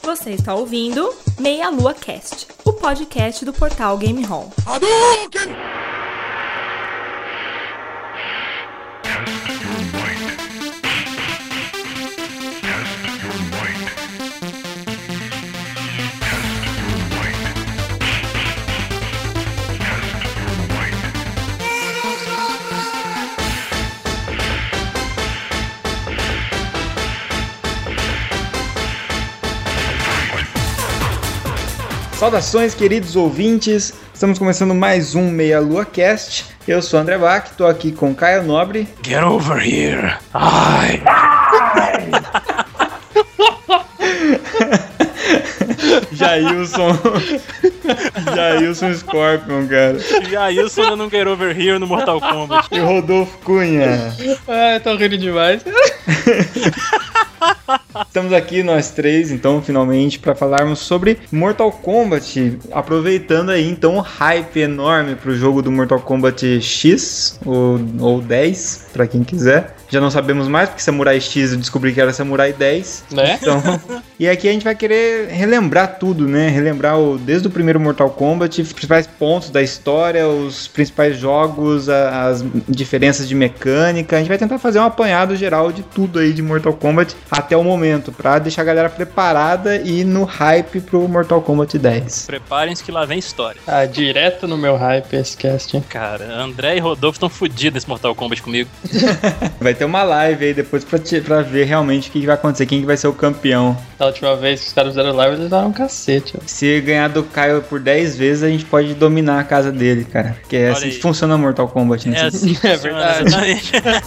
Você está ouvindo Meia Lua Cast, o podcast do portal Game Hall. Saudações, queridos ouvintes, estamos começando mais um Meia Lua Cast. Eu sou o André Bach, estou aqui com Caio Nobre. Get over here! Ai! Jailson Scorpion, cara. Jailson dando um Get over here no Mortal Kombat. E Rodolfo Cunha. Ai, tô rindo demais. Estamos aqui nós três, então, finalmente, para falarmos sobre Mortal Kombat, aproveitando aí, então, o hype enorme pro jogo do Mortal Kombat X, ou 10, para quem quiser. Já não sabemos mais, porque Samurai X eu descobri que era Samurai 10. Né? Então, e aqui a gente vai querer relembrar tudo, né? Relembrar desde o primeiro Mortal Kombat, os principais pontos da história, os principais jogos, as diferenças de mecânica. A gente vai tentar fazer um apanhado geral de tudo aí de Mortal Kombat até o momento, pra deixar a galera preparada e no hype pro Mortal Kombat 10. Preparem-se que lá vem história. Ah, direto no meu hype esse cast, hein? Cara, André e Rodolfo estão fodidos nesse Mortal Kombat comigo. Vai ter uma live aí depois pra ver realmente o que vai acontecer, quem vai ser o campeão. Da última vez que os caras fizeram live, eles daram um cacete. Ó. Se ganhar do Caio por 10 vezes, a gente pode dominar a casa dele, cara. Porque é assim que funciona Mortal Kombat, né? É assim que É verdade. Exatamente.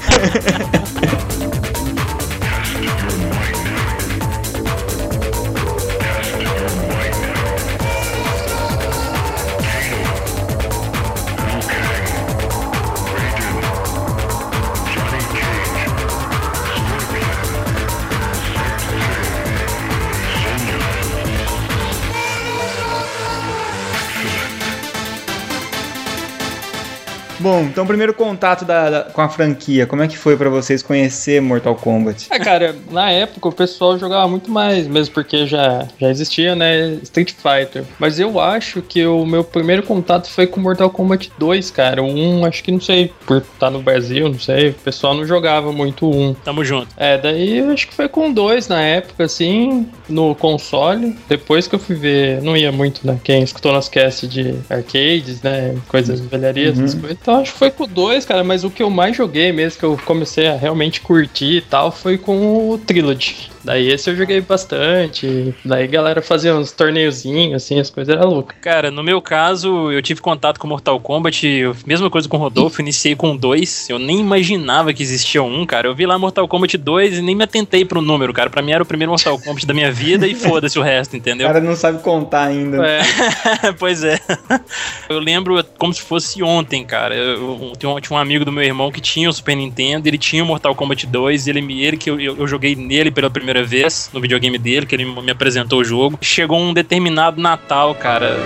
Bom, então primeiro contato com a franquia, como é que foi pra vocês conhecer Mortal Kombat? Cara, na época o pessoal jogava muito mais, mesmo porque já existia, né, Street Fighter. Mas eu acho que o meu primeiro contato foi com Mortal Kombat 2, cara. O 1, acho que não sei, por estar no Brasil, não sei, o pessoal não jogava muito o 1. Tamo junto. Daí eu acho que foi com o 2 na época, assim, no console. Depois que eu fui ver, não ia muito, né, quem escutou nosso cast de arcades, né, coisas, velharias, essas coisas. Então acho que foi com o 2, cara, mas o que eu mais joguei mesmo, que eu comecei a realmente curtir e tal, foi com o Trilogy. Daí esse eu joguei bastante, daí a galera fazia uns torneiozinhos, assim, as coisas eram loucas. Cara, no meu caso, eu tive contato com Mortal Kombat, mesma coisa com o Rodolfo, iniciei com o 2, eu nem imaginava que existia um, cara. Eu vi lá Mortal Kombat 2 e nem me atentei pro número, cara. Pra mim era o primeiro Mortal Kombat da minha vida e foda-se o resto, entendeu? O cara não sabe contar ainda. Pois é. Eu lembro como se fosse ontem, cara. Eu tinha um amigo do meu irmão que tinha o Super Nintendo, ele tinha o Mortal Kombat 2, ele que eu joguei nele pela primeira vez, no videogame dele, que ele me apresentou o jogo. Chegou um determinado Natal, cara.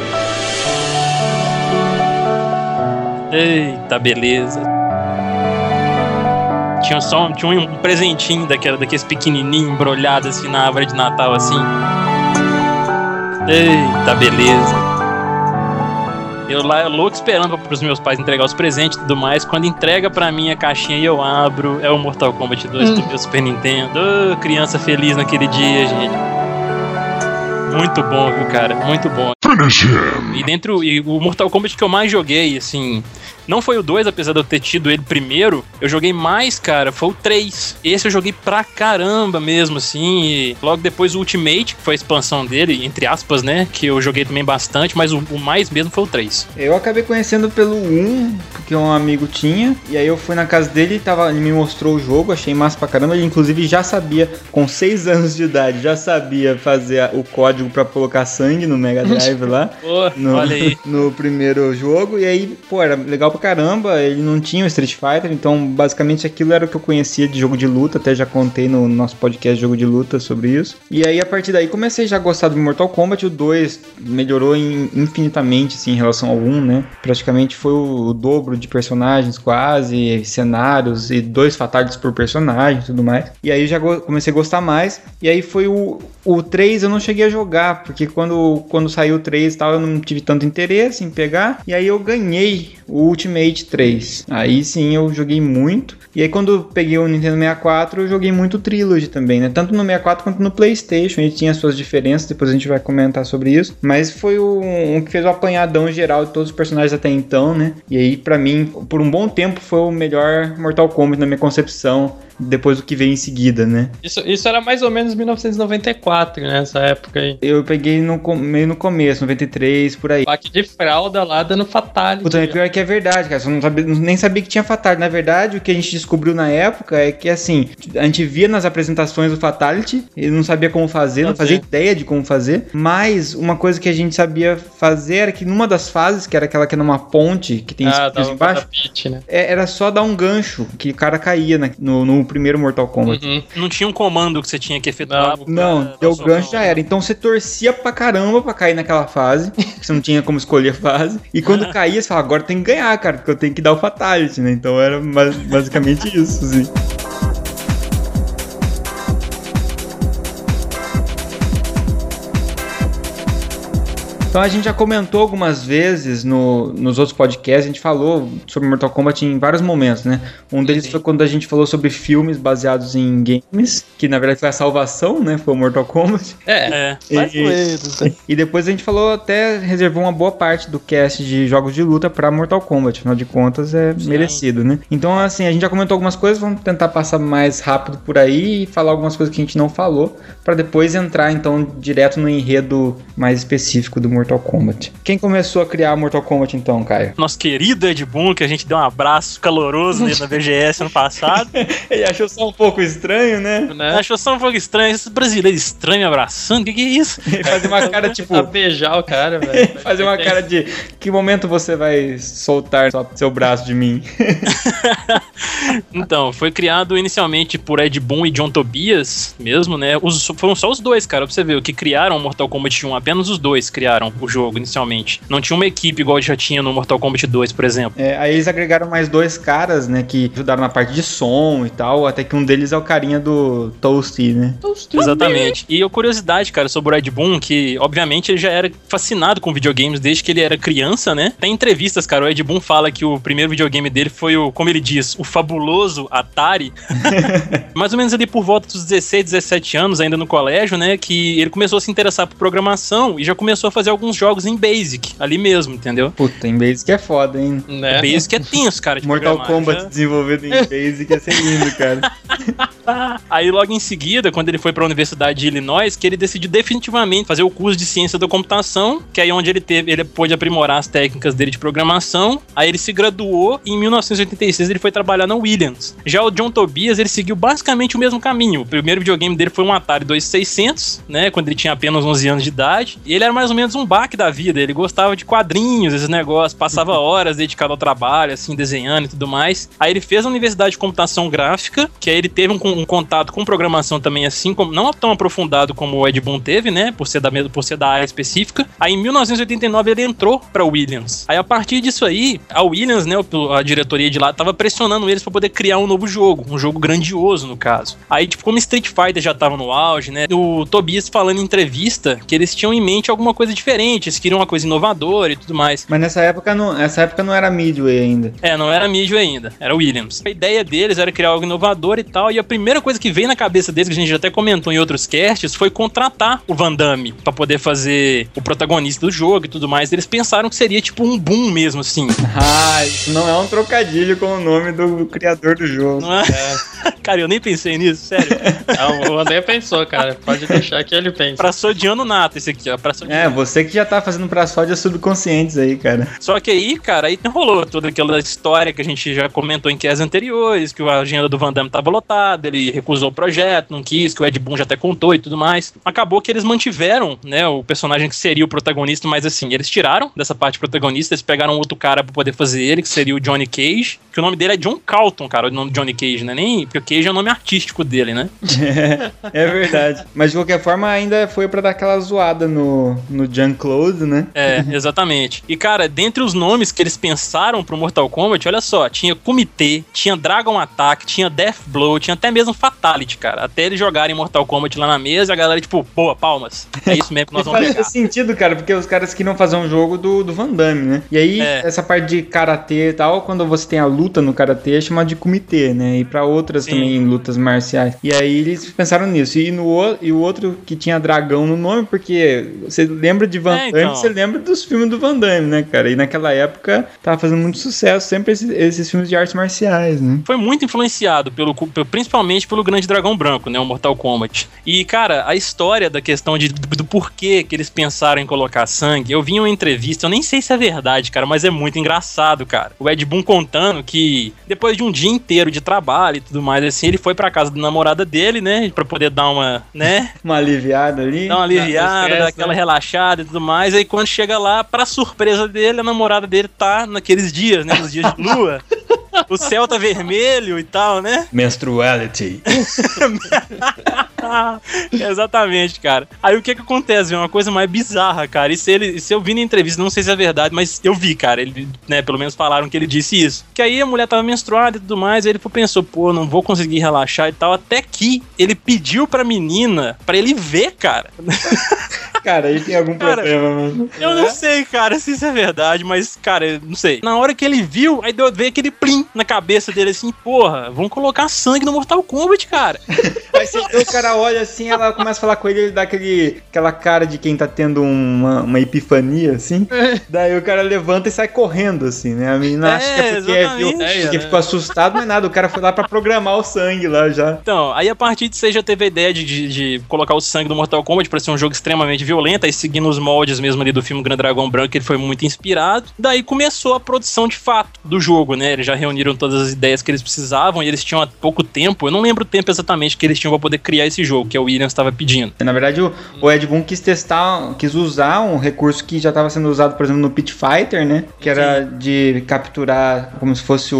Eita, beleza. Tinha um presentinho daqueles pequenininhos embrulhados assim na árvore de Natal, assim. Eita, beleza. Eu lá, louco, esperando pros meus pais entregar os presentes e tudo mais. Quando entrega pra mim a caixinha e eu abro, é o Mortal Kombat 2 do meu Super Nintendo. Criança feliz naquele dia, gente. Muito bom, viu, cara? Muito bom. E o Mortal Kombat que eu mais joguei, assim... Não foi o 2, apesar de eu ter tido ele primeiro. Eu joguei mais, cara, foi o 3. Esse eu joguei pra caramba mesmo, assim. E logo depois o Ultimate, que foi a expansão dele, entre aspas, né? Que eu joguei também bastante, mas o mais mesmo foi o 3. Eu acabei conhecendo pelo 1, porque um amigo tinha. E aí eu fui na casa dele, ele me mostrou o jogo, achei massa pra caramba. Ele inclusive já sabia, com 6 anos de idade, já sabia fazer o código pra colocar sangue no Mega Drive lá. Olha aí. No primeiro jogo. E aí, pô, era legal pra caramba, ele não tinha o Street Fighter, então basicamente aquilo era o que eu conhecia de jogo de luta, até já contei no nosso podcast de jogo de luta sobre isso. E aí a partir daí comecei já a gostar do Mortal Kombat, o 2 melhorou infinitamente assim, em relação ao 1, né? Praticamente foi o dobro de personagens quase, cenários e 2 fatalities por personagem e tudo mais. E aí já comecei a gostar mais, e aí foi o 3 eu não cheguei a jogar, porque quando saiu o 3 e tal, eu não tive tanto interesse em pegar, e aí eu ganhei o Ultimate 3. Aí sim eu joguei muito. E aí quando eu peguei o Nintendo 64, eu joguei muito Trilogy também, né? Tanto no 64 quanto no PlayStation. Ele tinha suas diferenças, depois a gente vai comentar sobre isso. Mas foi um que fez o apanhadão geral de todos os personagens até então, né? E aí pra mim, por um bom tempo, foi o melhor Mortal Kombat na minha concepção, depois do que veio em seguida, né? Isso era mais ou menos 1994, né? Essa época aí. Eu peguei meio no começo, 93, por aí. Pack de fralda lá dando fatality. Puta, pior que é verdade, cara. Só nem sabia que tinha fatality. Na verdade, o que a gente descobriu na época é que, assim, a gente via nas apresentações o fatality e não sabia como fazer, não fazia ideia de como fazer. Mas uma coisa que a gente sabia fazer era que numa das fases, que era aquela que é numa ponte, que tem espinhos embaixo, pit, né? era só dar um gancho, que o cara caía no primeiro Mortal Kombat. Uhum. Não tinha um comando que você tinha que efetuar. Não, deu gancho já era. Então você torcia pra caramba pra cair naquela fase, você não tinha como escolher a fase. E quando caía, você falava, agora tem que ganhar, cara, porque eu tenho que dar o fatality, né? Então era basicamente isso, assim. Então a gente já comentou algumas vezes nos outros podcasts, a gente falou sobre Mortal Kombat em vários momentos, né? Um deles foi quando a gente falou sobre filmes baseados em games, que na verdade foi a salvação, né? Foi o Mortal Kombat. E depois a gente falou, até reservou uma boa parte do cast de jogos de luta pra Mortal Kombat, afinal de contas é merecido, né? Então assim, a gente já comentou algumas coisas, vamos tentar passar mais rápido por aí e falar algumas coisas que a gente não falou, pra depois entrar então direto no enredo mais específico do Mortal Kombat. Quem começou a criar Mortal Kombat então, Caio? Nosso querido Ed Boon, que a gente deu um abraço caloroso nele na BGS ano passado. Ele achou só um pouco estranho, né? Achou só um pouco estranho. Esses brasileiros estranhos abraçando, o que é isso? Ele fazia uma cara tipo... A beijar o cara, velho. Fazer uma cara de... Que momento você vai soltar seu braço de mim? Então, foi criado inicialmente por Ed Boon e John Tobias mesmo, né? Foram só os dois, cara, pra você ver. O que criaram o Mortal Kombat 1, apenas os dois criaram o jogo inicialmente. Não tinha uma equipe igual já tinha no Mortal Kombat 2, por exemplo. Aí eles agregaram mais 2 caras, né, que ajudaram na parte de som e tal, até que um deles é o carinha do Toasty, né? Exatamente. E a curiosidade, cara, sobre o Ed Boon, que obviamente ele já era fascinado com videogames desde que ele era criança, né? Tem entrevistas, cara, o Ed Boon fala que o primeiro videogame dele foi como ele diz, o fabuloso Atari. Mais ou menos ali por volta dos 16, 17 anos, ainda no colégio, né, que ele começou a se interessar por programação e já começou a fazer alguns jogos em Basic, ali mesmo, entendeu? Puta, em Basic é foda, hein? Né? Basic é tenso, cara, de Mortal Kombat desenvolvido em Basic ia ser lindo, cara. Aí logo em seguida, quando ele foi pra Universidade de Illinois, que ele decidiu definitivamente fazer o curso de Ciência da Computação, que é aí onde ele pôde aprimorar as técnicas dele de programação. Aí ele se graduou e em 1986 ele foi trabalhar na Williams. Já o John Tobias, ele seguiu basicamente o mesmo caminho. O primeiro videogame dele foi um Atari 2600, né, quando ele tinha apenas 11 anos de idade. E ele era mais ou menos um baque da vida, ele gostava de quadrinhos, esses negócios, passava horas dedicado ao trabalho, assim, desenhando e tudo mais. Aí ele fez a Universidade de Computação Gráfica, que aí ele teve um contato com programação também, assim, como, não tão aprofundado como o Ed Boon teve, né, por ser da área específica. Aí em 1989 ele entrou pra Williams. Aí a partir disso aí, a Williams, né, a diretoria de lá, tava pressionando eles pra poder criar um novo jogo, um jogo grandioso, no caso. Aí, tipo, como Street Fighter já tava no auge, né, o Tobias falando em entrevista que eles tinham em mente alguma coisa diferente, eles queriam uma coisa inovadora e tudo mais. Mas nessa época não era Midway ainda. Não era Midway ainda, era Williams. A ideia deles era criar algo inovador e tal, e a primeira coisa que veio na cabeça deles, que a gente já até comentou em outros casts, foi contratar o Van Damme pra poder fazer o protagonista do jogo e tudo mais. Eles pensaram que seria tipo um boom mesmo, assim. Isso não é um trocadilho com o nome do criador do jogo. Não é? Cara, eu nem pensei nisso, sério. O André pensou, cara. Pode deixar que ele pense. Pra sodiano nato esse aqui, ó. Você que já tá fazendo pra sódias subconscientes aí, cara. Só que aí, cara, aí rolou toda aquela história que a gente já comentou em casts anteriores, que a agenda do Van Damme tava lotada, ele recusou o projeto, não quis, que o Ed Boon já até contou e tudo mais. Acabou que eles mantiveram, né, o personagem que seria o protagonista, mas assim, eles tiraram dessa parte protagonista, eles pegaram outro cara pra poder fazer ele, que seria o Johnny Cage, que o nome dele é John Calton, cara, o nome de Johnny Cage, né? Nem, porque o Cage é o nome artístico dele, né? É verdade. Mas de qualquer forma, ainda foi pra dar aquela zoada no Jean-Claude, né? É, exatamente. E, cara, dentre os nomes que eles pensaram pro Mortal Kombat, olha só, tinha Kumite, tinha Dragon Attack, tinha Death Blow, tinha até mesmo Fatality, cara. Até eles jogarem Mortal Kombat lá na mesa, a galera, tipo, boa, palmas. É isso mesmo que nós vamos pegar. Faz sentido, cara, porque os caras queriam fazer um jogo do Van Damme, né? E aí, essa parte de karatê e tal, quando você tem a luta no karatê, é chamado de kumite, né? E pra outras também lutas marciais. E aí eles pensaram nisso. E o outro que tinha dragão no nome, porque você lembra de Van Damme, então. Você lembra dos filmes do Van Damme, né, cara? E naquela época tava fazendo muito sucesso sempre esses filmes de artes marciais, né? Foi muito influenciado principalmente pelo Grande Dragão Branco, né? O Mortal Kombat. E, cara, a história da questão do porquê que eles pensaram em colocar sangue, eu vi em uma entrevista, eu nem sei se é verdade, cara, mas é muito engraçado, cara. O Ed Boon contando que depois de um dia inteiro de trabalho e tudo mais, assim, ele foi pra casa da namorada dele, né? Pra poder dar uma, né? Uma aliviada ali. Dar uma aliviada, dar aquela relaxada e tudo mais. Aí quando chega lá, pra surpresa dele, a namorada dele tá naqueles dias, né? Nos dias de lua. O céu tá vermelho e tal, né? Menstruality. Exatamente, cara. Aí o que acontece? É uma coisa mais bizarra, cara. E se eu vi na entrevista, não sei se é verdade, mas eu vi, cara. Ele, né, pelo menos falaram que ele disse isso. Que aí a mulher tava menstruada e tudo mais, aí ele pensou, pô, não vou conseguir relaxar e tal. Até que ele pediu pra menina pra ele ver, cara. Cara, aí tem algum problema, mano. Eu não sei, cara, se isso é verdade, mas, cara, não sei. Na hora que ele viu, aí veio aquele plim na cabeça dele assim, porra, vamos colocar sangue no Mortal Kombat, cara. Aí o cara olha assim, ela começa a falar com ele dá aquela cara de quem tá tendo uma epifania, assim. Daí o cara levanta e sai correndo, assim, né? A menina acha que é porque ficou assustado, não é nada. O cara foi lá pra programar o sangue lá já. Então, aí a partir de você já teve a ideia de colocar o sangue no Mortal Kombat pra ser um jogo extremamente violento, aí seguindo os moldes mesmo ali do filme Grande Dragão Branco, ele foi muito inspirado. Daí começou a produção de fato do jogo, né? Eles já reuniram todas as ideias que eles precisavam e eles tinham há pouco tempo, eu não lembro o tempo exatamente que eles tinham pra poder criar esse jogo, que o Williams estava pedindo. Na verdade, o Ed Boon quis usar um recurso que já estava sendo usado, por exemplo, no Pit Fighter, né? Que era de capturar como se fosse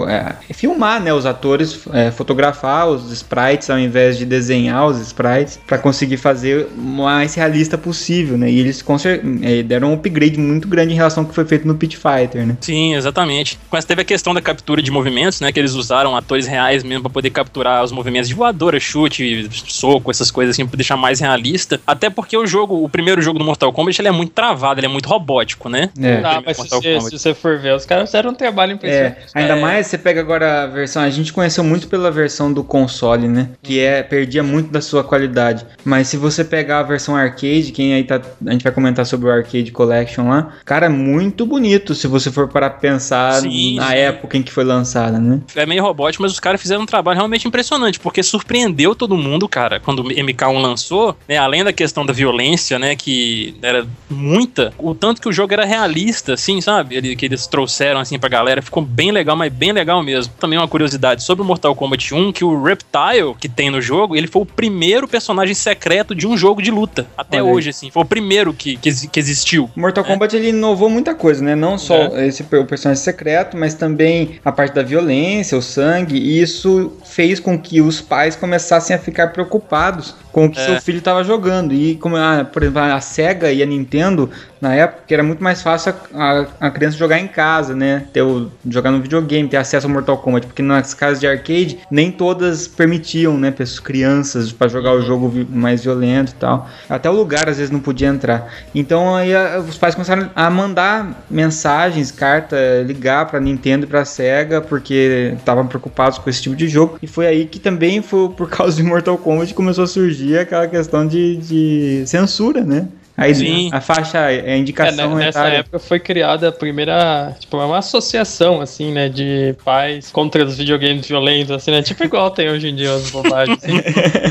filmar, né? Os atores, fotografar os sprites ao invés de desenhar os sprites para conseguir fazer o mais realista possível, né? E eles deram um upgrade muito grande em relação ao que foi feito no Pit Fighter, né? Sim, exatamente. Mas teve a questão da captura de movimentos, né? Que eles usaram atores reais mesmo para poder capturar os movimentos de voadora, chute, soco, essas coisas assim, pra deixar mais realista. Até porque o primeiro jogo do Mortal Kombat, ele é muito travado, ele é muito robótico, né? Mas se você for ver, os caras fizeram um trabalho impressionante. Ainda mais, você pega agora a versão, a gente conheceu muito pela versão do console, né? Que perdia muito da sua qualidade. Mas se você pegar a versão arcade, quem aí tá, a gente vai comentar sobre o Arcade Collection lá, cara, muito bonito se você for para pensar na época em que foi lançada, né? É meio robótico, mas os caras fizeram um trabalho realmente impressionante, porque surpreendeu todo mundo, cara, quando o MK1 lançou, né, além da questão da violência, né, que era muita, o tanto que o jogo era realista, assim, sabe? Que eles trouxeram, assim, pra galera, ficou bem legal, mas bem legal mesmo. Também uma curiosidade sobre o Mortal Kombat 1, que o Reptile, que tem no jogo, ele foi o primeiro personagem secreto de um jogo de luta, até hoje, assim, foi o primeiro que existiu. Mortal Kombat, ele inovou muita coisa, né? Não só o personagem secreto, mas também a parte da violência, o sangue, e isso fez com que os pais começassem a ficar preocupados com o que seu filho estava jogando. E como, por exemplo, a Sega e a Nintendo, na época, era muito mais fácil a criança jogar em casa, né? Jogar no videogame, ter acesso ao Mortal Kombat, porque nas casas de arcade, nem todas permitiam, né, crianças para jogar o jogo mais violento e tal. Até o lugar, às vezes, não podia entrar. Então, aí os pais começaram a mandar mensagens, carta, ligar pra Nintendo e pra Sega, porque estavam preocupados com esse tipo de jogo. E foi aí que também, foi por causa de Mortal Kombat, começou a surgir aquela questão de censura, né? Aí a faixa, a indicação nessa época foi criada a primeira, tipo, uma associação, assim, né, de pais contra os videogames violentos, assim, né, tipo igual tem hoje em dia as bobagens, assim.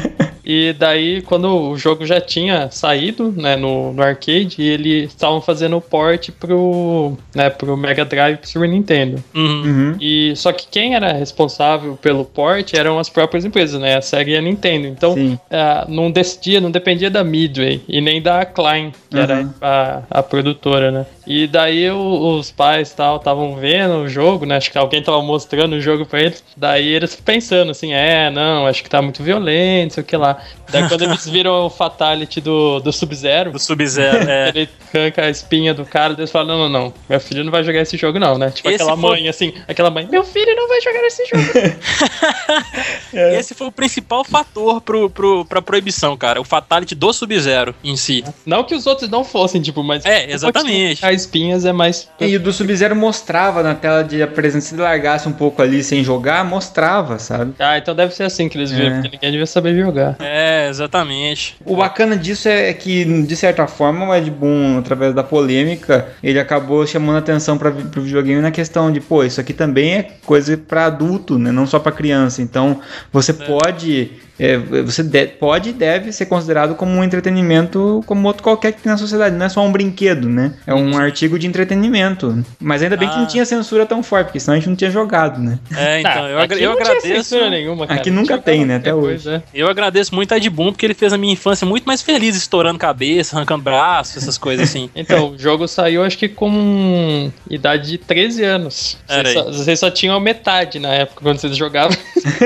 E daí, quando o jogo já tinha saído, né, no arcade, eles estavam fazendo o port pro Mega Drive e pro Super Nintendo. E só que quem era responsável pelo port eram as próprias empresas, né? A Sega e a Nintendo. Então, não dependia da Midway e nem da Klein, que era a produtora, né? E daí os pais tal estavam vendo o jogo, né? Acho que alguém tava mostrando o jogo pra eles. Daí eles pensando assim, não, acho que tá muito violento, sei o que lá. Daí quando eles viram o Fatality do Sub-Zero. Do Sub-Zero, ele arranca a espinha do cara, eles falam, não, meu filho não vai jogar esse jogo não, né? Tipo aquela mãe, meu filho não vai jogar esse jogo. Esse foi o principal fator pra proibição, cara. O Fatality do Sub-Zero em si. Não que os outros não fossem, tipo, mas... exatamente. As espinhas é mais... E o do Sub-Zero mostrava na tela de apresentação, se ele largasse um pouco ali sem jogar, mostrava, sabe? Então deve ser assim que eles viram, porque ninguém devia saber jogar. Exatamente. O bacana disso é que, de certa forma, o Ed Boon, através da polêmica, ele acabou chamando a atenção pro videogame na questão de, isso aqui também é coisa pra adulto, né? Não só pra criança. Então, você pode... pode e deve ser considerado como um entretenimento como outro qualquer que tem na sociedade, não é só um brinquedo, né? É um artigo de entretenimento. Mas ainda bem que não tinha censura tão forte, porque senão a gente não tinha jogado, né? Então, eu agradeço. Não tinha censura nenhuma, cara. Aqui nunca tem, né? Até hoje. Eu agradeço muito a Ed Boon, porque ele fez a minha infância muito mais feliz, estourando cabeça, arrancando braço, essas coisas assim. Então, o jogo saiu acho que com idade de 13 anos. Vocês só tinham metade na época quando vocês jogavam.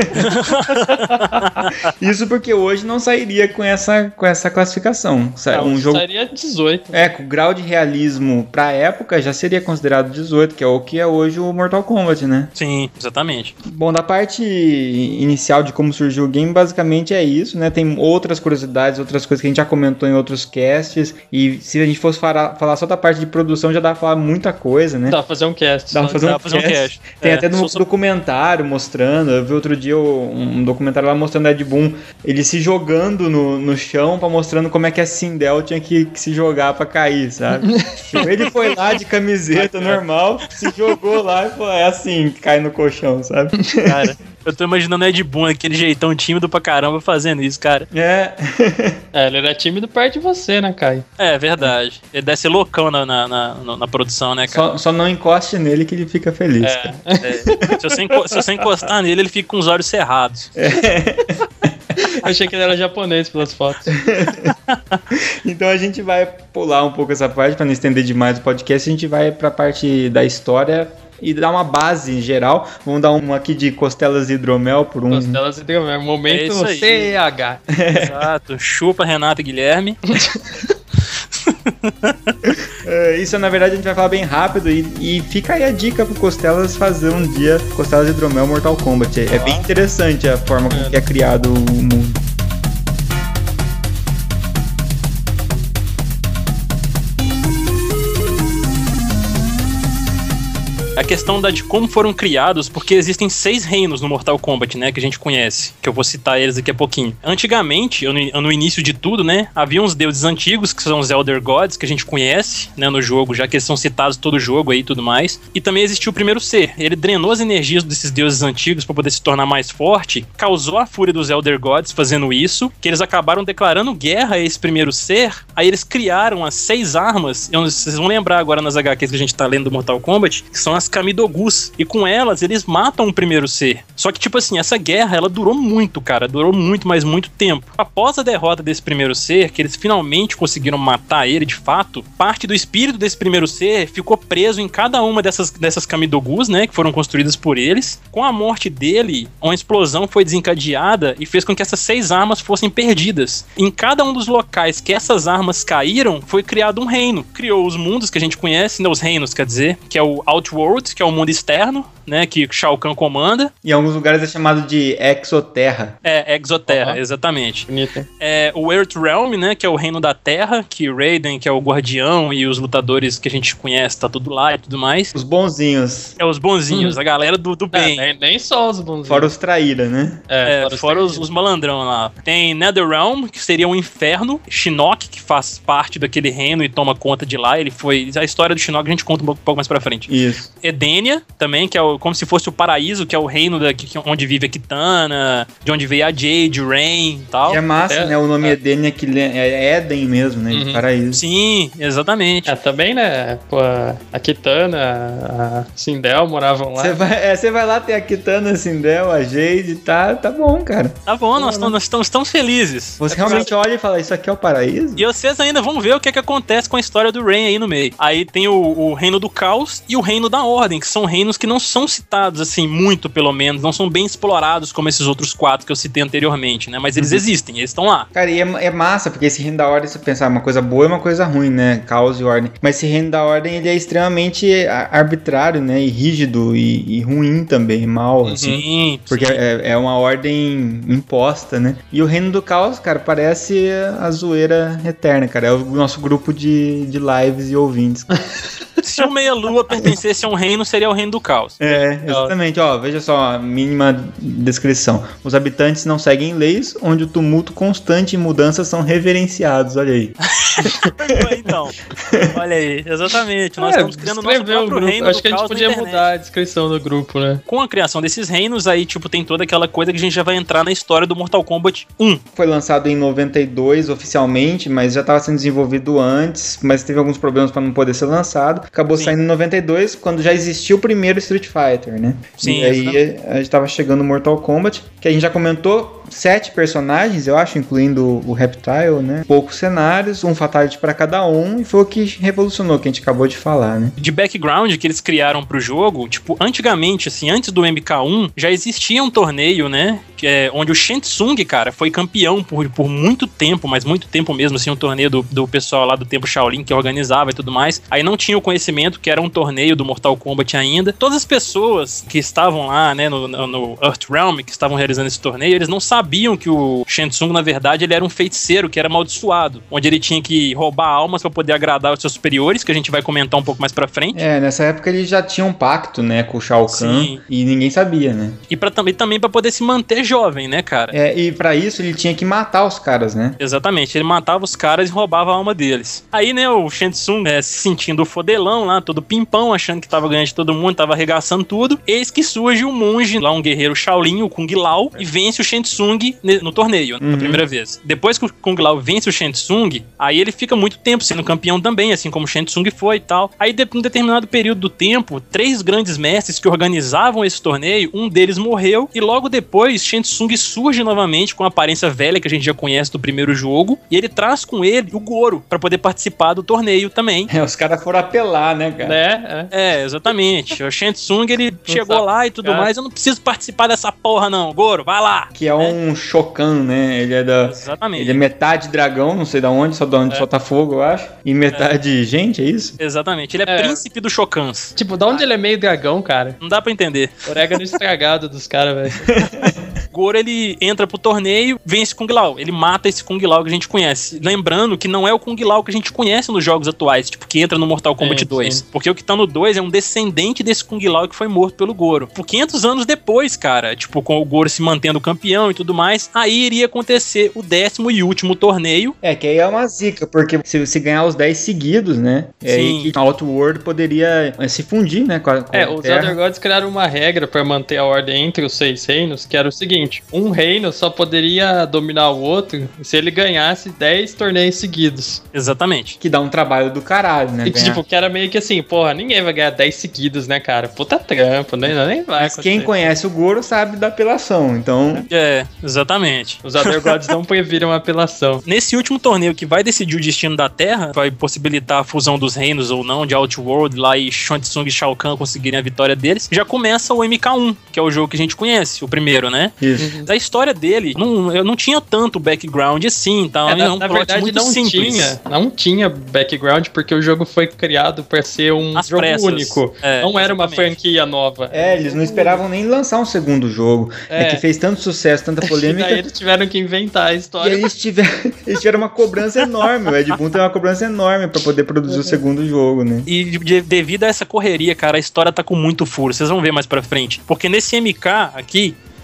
Isso porque hoje não sairia com essa classificação. Sairia 18. Com grau de realismo pra época já seria considerado 18, que é o que é hoje o Mortal Kombat, né? Sim, exatamente. Bom, da parte inicial de como surgiu o game, basicamente é isso, né? Tem outras curiosidades, outras coisas que a gente já comentou em outros casts, e se a gente fosse falar só da parte de produção, já dá pra falar muita coisa, né? Dá pra fazer um cast. Dá pra fazer um cast. Tem até um documentário mostrando, eu vi outro dia um documentário lá mostrando Ed Boon, ele se jogando no chão, mostrando como é que a Sindel tinha que se jogar pra cair, sabe? Ele foi lá de camiseta normal, se jogou lá e falou, é assim, cai no colchão, sabe? Cara, eu tô imaginando o Ed Boon, aquele jeitão tímido pra caramba, fazendo isso, cara. Ele era tímido perto de você, né, Caio? É verdade. Ele deve ser loucão na produção, né, cara? Só não encoste nele que ele fica feliz, cara. Se você encostar nele, ele fica com os olhos cerrados. Eu achei que ele era japonês pelas fotos. Então a gente vai pular um pouco essa parte pra não estender demais o podcast. A gente vai pra parte da história e dar uma base em geral. Vamos dar uma aqui de costelas e hidromel por um... Costelas e hidromel, momento CH. Exato, chupa Renato e Guilherme. Isso na verdade a gente vai falar bem rápido e fica aí a dica pro Costelas fazer um dia Costelas e Hidromel Mortal Kombat. É bem interessante a forma como que é criado o mundo. A questão de como foram criados, porque existem 6 reinos no Mortal Kombat, né, que a gente conhece, que eu vou citar eles daqui a pouquinho. Antigamente, no início de tudo, né, havia uns deuses antigos, que são os Elder Gods, que a gente conhece, né, no jogo, já que eles são citados todo o jogo aí e tudo mais. E também existiu o primeiro ser. Ele drenou as energias desses deuses antigos para poder se tornar mais forte, causou a fúria dos Elder Gods fazendo isso, que eles acabaram declarando guerra a esse primeiro ser. Aí eles criaram as 6 armas, vocês vão lembrar agora nas HQs que a gente tá lendo do Mortal Kombat, que são as Kamidogus, e com elas eles matam o primeiro ser. Só que, tipo assim, essa guerra, ela durou muito, cara, durou muito, mas muito tempo. Após a derrota desse primeiro ser, que eles finalmente conseguiram matar ele de fato, parte do espírito desse primeiro ser ficou preso em cada uma dessas Kamidogus, né, que foram construídas por eles. Com a morte dele, uma explosão foi desencadeada e fez com que essas 6 armas fossem perdidas. Em cada um dos locais que essas armas caíram, foi criado um reino. Criou os mundos que a gente conhece, né, os reinos, quer dizer, que é o Outworld, que é o mundo externo, né, que Shao Kahn comanda. Em alguns lugares é chamado de Exoterra. Exoterra, exatamente. Bonito. O Earth Realm, né, que é o reino da Terra, que Raiden, que é o guardião, e os lutadores que a gente conhece, tá tudo lá e tudo mais. Os bonzinhos. Os bonzinhos, a galera do bem. Nem só os bonzinhos. Fora os traíra, né? Fora os malandrão lá. Tem Netherrealm, que seria um inferno. Shinnok, que faz parte daquele reino e toma conta de lá. A história do Shinnok a gente conta um pouco mais pra frente. Isso. Edenia, também, que é o como se fosse o paraíso, que é o reino onde vive a Kitana, de onde veio a Jade, o Rain e tal. E é massa, né? O nome Eden é Éden mesmo, né? De paraíso. Sim, exatamente. Também, né? Pô, a Kitana, a Sindel moravam lá. Você vai lá ter a Kitana, a Sindel, a Jade, tá bom, cara. Tá bom, nós estamos felizes. Você realmente olha e fala, isso aqui é o paraíso? E vocês ainda vão ver o que acontece com a história do Rain aí no meio. Aí tem o reino do caos e o reino da ordem, que são reinos que não são citados, assim, muito pelo menos, não são bem explorados como esses outros 4 que eu citei anteriormente, né? Mas eles existem, eles estão lá. Cara, e é massa, porque esse reino da ordem, se pensar, uma coisa boa e uma coisa ruim, né? Caos e ordem. Mas esse reino da ordem, ele é extremamente arbitrário, né? E rígido e ruim também, mal, assim. Sim. Porque é uma ordem imposta, né? E o reino do caos, cara, parece a zoeira eterna, cara. É o nosso grupo de lives e ouvintes. Se o Meia-Lua pertencesse a um reino, seria o reino do caos. Exatamente. Ó, veja só a mínima descrição. Os habitantes não seguem leis, onde o tumulto constante e mudanças são reverenciados. Olha aí. Então, olha aí, exatamente. Nós estamos criando o nosso próprio reino do caos. Acho que a gente podia mudar a descrição do grupo, né? Com a criação desses reinos, aí, tipo, tem toda aquela coisa que a gente já vai entrar na história do Mortal Kombat 1. Foi lançado em 92 oficialmente, mas já estava sendo desenvolvido antes, mas teve alguns problemas para não poder ser lançado. Acabou saindo em 92, quando já existia o primeiro Street Fighter, né? Sim. E aí a gente tava chegando no Mortal Kombat, que a gente já comentou, 7 personagens, eu acho, incluindo o Reptile, né? Poucos cenários, um Fatality para cada um, e foi o que revolucionou, que a gente acabou de falar, né? De background que eles criaram pro jogo, tipo, antigamente, assim, antes do MK1, já existia um torneio, né? Onde o Shensung, cara, foi campeão por muito tempo, mas muito tempo mesmo, assim, um torneio do pessoal lá do tempo Shaolin que organizava e tudo mais. Aí não tinha o conhecimento que era um torneio do Mortal Kombat ainda. Todas as pessoas que estavam lá, né, no Earthrealm, que estavam realizando esse torneio, eles não sabiam que o Shensung, na verdade, ele era um feiticeiro que era amaldiçoado, onde ele tinha que roubar almas pra poder agradar os seus superiores, que a gente vai comentar um pouco mais pra frente. Nessa época ele já tinha um pacto, né, com o Shao Kahn, e ninguém sabia, né? E também pra poder se manter jovem, né, cara? E pra isso ele tinha que matar os caras, né? Exatamente, ele matava os caras e roubava a alma deles. Aí, né, o Shensung, se sentindo fodelão lá, todo pimpão, achando que tava ganhando de todo mundo, tava arregaçando tudo, eis que surge um monge, lá um guerreiro Shaolin, o Kung Lao, e vence o Shensung no torneio, na primeira vez. Depois que o Kung Lao vence o Shensung, aí ele fica muito tempo sendo campeão também, assim como o Shensung foi e tal. Aí, em determinado período do tempo, 3 grandes mestres que organizavam esse torneio, um deles morreu, e logo depois, Shensung surge novamente com a aparência velha que a gente já conhece do primeiro jogo, e ele traz com ele o Goro, pra poder participar do torneio também. Os caras foram apelar, né, cara? Exatamente. O Shensung, ele chegou lá e tudo mais, eu não preciso participar dessa porra não, Goro, vai lá! Que é um Shokan, né? Ele é Exatamente. Ele é metade dragão, não sei de onde solta fogo, eu acho, e metade gente, é isso? Exatamente, ele é príncipe dos Shokans. Tipo, de onde ele é meio dragão, cara? Não dá pra entender. Orégano estragado dos caras, velho. Goro, ele entra pro torneio, vence Kung Lao. Ele mata esse Kung Lao que a gente conhece. Lembrando que não é o Kung Lao que a gente conhece nos jogos atuais, tipo, que entra no Mortal Kombat 2. Sim. Porque o que tá no 2 é um descendente desse Kung Lao que foi morto pelo Goro. Por 500 anos depois, cara, tipo, com o Goro se mantendo campeão e tudo mais, aí iria acontecer o 10º e último torneio. Que aí é uma zica, porque se ganhar os 10 seguidos, né? Sim. A Outworld poderia se fundir, né? Com os Elder Gods criaram uma regra pra manter a ordem entre os 6 reinos, que era o seguinte: um reino só poderia dominar o outro se ele ganhasse 10 torneios seguidos. Exatamente. Que dá um trabalho do caralho, né? E tipo, que era meio que assim, porra, ninguém vai ganhar 10 seguidos, né, cara? Puta trampo, né? Nem vai. Mas quem conhece o Goro sabe da apelação, então... Exatamente. Os Elder Gods não previram a apelação. Nesse último torneio que vai decidir o destino da Terra, vai possibilitar a fusão dos reinos ou não, de Outworld lá e Shensung e Shao Kahn conseguirem a vitória deles, já começa o MK1, que é o jogo que a gente conhece, o primeiro, né? Isso. Da história dele, eu não tinha tanto background assim, tá? Na verdade, muito simples. Não tinha background, porque o jogo foi criado pra ser um jogo único. Não era uma franquia nova. Eles não esperavam nem lançar um segundo jogo. Que fez tanto sucesso, tanta polêmica. E daí eles tiveram que inventar a história. E eles tiveram uma cobrança enorme. O Ed Boon tem uma cobrança enorme pra poder produzir o segundo jogo, né? E devido a essa correria, cara, a história tá com muito furo. Vocês vão ver mais pra frente. Porque nesse MK aqui,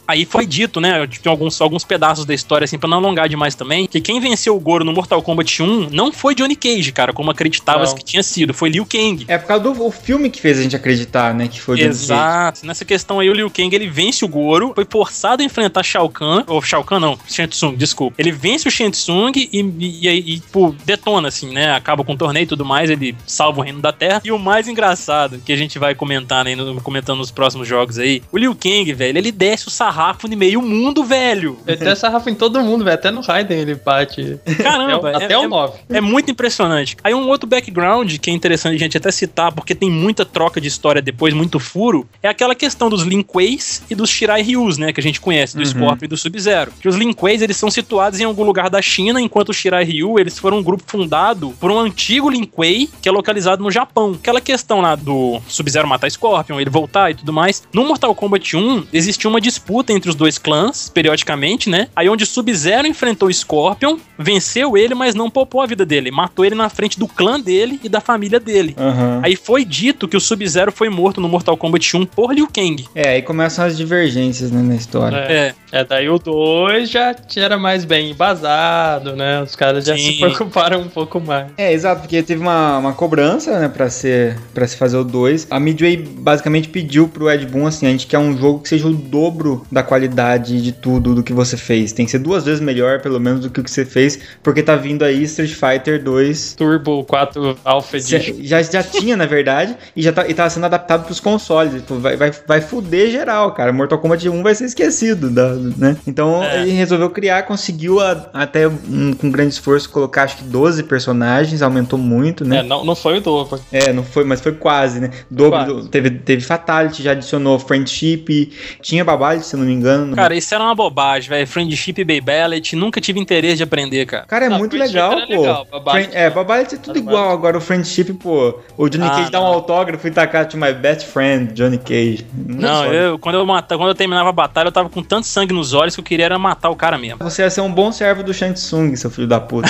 Aí foi dito, né, tem alguns pedaços da história, assim, pra não alongar demais também, que quem venceu o Goro no Mortal Kombat 1 não foi Johnny Cage, cara, como acreditava que tinha sido, foi Liu Kang. É por causa do filme que fez a gente acreditar, né, que foi o Johnny Cage. Exato. Nessa questão aí, o Liu Kang, ele vence o Goro, foi forçado a enfrentar Shao Kahn, ou Shao Kahn não, Shang Tsung, desculpa. Ele vence o Shang Tsung e tipo, detona, assim, né, acaba com o torneio e tudo mais, ele salva o reino da Terra. E o mais engraçado, que a gente vai comentar, né, comentando nos próximos jogos aí, o Liu Kang, velho, ele desce o sarrafo em meio mundo, velho. Ele desce o sarrafo em todo mundo, velho, até no Raiden ele bate. Caramba, até o 9. É muito impressionante. Aí um outro background que é interessante a gente até citar, porque tem muita troca de história depois, muito furo, é aquela questão dos Lin Kueis e dos Shirai Ryus, né, que a gente conhece, do Scorpion e do Sub-Zero. Que os Lin Kueis, eles são situados em algum lugar da China, enquanto os Shirai Ryu, eles foram um grupo fundado por um antigo Lin Kuei, que é localizado no Japão. Aquela questão lá do Sub-Zero matar Scorpion, ele voltar e tudo mais. No Mortal Kombat 1, existia uma disputa entre os dois clãs, periodicamente, né, aí onde Sub-Zero enfrentou Scorpion, venceu ele, mas não poupou a vida dele, matou ele na frente do clã dele e da família dele. Aí foi dito que o Sub-Zero foi morto no Mortal Kombat 1 por Liu Kang. Aí começam as divergências, né, na história. Daí o 2 já era mais bem embasado, né? Os caras já se preocuparam um pouco mais. Exato, porque teve uma cobrança, né, pra se fazer o 2. A Midway basicamente pediu pro Ed Boon, assim, a gente quer um jogo que seja o dobro da qualidade de tudo do que você fez. Tem que ser 2 vezes melhor, pelo menos, do que o que você fez, porque tá vindo aí Street Fighter 2 Turbo 4 Alpha Edition. Já tinha, na verdade, e tava sendo adaptado pros consoles. Vai fuder geral, cara. Mortal Kombat 1 vai ser esquecido, né? Então ele resolveu criar, conseguiu até com grande esforço colocar acho que 12 personagens, aumentou muito, né? Não foi o dobro. Não foi, mas foi quase, né? Dobro, teve Fatality, já adicionou Friendship, tinha Babality, se eu não me engano. Cara, isso era uma bobagem, velho. Friendship e Babality, nunca tive interesse de aprender, cara. Cara, é muito legal, pô. Babality é tudo igual, agora o Friendship, pô, o Johnny Cage dá um autógrafo e tacar to my best friend, Johnny Cage. Quando eu terminava a batalha, eu tava com tanto sangue nos olhos que eu queria era matar o cara mesmo. Você ia ser um bom servo do Shang Tsung, seu filho da puta.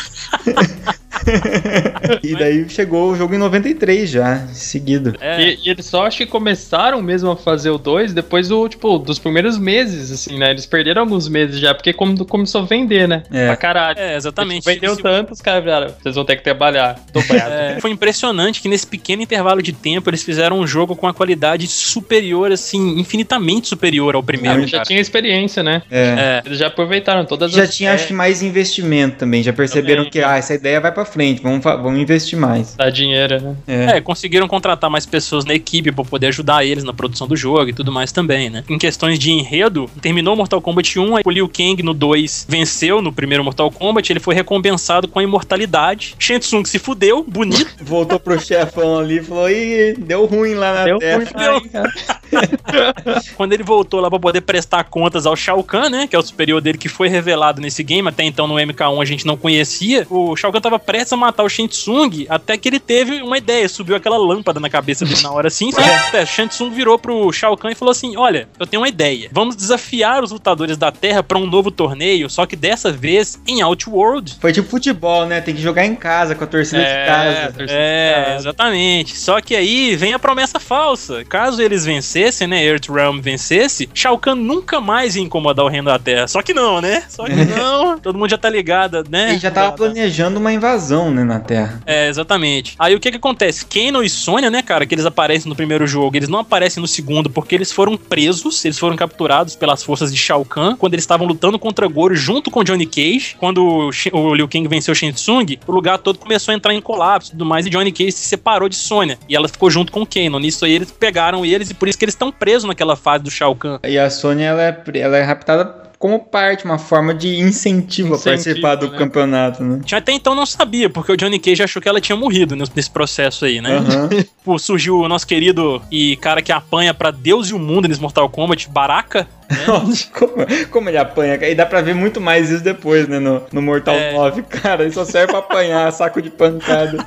E daí chegou o jogo em 93 já, seguido. E eles só acho que começaram mesmo a fazer o 2 depois dos primeiros meses, assim, né? Eles perderam alguns meses já, porque começou a vender, né? Pra caralho. Exatamente. Vendeu tanto, os caras viraram, vocês vão ter que trabalhar. Foi impressionante que nesse pequeno intervalo de tempo eles fizeram um jogo com a qualidade superior, assim, infinitamente superior ao primeiro. Já tinha experiência, né? Eles já aproveitaram todas já tinha, acho que, mais investimento também. Já perceberam que essa ideia vai pra frente, vamos investir mais. Dá dinheiro, né? Conseguiram contratar mais pessoas na equipe pra poder ajudar eles na produção do jogo e tudo mais também, né? Em questões de enredo, terminou Mortal Kombat 1, aí o Liu Kang no 2 venceu no primeiro Mortal Kombat, ele foi recompensado com a imortalidade. Shang Tsung se fudeu, bonito. Voltou pro chefão ali e falou, deu ruim lá na Terra. Quando ele voltou lá pra poder prestar contas ao Shao Kahn, né, que é o superior dele, que foi revelado nesse game, até então no MK1 a gente não conhecia, o Shao Kahn tava prestes a matar o Shang Tsung, até que ele teve uma ideia, subiu aquela lâmpada na cabeça dele na hora assim, Shang Tsung virou pro Shao Kahn e falou assim, olha, eu tenho uma ideia, vamos desafiar os lutadores da Terra pra um novo torneio, só que dessa vez em Outworld. Foi tipo futebol, né, tem que jogar em casa, com a torcida de casa. Exatamente, só que aí vem a promessa falsa, caso eles vencessem, né, Earthrealm vencesse, Shao Kahn nunca mais ia incomodar o reino da Terra, só que não, né, todo mundo já tá ligado, né. Ele já tava planejando uma invasão, né, na Terra. Exatamente. Aí o que acontece? Kano e Sonya, né, cara, que eles aparecem no primeiro jogo, eles não aparecem no segundo porque eles foram presos, eles foram capturados pelas forças de Shao Kahn, quando eles estavam lutando contra Goro junto com Johnny Cage. Quando o Liu Kang venceu o Shang Tsung, o lugar todo começou a entrar em colapso e tudo mais, e Johnny Cage se separou de Sonya, e ela ficou junto com o Kano. Nisso aí eles pegaram eles, e por isso que eles estão presos naquela fase do Shao Kahn. E a Sonya, ela é raptada como parte, uma forma de incentivo a participar do campeonato, né? Até então não sabia, porque o Johnny Cage achou que ela tinha morrido nesse processo aí, né? Pô, surgiu o nosso querido e cara que apanha pra Deus e o mundo nesse Mortal Kombat, Baraka. Como ele apanha? E dá pra ver muito mais isso depois, né? No Mortal 9, cara. Ele só serve pra apanhar, saco de pancada.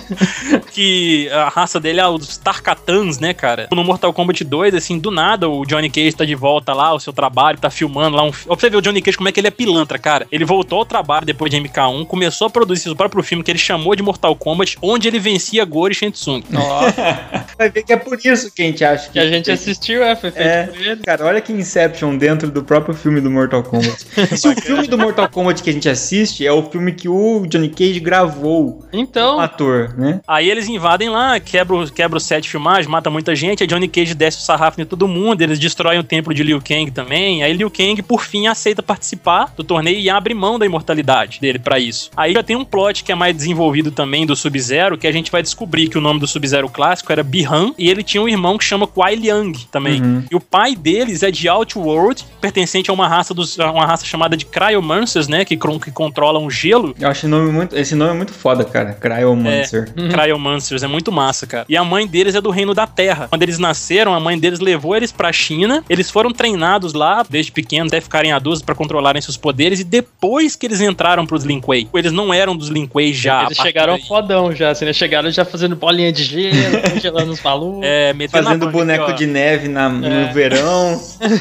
Que a raça dele é os Tarkatans, né, cara? No Mortal Kombat 2, assim, do nada, o Johnny Cage tá de volta lá, o seu trabalho, tá filmando lá Ó, pra você ver o Johnny Cage como é que ele é pilantra, cara. Ele voltou ao trabalho depois de MK1, começou a produzir seu próprio filme que ele chamou de Mortal Kombat, onde ele vencia Gore e Shang Tsung. Nossa. Vai ver que é por isso que a gente acha que a gente assistiu, foi feito por ele. Cara, olha que Inception dentro do próprio filme do Mortal Kombat. Se o filme do Mortal Kombat que a gente assiste é o filme que o Johnny Cage gravou. Então. Um ator, né? Aí eles invadem lá, quebra o set de filmagem, mata muita gente, a Johnny Cage desce o sarrafo em todo mundo, eles destroem o templo de Liu Kang também, aí Liu Kang, por fim, aceita participar do torneio e abre mão da imortalidade dele pra isso. Aí já tem um plot que é mais desenvolvido também do Sub-Zero, que a gente vai descobrir que o nome do Sub-Zero clássico era Bi-Han, e ele tinha um irmão que chama Kuai Liang também. E o pai deles é de Outworld, pertencente a uma raça chamada de Cryomancers, né, que controlam o gelo. Eu acho esse nome é muito foda, cara. Cryomancer. Cryomancers, é muito massa, cara. E a mãe deles é do Reino da Terra. Quando eles nasceram, a mãe deles levou eles pra China, eles foram treinados lá, desde pequenos, até ficarem adultos pra controlarem seus poderes, e depois que eles entraram pros Lin Kuei, eles não eram dos Lin Kuei já. Eles chegaram fodão já, assim, né? Chegaram já fazendo bolinha de gelo, congelando os malucos. Fazendo boneco de neve no verão.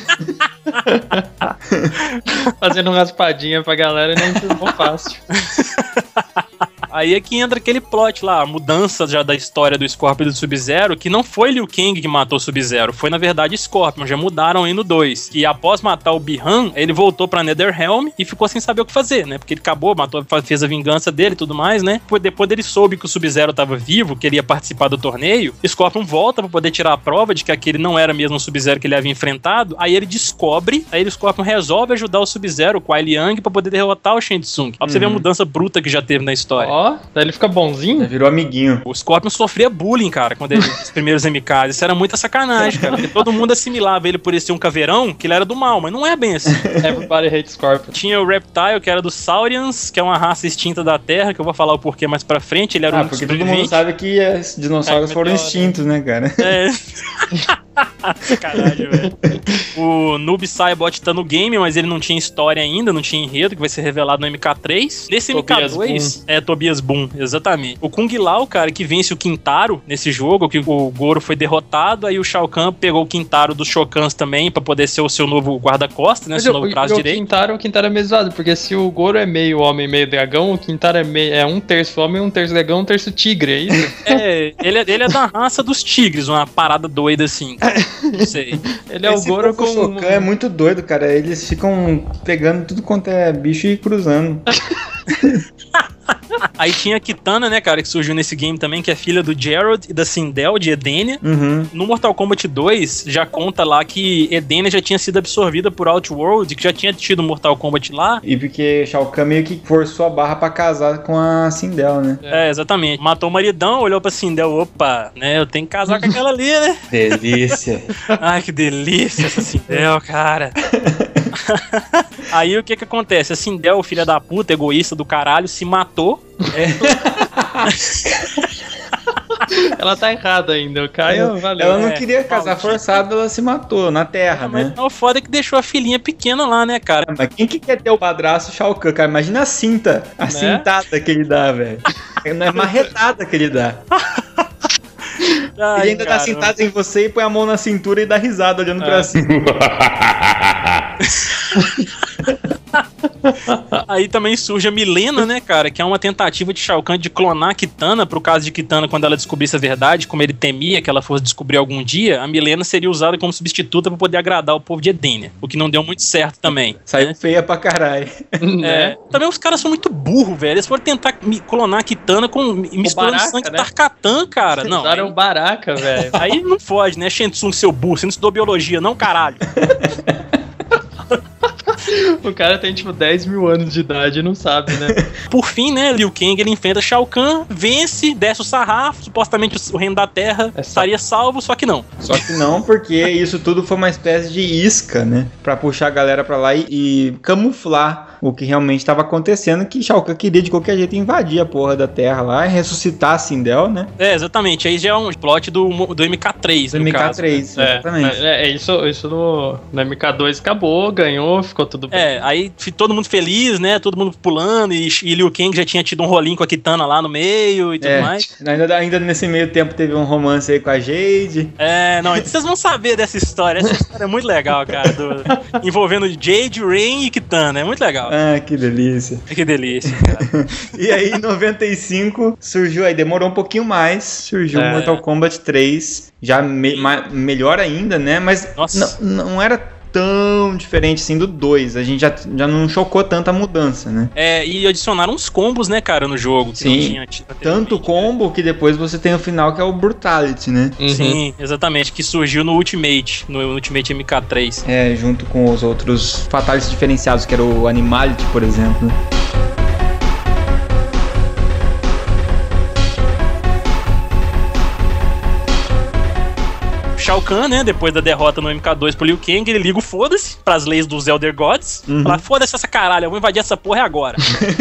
Fazendo uma raspadinha pra galera e não entrou fácil. Aí é que entra aquele plot lá, a mudança já da história do Scorpion e do Sub-Zero, que não foi Liu Kang que matou o Sub-Zero, foi na verdade Scorpion, já mudaram aí no 2. Que após matar o Bi-Han, ele voltou pra Netherrealm e ficou sem saber o que fazer, né? Porque ele acabou, fez a vingança dele e tudo mais, né? Depois ele soube que o Sub-Zero tava vivo, que ele ia participar do torneio, Scorpion volta pra poder tirar a prova de que aquele não era mesmo o Sub-Zero que ele havia enfrentado, aí ele descobre, aí o Scorpion resolve ajudar o Sub-Zero, o Kuai Liang, pra poder derrotar o Shang Tsung. Ó, pra você ver a mudança bruta que já teve na história. Daí ele fica bonzinho. Já virou amiguinho. O Scorpion sofria bullying, cara, quando ele os primeiros MKs. Isso era muita sacanagem, cara. Porque todo mundo assimilava ele por ele ser um caveirão, que ele era do mal, mas não é bem assim. Everybody hates Scorpion. Tinha o Reptile, que era dos Saurians, que é uma raça extinta da Terra, que eu vou falar o porquê mais pra frente. Ele era um porque todo mundo sabe que os dinossauros foram extintos, né, cara? Sacanagem, velho. O Noob Saibot tá no game, mas ele não tinha história ainda, não tinha enredo, que vai ser revelado no MK3. Nesse MK2, Tobias Boom, exatamente. O Kung Lao, cara, que vence o Quintaro nesse jogo, que o Goro foi derrotado, aí o Shao Kahn pegou o Quintaro dos Shokans também, pra poder ser o seu novo guarda-costas, né? Seu novo braço direito. O Quintaro é meio zoado, porque se o Goro é meio homem, meio dragão, o Quintaro é um terço homem, um terço dragão, um terço tigre, é isso? Ele é da raça dos tigres, uma parada doida assim. Não sei. Ele é o Goro com... O Shokan é muito doido, cara. Eles ficam pegando tudo quanto é bicho e cruzando. Aí tinha a Kitana, né, cara, que surgiu nesse game também, que é filha do Gerald e da Sindel, de Edenia. No Mortal Kombat 2, já conta lá que Edenia já tinha sido absorvida por Outworld, que já tinha tido Mortal Kombat lá. E porque Shao Kahn meio que forçou a barra pra casar com a Sindel, né? Exatamente. Matou o maridão, olhou pra Sindel, opa, né, eu tenho que casar com aquela ali, né? Delícia. Ai, que delícia essa Sindel, cara. Aí o que acontece? A Sindel, filha da puta, egoísta do caralho, se matou. Ela tá errada ainda, o Caio, valeu. Ela não queria casar forçado, ela se matou na Terra, né? Mas o foda é que deixou a filhinha pequena lá, né, cara? Mas quem que quer ter o padrasto Shao Kahn, cara? Imagina a cinta, cintada que ele dá, velho. É marretada que ele dá. Ele ainda tá sentado em você e põe a mão na cintura e dá risada olhando pra cima. Aí também surge a Milena, né, cara, que é uma tentativa de Shao Kahn de clonar a Kitana, pro caso de Kitana, quando ela descobrisse a verdade, como ele temia que ela fosse descobrir algum dia, a Milena seria usada como substituta pra poder agradar o povo de Edenia, o que não deu muito certo também. Saiu feia pra caralho. Também os caras são muito burros, velho. Eles foram tentar clonar a Kitana misturando sangue de Tarkatan, cara. Não, usaram o Baraka, velho. Aí não pode, né, Shang Tsung, seu burro, você não estudou biologia, não, caralho. O cara tem tipo 10 mil anos de idade e não sabe, né? Por fim, né, Liu Kang, ele enfrenta Shao Kahn, vence, desce o sarrafo, supostamente o reino da Terra estaria salvo, só que não. Só que não, porque isso tudo foi uma espécie de isca, né? Pra puxar a galera pra lá e camuflar o que realmente estava acontecendo, que Shao Kahn queria de qualquer jeito invadir a porra da Terra lá e ressuscitar a Sindel, né? Exatamente. Aí já é um plot do MK3, do MK3, caso, né? Exatamente. Isso no MK2 acabou, ganhou, ficou tudo bem. Aí todo mundo feliz, né? Todo mundo pulando e Liu Kang já tinha tido um rolinho com a Kitana lá no meio e tudo mais. Ainda nesse meio tempo teve um romance aí com a Jade. Não, vocês vão saber dessa história. Essa história é muito legal, cara. Envolvendo Jade, Rain e Kitana. É muito legal. Ah, que delícia. Que delícia, cara. E aí, em 95, surgiu aí, demorou um pouquinho mais, surgiu Mortal Kombat 3, já melhor ainda, né? Mas não era tão diferente assim do 2. A gente já não chocou tanta mudança, né? E adicionaram uns combos, né, cara, no jogo. Que sim, não tinha tanto combo que depois você tem o final que é o Brutality, né? Uhum. Sim, exatamente, que surgiu no Ultimate MK3. Junto com os outros fatalities diferenciados, que era o Animality, por exemplo. Shao Kahn, né, depois da derrota no MK2 pro Liu Kang, ele liga o foda-se pras leis dos Elder Gods. Fala, foda-se essa caralho, eu vou invadir essa porra agora.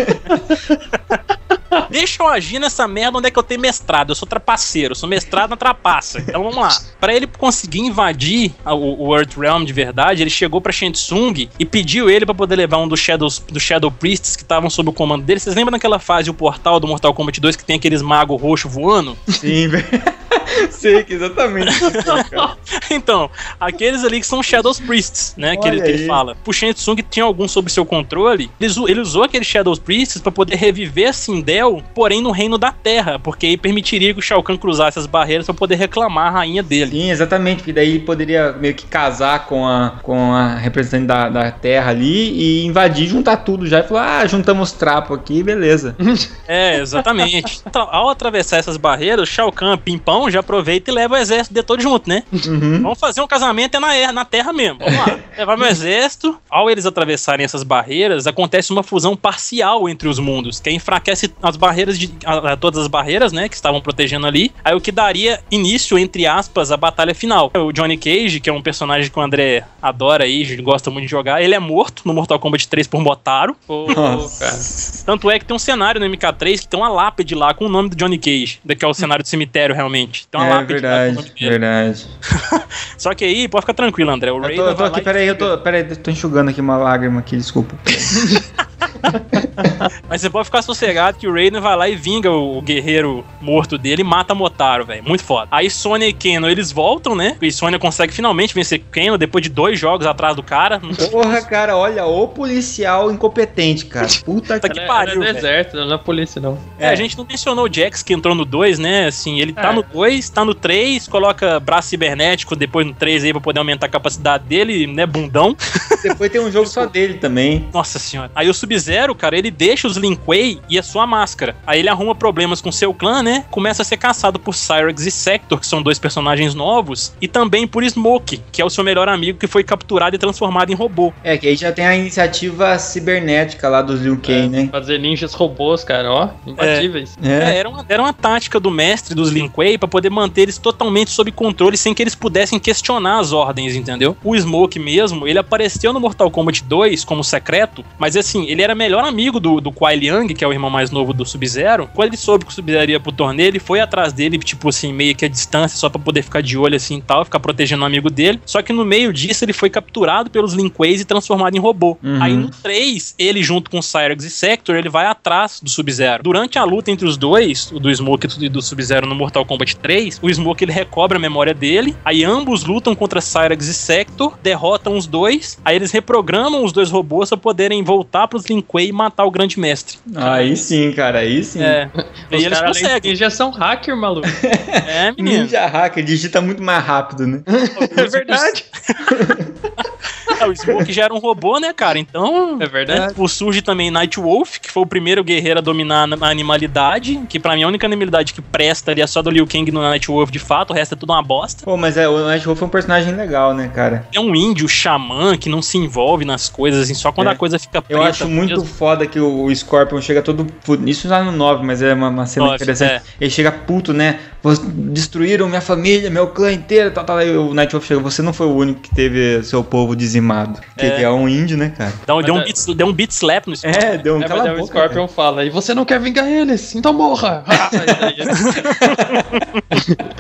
Deixa eu agir nessa merda onde é que eu tenho mestrado. Eu sou trapaceiro, eu sou mestrado na trapaça. Então vamos lá. Pra ele conseguir invadir o Earthrealm de verdade, ele chegou pra Shang Tsung e pediu ele pra poder levar um dos Shadow Priests que estavam sob o comando dele. Vocês lembram daquela fase, o portal do Mortal Kombat 2, que tem aqueles magos roxos voando? Sim, velho. Sei que exatamente. Então, aqueles ali que são Shadow Priests, né? Que ele fala. O Shang Tsung tinha algum sob seu controle. Ele usou aqueles Shadow Priests pra poder reviver a Sindel, porém no reino da Terra, porque aí permitiria que o Shao Kahn cruzasse as barreiras pra poder reclamar a rainha dele. Sim, exatamente, porque daí ele poderia meio que casar com a representante da Terra ali e invadir, juntar tudo já e falar, juntamos trapo aqui, beleza. Exatamente. Então, ao atravessar essas barreiras, o Shao Kahn, pimpão, já aproveita e leva o exército de todo junto, né? Vamos fazer um casamento na Terra mesmo. Vamos lá. Levar meu exército. Ao eles atravessarem essas barreiras, acontece uma fusão parcial entre os mundos, que enfraquece as barreiras todas as barreiras, né, que estavam protegendo ali. Aí o que daria início, entre aspas, à batalha final. O Johnny Cage, que é um personagem que o André adora aí, gosta muito de jogar, ele é morto no Mortal Kombat 3 por Motaro. Cara. Tanto é que tem um cenário no MK3 que tem uma lápide lá com o nome do Johnny Cage, que é o cenário do cemitério, realmente. Tem uma lápide verdade. Só que aí, pode ficar tranquilo, André. O Raiden eu tô aqui, peraí, eu tô enxugando aqui uma lágrima aqui, desculpa. Mas você pode ficar sossegado que o Raiden vai lá e vinga o guerreiro morto dele e mata Motaro, velho. Muito foda. Aí Sonya e Kano, eles voltam, né? E Sonya consegue finalmente vencer Kano depois de 2 jogos atrás do cara. Porra, cara, olha, o policial incompetente, cara. Puta que pariu, velho. É exército, não é polícia, não. A gente não mencionou o Jax, que entrou no 2, né? Assim, ele tá no 2, tá no 3, coloca braço cibernético depois no 3 aí pra poder aumentar a capacidade dele, né? Bundão. Depois tem um jogo só dele também. Nossa senhora. Aí o Sub-Zero, cara, ele deixa os Lin Kuei e a sua máscara. Aí ele arruma problemas com seu clã, né? Começa a ser caçado por Cyrax e Sector, que são 2 personagens novos, e também por Smoke, que é o seu melhor amigo que foi capturado e transformado em robô. Que aí já tem a iniciativa cibernética lá dos Liu Kang, né? Fazer ninjas robôs, cara, ó, imbatíveis. Era uma tática do mestre dos Lin Kuei pra poder manter eles totalmente sob controle sem que eles pudessem questionar as ordens, entendeu? O Smoke mesmo, ele apareceu no Mortal Kombat 2 como secreto, mas assim, ele era melhor amigo do Kuai Liang, que é o irmão mais novo do Sub-Zero. Quando ele soube que o Sub-Zero ia pro torneio, ele foi atrás dele, tipo assim, meio que a distância, só pra poder ficar de olho assim e tal, ficar protegendo o amigo dele. Só que no meio disso, ele foi capturado pelos Lin Kuei e transformado em robô. Aí no 3, ele junto com Cyrax e Sector, ele vai atrás do Sub-Zero. Durante a luta entre os dois, do Smoke e do Sub-Zero no Mortal Kombat 3, o Smoke ele recobra a memória dele, aí ambos lutam contra Cyrax e Sector, derrotam os dois, aí eles reprogramam os 2 robôs pra poderem voltar pros Lin Kuei e matar o grande mestre. Aí sim, cara, aí sim. E eles conseguem. Ninja são hacker, maluco. Menino. Ninja hacker, digita muito mais rápido, né? É verdade. O Smoke já era um robô, né, cara? Então... É verdade. Surge também Nightwolf, que foi o primeiro guerreiro a dominar a animalidade, que pra mim a única animalidade que presta ali é só do Liu Kang no Nightwolf, de fato, o resto é tudo uma bosta. Pô, mas o Nightwolf é um personagem legal, né, cara? É um índio xamã que não se envolve nas coisas, assim, só quando a coisa fica preta. Eu acho muito foda que o Scorpion chega todo... Isso já no 9, mas é uma cena interessante. Ele chega puto, né? Destruíram minha família, meu clã inteiro, tal. Aí o Nightwolf chega, você não foi o único que teve seu povo dizimado. Que é um índio, né, cara? Deu um beat slap no Scorpion. Deu um cala a boca, o Scorpion fala, e você não quer vingar eles? Então morra!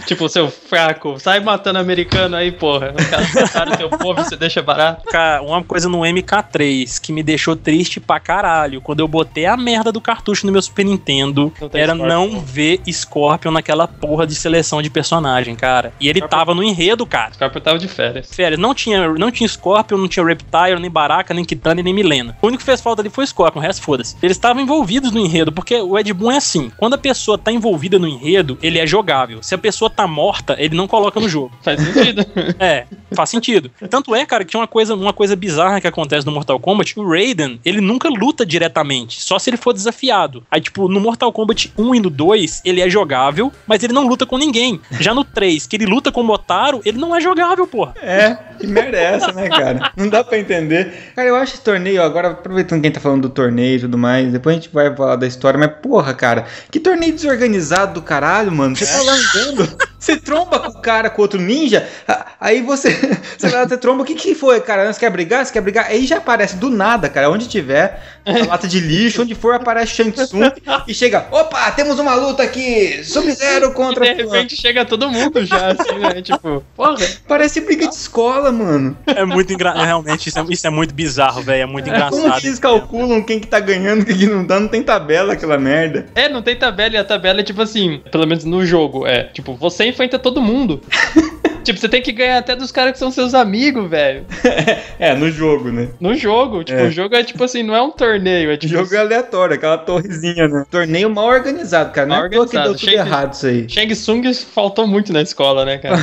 Tipo, seu fraco, sai matando americano aí, porra. Os caras mataram teu povo e você deixa barato. Cara, uma coisa no MK3 que me deixou triste pra caralho, quando eu botei a merda do cartucho no meu Super Nintendo, era Scorpion. Não ver Scorpion naquela porra de seleção de personagem, cara. E ele tava no enredo, cara. Scorpion tava de férias. Não tinha Scorpion, não tinha Reptile, nem Baraka, nem Kitana, nem Milena. O único que fez falta ali foi o Scorpion, o resto foda-se. Eles estavam envolvidos no enredo, porque o Ed Boon é assim, quando a pessoa tá envolvida no enredo, ele é jogável. Se a pessoa tá morta, ele não coloca no jogo. Faz sentido. Faz sentido. Tanto é, cara, que tinha uma coisa bizarra que acontece no Mortal Kombat, o Raiden, ele nunca luta diretamente, só se ele for desafiado. Aí, tipo, no Mortal Kombat 1 e no 2, ele é jogável, mas ele não luta com ninguém. Já no 3, que ele luta com o Motaro, ele não é jogável, porra. Que merda é essa, né, cara? Não dá pra entender. Cara, eu acho esse torneio, agora aproveitando quem tá falando do torneio e tudo mais, depois a gente vai falar da história, mas porra, cara, que torneio desorganizado do caralho, mano. Você tá lá andando, você tromba com o cara, com outro ninja, aí você tromba, o que foi, cara? Você quer brigar? Aí já aparece do nada, cara, onde tiver, uma lata de lixo, onde for aparece Shang Tsung e chega, opa, temos uma luta aqui, Sub-Zero contra... E de repente chega todo mundo já, assim, né, tipo, porra. Parece briga de escola, mano. É muito engraçado, realmente, isso é muito bizarro, velho, é muito engraçado. Como que eles calculam quem que tá ganhando, quem que não tá, não tem tabela aquela merda. Não tem tabela, e a tabela é tipo assim, pelo menos no jogo, tipo, você enfrenta todo mundo. Tipo, você tem que ganhar até dos caras que são seus amigos, velho. No jogo, né? No jogo, tipo, o jogo é tipo assim, não é um torneio, é tipo... O jogo é aleatório, aquela torrezinha, né? Torneio mal organizado, cara. Não é que deu tudo errado isso aí. Shang Tsung faltou muito na escola, né, cara?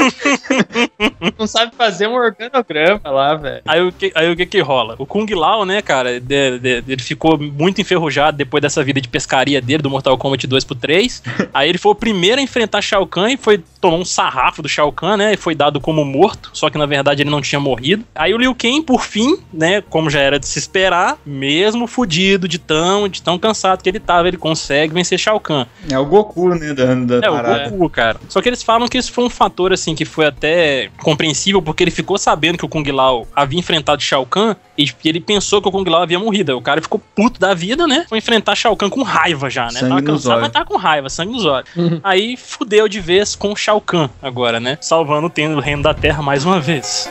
Não sabe fazer um organograma lá, velho. Aí o que rola? O Kung Lao, né, cara, ele ficou muito enferrujado depois dessa vida de pescaria dele, do Mortal Kombat 2 pro 3. Aí ele foi o primeiro a enfrentar Shao Kahn e tomou um sarrafo do Shao Kahn, né, e foi dado como morto, só que na verdade ele não tinha morrido. Aí o Liu Kang, por fim, né, como já era de se esperar, mesmo fudido de tão cansado que ele tava, ele consegue vencer Shao Kahn. É o Goku, né, da parada. O Goku, cara. Só que eles falam que isso foi um fator, assim, que foi até compreensível, porque ele ficou sabendo que o Kung Lao havia enfrentado Shao Kahn e ele pensou que o Kung Lao havia morrido. O cara ficou puto da vida, né, foi enfrentar Shao Kahn com raiva já, né, tava cansado, mas tava com raiva, sangue nos olhos. Aí fudeu de vez com o Shao Kahn agora, né, salvando o reino da Terra mais uma vez.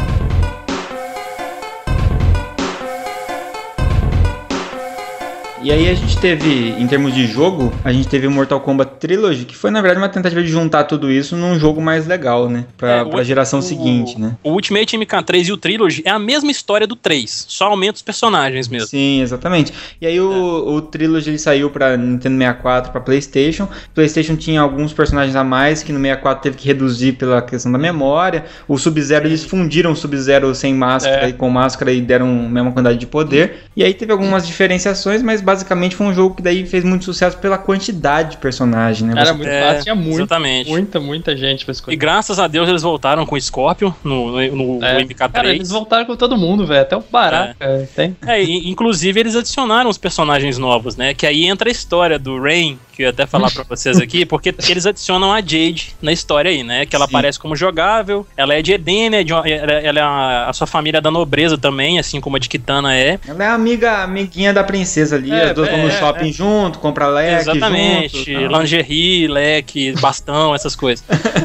E aí a gente teve, em termos de jogo, a gente teve o Mortal Kombat Trilogy, que foi na verdade uma tentativa de juntar tudo isso num jogo mais legal, né? Pra geração seguinte, né? O Ultimate MK3 e o Trilogy é a mesma história do 3, só aumenta os personagens mesmo. Sim, exatamente. E aí o Trilogy ele saiu pra Nintendo 64, pra PlayStation. PlayStation tinha alguns personagens a mais que no 64 teve que reduzir pela questão da memória. O Sub-Zero, eles fundiram o Sub-Zero sem máscara e com máscara e deram a mesma quantidade de poder. E aí teve algumas diferenciações, mas basicamente foi um jogo que daí fez muito sucesso pela quantidade de personagem, né? Era muito fácil, tinha exatamente. muita gente pra escolher. E graças a Deus eles voltaram com o Scorpion no MK3. Cara, eles voltaram com todo mundo, velho, até o Baraka tem. Inclusive eles adicionaram os personagens novos, né? Que aí entra a história do Rain, que eu ia até falar pra vocês aqui, porque eles adicionam a Jade na história aí, né? Que ela aparece como jogável, ela é de Edenia, ela é a sua família da nobreza também, assim como a de Kitana é. Ela é a amiguinha da princesa ali, as duas vão no shopping junto, compra leque exatamente, junto, lingerie, leque, bastão, essas coisas.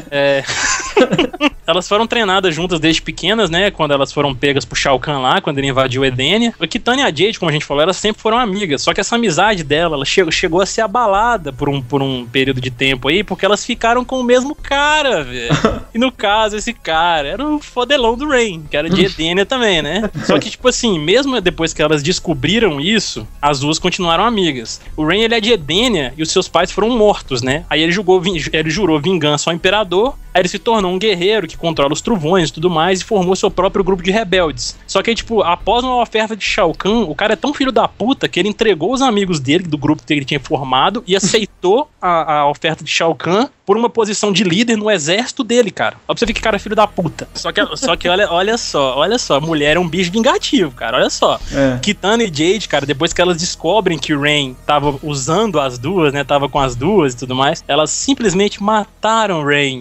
Elas foram treinadas juntas desde pequenas, né? Quando elas foram pegas pro Shao Kahn lá, quando ele invadiu Edenia. A Kitana e a Jade, como a gente falou, elas sempre foram amigas. Só que essa amizade dela, ela chegou a ser abalada por um período de tempo aí, porque elas ficaram com o mesmo cara, velho. E no caso, esse cara era o fodelão do Rain, que era de Edenia também, né? Só que, tipo assim, mesmo depois que elas descobriram isso, as duas continuaram amigas. O Rain, ele é de Edenia e os seus pais foram mortos, né? Aí ele jurou vingança ao imperador. Aí ele se tornou um guerreiro que controla os trovões e tudo mais e formou seu próprio grupo de rebeldes. Só que aí, tipo, após uma oferta de Shao Kahn, o cara é tão filho da puta que ele entregou os amigos dele, do grupo que ele tinha formado, e aceitou a oferta de Shao Kahn por uma posição de líder no exército dele, cara. Ó pra você ver que cara é filho da puta. Só que olha só, a mulher é um bicho vingativo, cara, olha só. Kitana e Jade, cara, depois que elas descobrem que o Rain tava usando as duas, né, tava com as duas e tudo mais, elas simplesmente mataram o Rain.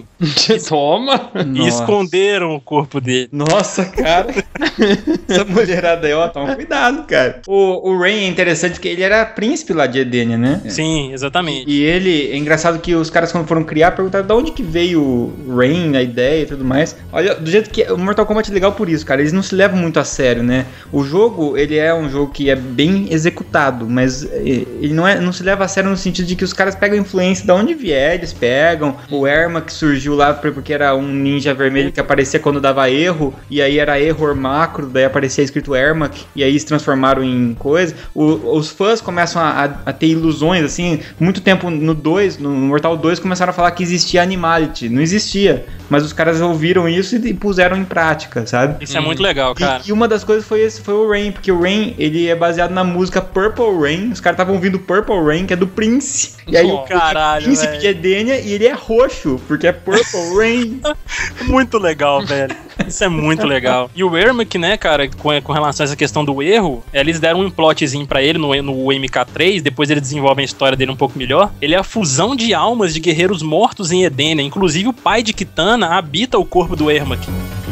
Toma! E esconderam o corpo dele. Nossa, cara. Essa mulherada aí, ó, toma cuidado, cara. O Rain é interessante porque ele era príncipe lá de Edenia, né? Sim, exatamente. E ele, é engraçado que os caras quando foram criar perguntaram de onde que veio o Rain, a ideia e tudo mais. Olha, do jeito que o Mortal Kombat é legal por isso, cara. Eles não se levam muito a sério, né? O jogo, ele é um jogo que é bem executado, mas ele não se leva a sério no sentido de que os caras pegam influência de onde vier, eles pegam. O Ermac surgiu lá porque era um ninja vermelho que aparecia quando dava erro, e aí era error macro, daí aparecia escrito Ermac, e aí se transformaram em coisa. Os fãs começam a ter ilusões, assim, muito tempo no Mortal 2 começaram a falar que existia Animality, não existia, mas os caras ouviram isso e puseram em prática, sabe? Isso é muito legal, cara. E uma das coisas foi o Rain, porque o Rain, ele é baseado na música Purple Rain, os caras estavam ouvindo Purple Rain, que é do Prince, e aí o príncipe de Edenia, e ele é roxo, porque é Purple Rain. Muito legal, velho. Isso é muito legal. E o Ermac, né, cara, com relação a essa questão do erro, eles deram um plotzinho pra ele no MK3, depois eles desenvolvem a história dele um pouco melhor. Ele é a fusão de almas de guerreiros mortos em Edenia, inclusive o pai de Kitana habita o corpo do Ermac.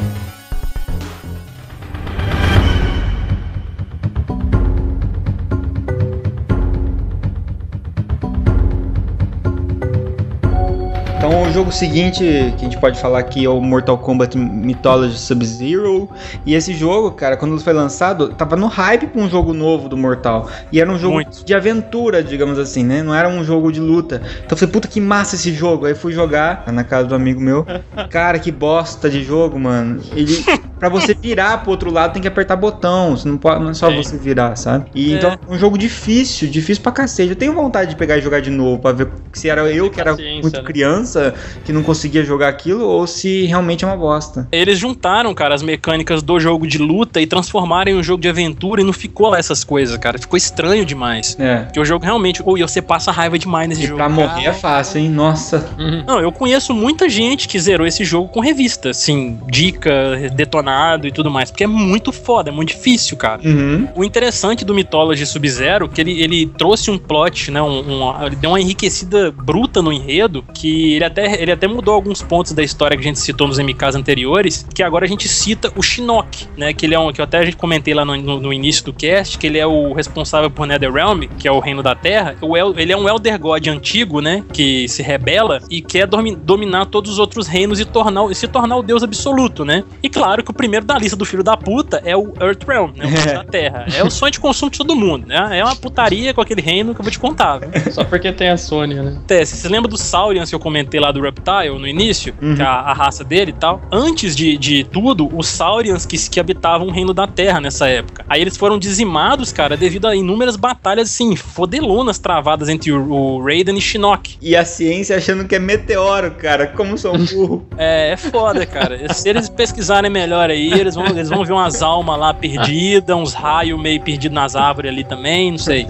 Então o jogo seguinte que a gente pode falar aqui é o Mortal Kombat Mythology Sub-Zero. E esse jogo, cara, quando foi lançado, tava no hype pra um jogo novo do Mortal. E era um jogo de aventura, digamos assim, né? Não era um jogo de luta. Então eu falei, puta, que massa esse jogo. Aí fui jogar na casa do amigo meu. Cara, que bosta de jogo, mano. Ele... Pra você virar pro outro lado tem que apertar botão, você não é só você virar, sabe? E então é um jogo difícil pra cacete. Eu tenho vontade de pegar e jogar de novo pra ver se era eu que era muito criança, que não conseguia jogar aquilo, ou se realmente é uma bosta. Eles juntaram, cara, as mecânicas do jogo de luta e transformaram em um jogo de aventura e não ficou lá essas coisas, cara. Ficou estranho demais. Porque o jogo realmente... E você passa raiva demais nesse jogo. Pra morrer é fácil, hein? Nossa. Não, eu conheço muita gente que zerou esse jogo com revista, assim, dica, detonado e tudo mais, porque é muito foda, é muito difícil, cara. O interessante do Mythology Sub-Zero, que ele trouxe um plot, né, ele deu uma enriquecida bruta no enredo, que ele até mudou alguns pontos da história que a gente citou nos MKs anteriores, que agora a gente cita o Shinnok, né, que ele é que eu até a gente comentei lá no início do cast, que ele é o responsável por Netherrealm, que é o reino da Terra. Ele é um Elder God antigo, né, que se rebela e quer dominar todos os outros reinos e se tornar o Deus absoluto, né? E claro que o primeiro da lista do filho da puta é o Earthrealm, né? O reino da Terra. É o sonho de consumo de todo mundo, né? É uma putaria com aquele reino que eu vou te contar, viu? Só porque tem a Sônia, né? Você lembra do Saurians que eu comentei lá do Reptile no início? Que é a raça dele e tal? Antes de tudo, os Saurians que habitavam o reino da Terra nessa época. Aí eles foram dizimados, cara, devido a inúmeras batalhas, assim, fodelonas travadas entre o Raiden e Shinnok. E a ciência achando que é meteoro, cara. Como são burro. É foda, cara. Se eles pesquisarem melhor aí, eles vão ver umas almas lá perdidas, uns raios meio perdidos nas árvores ali também, não sei.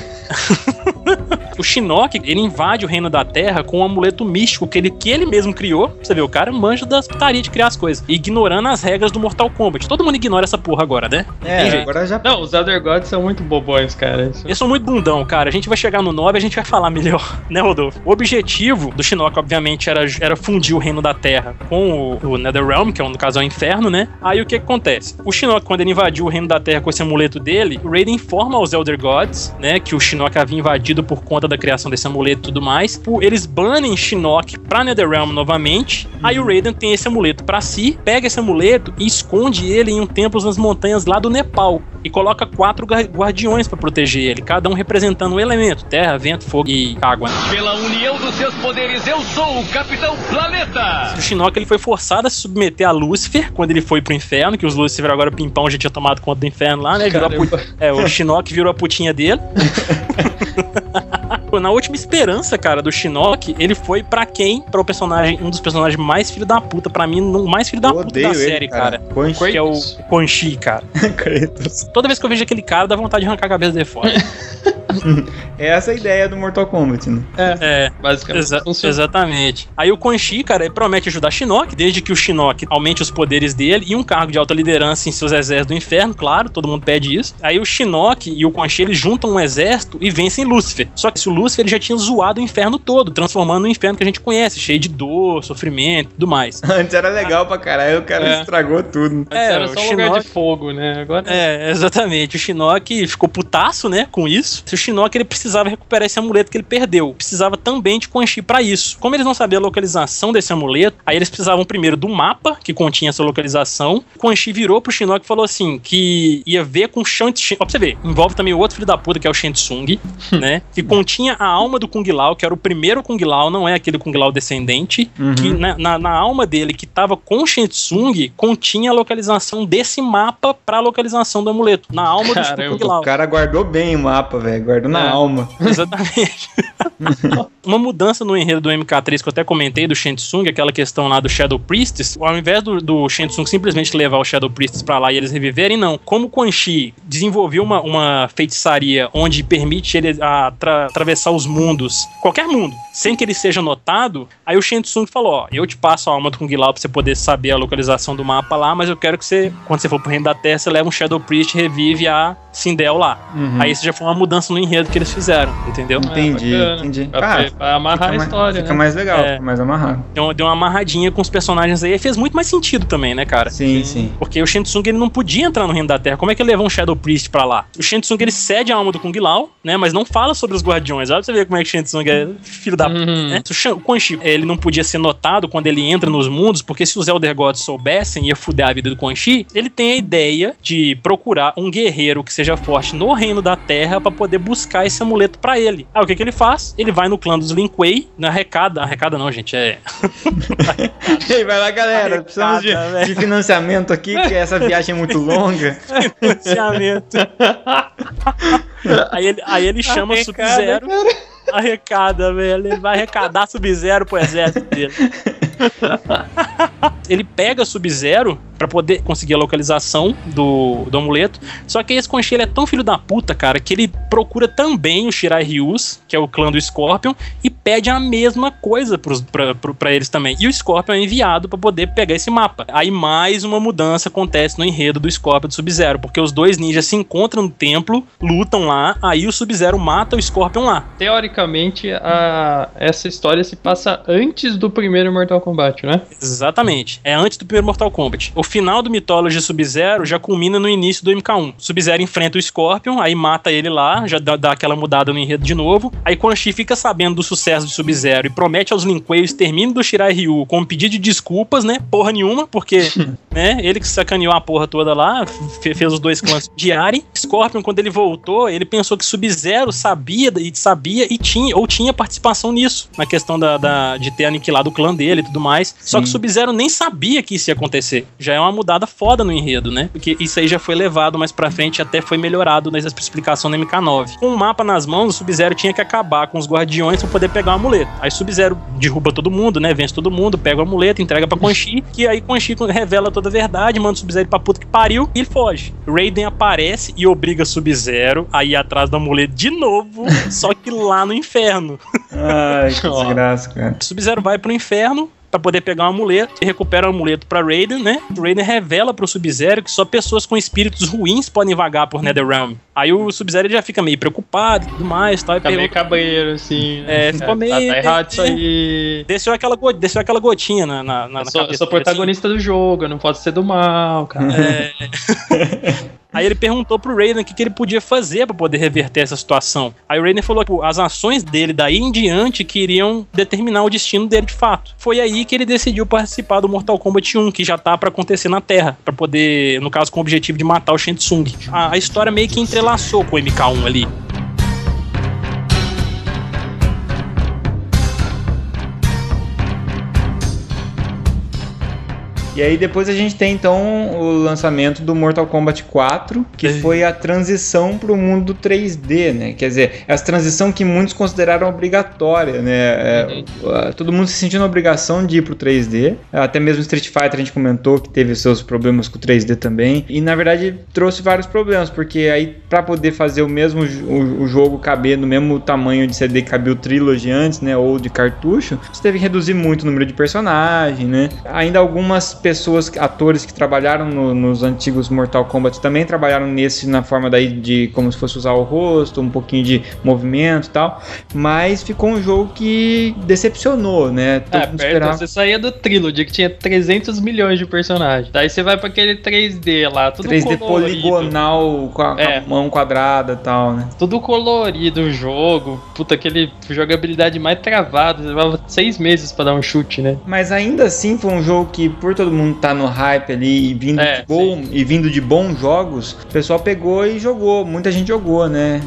O Shinnok, ele invade o reino da Terra com um amuleto místico que ele mesmo criou. Você vê, o cara manja das putarias de criar as coisas, ignorando as regras do Mortal Kombat. Todo mundo ignora essa porra agora, né? Agora já... Não, os Elder Gods são muito bobões, cara. Eles são muito bundão, cara. A gente vai chegar no 9 e a gente vai falar melhor, né, Rodolfo? O objetivo do Shinnok, obviamente, era fundir o reino da Terra com o Netherrealm, que no caso é o inferno, né? Aí o que acontece? O Shinnok, quando ele invadiu o reino da Terra com esse amuleto dele, o Raiden informa aos Elder Gods, né, que o Shinnok havia invadido por conta da criação desse amuleto e tudo mais. Eles banem Shinnok pra Netherrealm novamente. Aí o Raiden tem esse amuleto pra si, pega esse amuleto e esconde ele em um templo nas montanhas lá do Nepal. E coloca 4 guardiões pra proteger ele, cada um representando um elemento: terra, vento, fogo e água. Pela união dos seus poderes, eu sou o Capitão Planeta! O Shinnok, ele foi forçado a se submeter a Lúcifer quando ele foi pro inferno, que os Lúcifer agora pimpão já tinha tomado conta do inferno lá, né? O Shinnok virou a putinha dele. Na última esperança, cara, do Shinnok, ele foi pra quem? Pra um dos personagens mais filho da puta, pra mim, o mais filho da puta da série, cara. Que é o Quan Chi, cara. Toda vez que eu vejo aquele cara, dá vontade de arrancar a cabeça dele fora. É essa a ideia do Mortal Kombat, né? Basicamente. Exatamente. Aí o Quan Chi, cara, ele promete ajudar Shinnok, desde que o Shinnok aumente os poderes dele e um cargo de alta liderança em seus exércitos do inferno, claro, todo mundo pede isso. Aí o Shinnok e o Quan Chi, eles juntam um exército e vencem Lúcifer. Só que o Lúcifer ele já tinha zoado o inferno todo, transformando no inferno que a gente conhece, cheio de dor, sofrimento e tudo mais. Antes era legal pra caralho, o cara estragou tudo. Era só um lugar de fogo, né? Agora... exatamente. O Shinnok ficou putaço, né, com isso. O Shinnok, ele precisava recuperar esse amuleto que ele perdeu. Precisava também de Quan Chi pra isso. Como eles não sabiam a localização desse amuleto, aí eles precisavam primeiro do mapa, que continha essa localização. Quan Chi virou pro Shinnok e falou assim, que ia ver com Shang Tsung. Ó, pra você ver, envolve também o outro filho da puta, que é o Shang Tsung, né, que continha a alma do Kung Lao, que era o primeiro Kung Lao, não é aquele Kung Lao descendente, que na alma dele, que tava com o Shang Tsung, continha a localização desse mapa pra localização do amuleto. Na alma do Kung Lao. O cara guardou bem o mapa, velho. Guardou na alma. Exatamente. Uma mudança no enredo do MK3 que eu até comentei do Shang Tsung, aquela questão lá do Shadow Priestess, ao invés do Shang Tsung simplesmente levar o Shadow Priestess pra lá e eles reviverem, não. Como o Quan Chi desenvolveu uma feitiçaria onde permite ele atravessar os mundos, qualquer mundo, sem que ele seja notado, aí o Shang Tsung falou, ó, eu te passo a alma do Kung Lao pra você poder saber a localização do mapa lá, mas eu quero que você, quando você for pro Reino da Terra, você leva um Shadow Priest e revive a Sindel lá. Aí isso já foi uma mudança no enredo que eles fizeram, entendeu? Entendi. Pra amarrar a história, fica mais legal, fica mais amarrado. Deu uma amarradinha com os personagens aí, e fez muito mais sentido também, né, cara? Sim. Porque o Shang Tsung, ele não podia entrar no Reino da Terra, como é que ele levou um Shadow Priest pra lá? O Shang Tsung, ele cede a alma do Kung Lao, né, mas não fala sobre os Guardiões, olha pra você ver como é que o Shang Tsung é filho da puta, né? O Quan Chi, ele não podia ser notado quando ele entra nos mundos, porque se os Elder Gods soubessem, ia fuder a vida do Quan Chi. Ele tem a ideia de procurar um guerreiro que seja forte no Reino da Terra pra poder buscar esse amuleto pra ele. Aí o que ele faz? Ele vai no clã dos Lin Kuei, na arrecada não, gente, Ei, vai lá, galera, precisamos de financiamento aqui, que essa viagem é muito longa. Financiamento. Aí ele chama o Sub-Zero, arrecada, velho, ele vai arrecadar Sub-Zero pro exército dele. Ele pega Sub-Zero pra poder conseguir a localização do amuleto. Só que esse Quan Chi, ele é tão filho da puta, cara, que ele procura também o Shirai Ryus, que é o clã do Scorpion, e pede a mesma coisa pra eles também. E o Scorpion é enviado pra poder pegar esse mapa. Aí mais uma mudança acontece no enredo do Scorpion e do Sub-Zero, porque os dois ninjas se encontram no templo, lutam lá, aí o Sub-Zero mata o Scorpion lá. Teoricamente, essa história se passa antes do primeiro Mortal Kombat, né? Exatamente. É antes do primeiro Mortal Kombat. O final do Mythology Sub-Zero já culmina no início do MK1. Sub-Zero enfrenta o Scorpion, aí mata ele lá, já dá aquela mudada no enredo de novo. Aí Quan Chi fica sabendo do sucesso do Sub-Zero e promete aos Lin Kuei o extermínio do Shirai Ryu com um pedido de desculpas, né? Porra nenhuma, porque né, ele que sacaneou a porra toda lá, fez os dois clãs diarem. Scorpion, quando ele voltou, ele pensou que Sub-Zero sabia e tinha participação nisso, na questão de ter aniquilado o clã dele e tudo mais. Só que Sub-Zero nem sabia que isso ia acontecer. Já é uma mudada foda no enredo, né? Porque isso aí já foi levado mais pra frente, até foi melhorado nessa explicação na MK9. Com o mapa nas mãos, o Sub-Zero tinha que acabar com os Guardiões pra poder pegar o amuleto. Aí Sub-Zero derruba todo mundo, né? Vence todo mundo, pega o amuleto, entrega pra Quan Chi, e aí Quan Chi revela toda a verdade, manda o Sub-Zero pra puta que pariu, e ele foge. Raiden aparece e obriga Sub-Zero a ir atrás do amuleto de novo, só que lá no inferno. Ai, que desgraça, cara. Sub-Zero vai pro inferno pra poder pegar um amuleto e recupera o amuleto pra Raiden, né? O Raiden revela pro Sub-Zero que só pessoas com espíritos ruins podem vagar por Netherrealm. Aí o Sub-Zero já fica meio preocupado e tudo mais, tal. Fica meio cabreiro, assim. Ficou meio... Tá errado isso aí. Desceu aquela gotinha na cabeça. Eu sou protagonista do jogo, eu não posso ser do mal, cara. Aí ele perguntou pro Raiden o que ele podia fazer pra poder reverter essa situação. Aí o Raiden falou que as ações dele daí em diante que iriam determinar o destino dele de fato. Foi aí que ele decidiu participar do Mortal Kombat 1, que já tá pra acontecer na Terra, pra poder, no caso, com o objetivo de matar o Shang Tsung. A história meio que entrelaçou com o MK1 ali. E aí depois a gente tem então o lançamento do Mortal Kombat 4, que foi a transição pro mundo 3D, né? Quer dizer, essa transição que muitos consideraram obrigatória, né? Todo mundo se sentiu na obrigação de ir pro 3D. Até mesmo Street Fighter a gente comentou que teve seus problemas com o 3D também. E na verdade trouxe vários problemas, porque aí pra poder fazer o mesmo o jogo caber no mesmo tamanho de CD que cabia o Trilogy antes, né? Ou de cartucho, você teve que reduzir muito o número de personagens, né? Ainda algumas pessoas, atores que trabalharam nos antigos Mortal Kombat também trabalharam nesse na forma daí de como se fosse usar o rosto, um pouquinho de movimento e tal, mas ficou um jogo que decepcionou, né? Você saía do Trilogy que tinha 300 milhões de personagens, daí você vai pra aquele 3D lá, tudo 3D colorido, poligonal com a mão quadrada e tal, né? Tudo colorido o jogo, puta, aquele jogabilidade mais travada, levava 6 meses pra dar um chute, né? Mas ainda assim foi um jogo que, por todo mundo tá no hype ali e vindo de bons jogos, o pessoal pegou e jogou, muita gente jogou, né?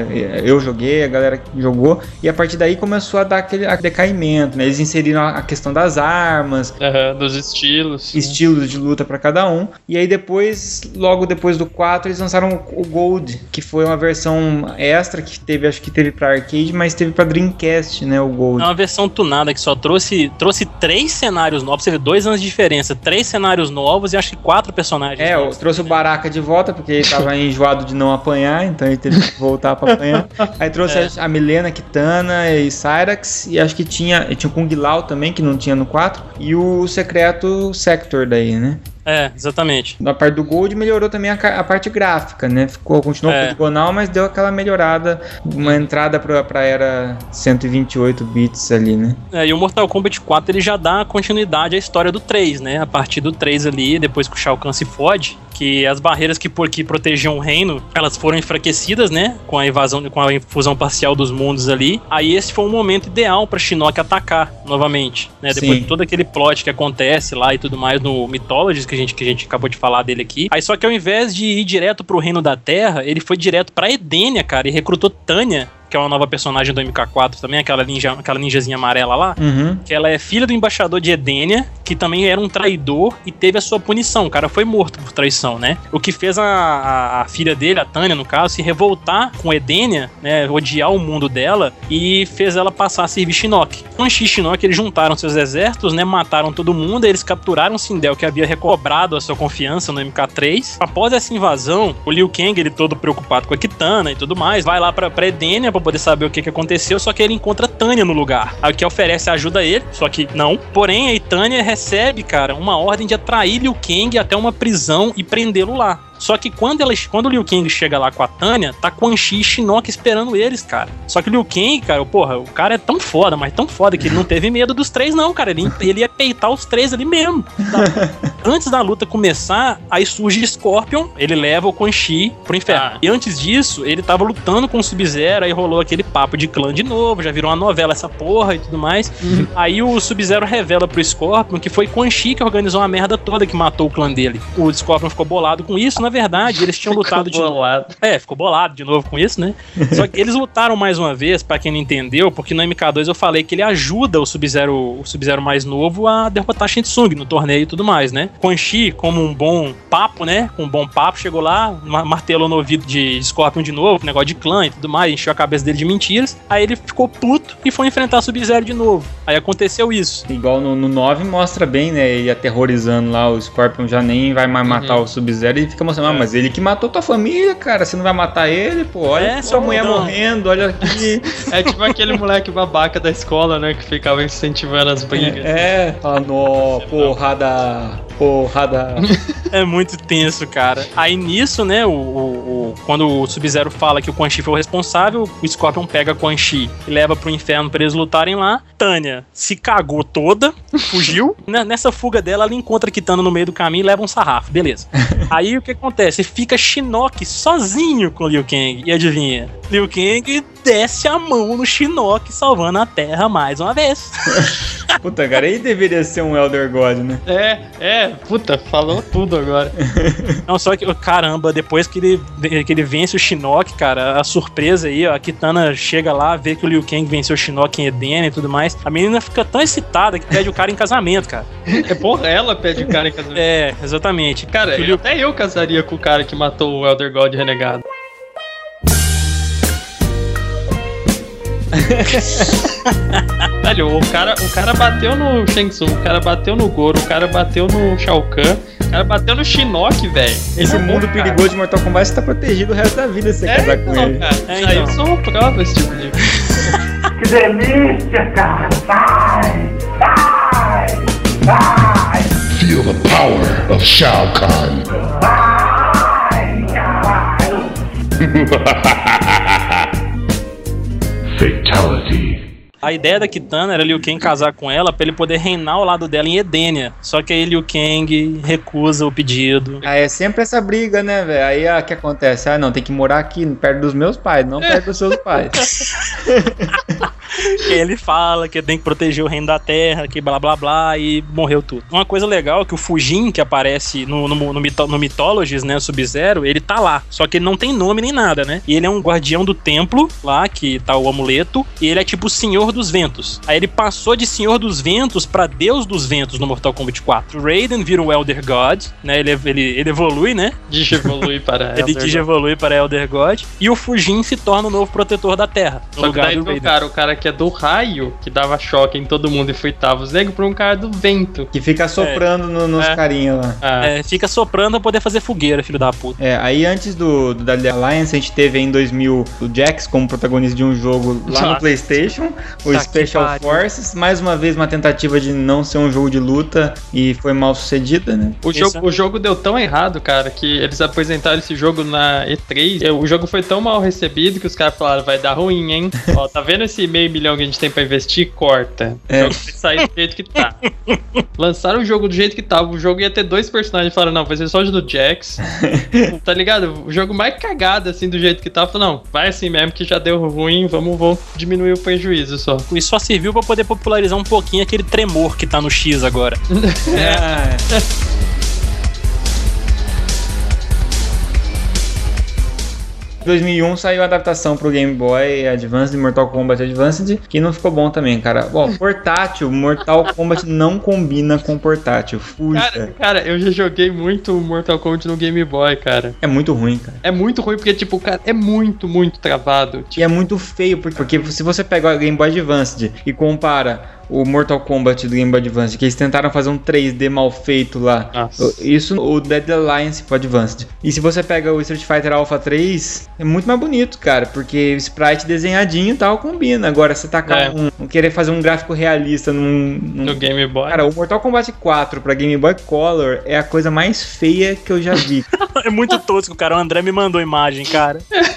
Eu joguei, a galera jogou, e a partir daí começou a dar aquele decaimento, né? Eles inseriram a questão das armas, dos estilos de luta pra cada um, e aí depois, logo depois do 4, eles lançaram o Gold, que foi uma versão extra que teve, acho que teve pra arcade, mas teve pra Dreamcast, né? O Gold. É uma versão tunada que só trouxe 3 cenários novos, você vê, 2 anos de diferença, 3 cenários novos e acho que 4 personagens novos. Eu trouxe o Baraka de volta, porque ele tava enjoado de não apanhar, então ele teve que voltar pra apanhar. Aí trouxe a Milena, Kitana e Cyrax, e acho que tinha o Kung Lao também, que não tinha no 4, e o secreto Sector daí, né? Exatamente. Na parte do Gold melhorou também a parte gráfica, né? Continuou poligonal, mas deu aquela melhorada, uma entrada pra era 128 bits ali, né? E o Mortal Kombat 4 ele já dá continuidade à história do 3, né? A partir do 3 ali, depois que o Shao Kahn se fode, que as barreiras que protegiam o reino, elas foram enfraquecidas, né? Com a infusão parcial dos mundos ali. Aí esse foi um momento ideal pra Shinnok atacar novamente, né? Depois de todo aquele plot que acontece lá e tudo mais no Mythologies, que a gente acabou de falar dele aqui. Aí só que ao invés de ir direto pro Reino da Terra, ele foi direto pra Edenia, cara, e recrutou Tanya, que é uma nova personagem do MK4 também, aquela ninjazinha amarela lá, que ela é filha do embaixador de Edenia, que também era um traidor e teve a sua punição. O cara foi morto por traição, né? O que fez a filha dele, a Tanya, no caso, se revoltar com Edenia, né? Odiar o mundo dela e fez ela passar a servir Shinnok. Quan Chi e Shinnok, eles juntaram seus exércitos, né? Mataram todo mundo, eles capturaram Sindel, que havia recobrado a sua confiança no MK3. Após essa invasão, o Liu Kang, ele todo preocupado com a Kitana e tudo mais, vai lá pra Edenia pra poder saber o que aconteceu, só que ele encontra Tanya no lugar. Aí o que oferece ajuda a ele, só que não. Porém, a Tanya recebe, cara, uma ordem de atrair Liu Kang até uma prisão e prendê-lo lá. Só que quando o Liu Kang chega lá com a Tanya, tá Quan Chi e Shinnok esperando eles, cara. Só que o Liu Kang, cara, o cara é tão foda, mas tão foda que ele não teve medo dos 3 não, cara. Ele ia peitar os 3 ali mesmo. Antes da luta começar, aí surge Scorpion, ele leva o Quan Chi pro inferno. E antes disso, ele tava lutando com o Sub-Zero, aí rolou aquele papo de clã de novo, já virou uma novela essa porra e tudo mais. Aí o Sub-Zero revela pro Scorpion que foi Quan Chi que organizou a merda toda que matou o clã dele. O Scorpion ficou bolado com isso, na verdade, eles tinham lutado de novo. Ficou bolado de novo com isso, né? Só que eles lutaram mais uma vez, pra quem não entendeu, porque no MK2 eu falei que ele ajuda o Sub-Zero mais novo a derrotar Shang Tsung no torneio e tudo mais, né? Quan Chi, como um bom papo, né? Com um bom papo, chegou lá, martelou no ouvido de Scorpion de novo, negócio de clã e tudo mais, encheu a cabeça dele de mentiras. Aí ele ficou puto e foi enfrentar Sub-Zero de novo. Aí aconteceu isso. Igual no 9 mostra bem, né? Ele aterrorizando lá, o Scorpion já nem vai mais matar o Sub-Zero e fica mostrando, mas ele que matou tua família, cara, você não vai matar ele, pô, olha sua mulher morrendo, olha aqui. É tipo aquele moleque babaca da escola, né, que ficava incentivando as brigas. Porrada. É muito tenso, cara. Aí nisso, né, quando o Sub-Zero fala que o Quan Chi foi o responsável, o Scorpion pega Quan Chi e leva pro inferno pra eles lutarem lá. Tanya se cagou toda, fugiu. Nessa fuga dela, ela encontra a Kitana no meio do caminho e leva um sarrafo, beleza. Aí o que acontece? Fica Shinnok sozinho com o Liu Kang. E adivinha? Liu Kang desce a mão no Shinnok, salvando a Terra mais uma vez. Puta, cara, aí deveria ser um Elder God, né? Puta, falou tudo agora. Não, só que, caramba, depois que ele vence o Shinnok, cara, a surpresa aí, ó, a Kitana chega lá, vê que o Liu Kang venceu o Shinnok em Edenia e tudo mais, a menina fica tão excitada que pede o cara em casamento, cara. Porra, ela pede o cara em casamento. Exatamente. Cara, até eu casaria com o cara que matou o Elder God renegado. Velho, o cara bateu no Shang Tsung, o cara bateu no Goro, o cara bateu no Shao Kahn, o cara bateu no Shinnok, velho. Esse mundo perigoso de Mortal Kombat está protegido o resto da vida se você casar com ele. Cara, aí eu sou uma prova esse tipo de... Que delícia, cara! Vai! Feel the power of Shao Kahn. Vai, caralho! Fatality. A ideia da Kitana era Liu Kang casar com ela pra ele poder reinar ao lado dela em Edenia. Só que aí Liu Kang recusa o pedido. É sempre essa briga, né, velho? Aí o que acontece? Não, tem que morar aqui, perto dos meus pais, não perto dos seus pais. Que ele fala que tem que proteger o reino da terra, que blá blá blá, e morreu tudo. Uma coisa legal é que o Fujin, que aparece no Mythologies, né, Sub-Zero, ele tá lá, só que ele não tem nome nem nada, né? E ele é um guardião do templo, lá, que tá o amuleto, e ele é tipo o Senhor dos Ventos. Aí ele passou de Senhor dos Ventos pra Deus dos Ventos no Mortal Kombat 4. O Raiden vira o Elder God, né? Ele evolui, né? Digievolui para Ele digievolui para Elder God. E o Fujin se torna o novo protetor da Terra. Só que daí o cara que é do raio, que dava choque em todo mundo e fritava os negros, pra um cara do vento. Que fica soprando nos carinha lá. Fica soprando pra poder fazer fogueira, filho da puta. Aí antes da Alliance, a gente teve em 2000 o Jax como protagonista de um jogo lá no PlayStation, o Special Forces. Mais uma vez, uma tentativa de não ser um jogo de luta e foi mal sucedida, né? O jogo deu tão errado, cara, que eles apresentaram esse jogo na E3. O jogo foi tão mal recebido que os caras falaram, vai dar ruim, hein? Ó, tá vendo esse $500 milhão que a gente tem pra investir? Corta. O jogo vai sair do jeito que tá. Lançaram o jogo do jeito que tava. O jogo ia ter 2 personagens. Falaram, não, vai ser só o do Jax. Tá ligado? O jogo mais cagado, assim, do jeito que tava. Falaram, não, vai assim mesmo que já deu ruim. Vamos diminuir o prejuízo só. Isso só serviu pra poder popularizar um pouquinho aquele tremor que tá no X agora. 2001 saiu a adaptação pro Game Boy Advance de Mortal Kombat Advanced, que não ficou bom também, cara. Bom, portátil, Mortal Kombat não combina com portátil. Fuja. Cara, eu já joguei muito Mortal Kombat no Game Boy, cara. É muito ruim, cara. É muito ruim porque, tipo, cara, é muito, muito travado. E é muito feio, porque se você pega o Game Boy Advanced e compara o Mortal Kombat do Game Boy Advance, que eles tentaram fazer um 3D mal feito lá. Nossa. Isso, o Dead Alliance pro Advanced. E se você pega o Street Fighter Alpha 3, é muito mais bonito, cara, porque o sprite desenhadinho e tal combina. Agora, você tacar querer fazer um gráfico realista no Game Boy. Cara, o Mortal Kombat 4 pra Game Boy Color é a coisa mais feia que eu já vi. É muito tosco, cara. O André me mandou imagem, cara.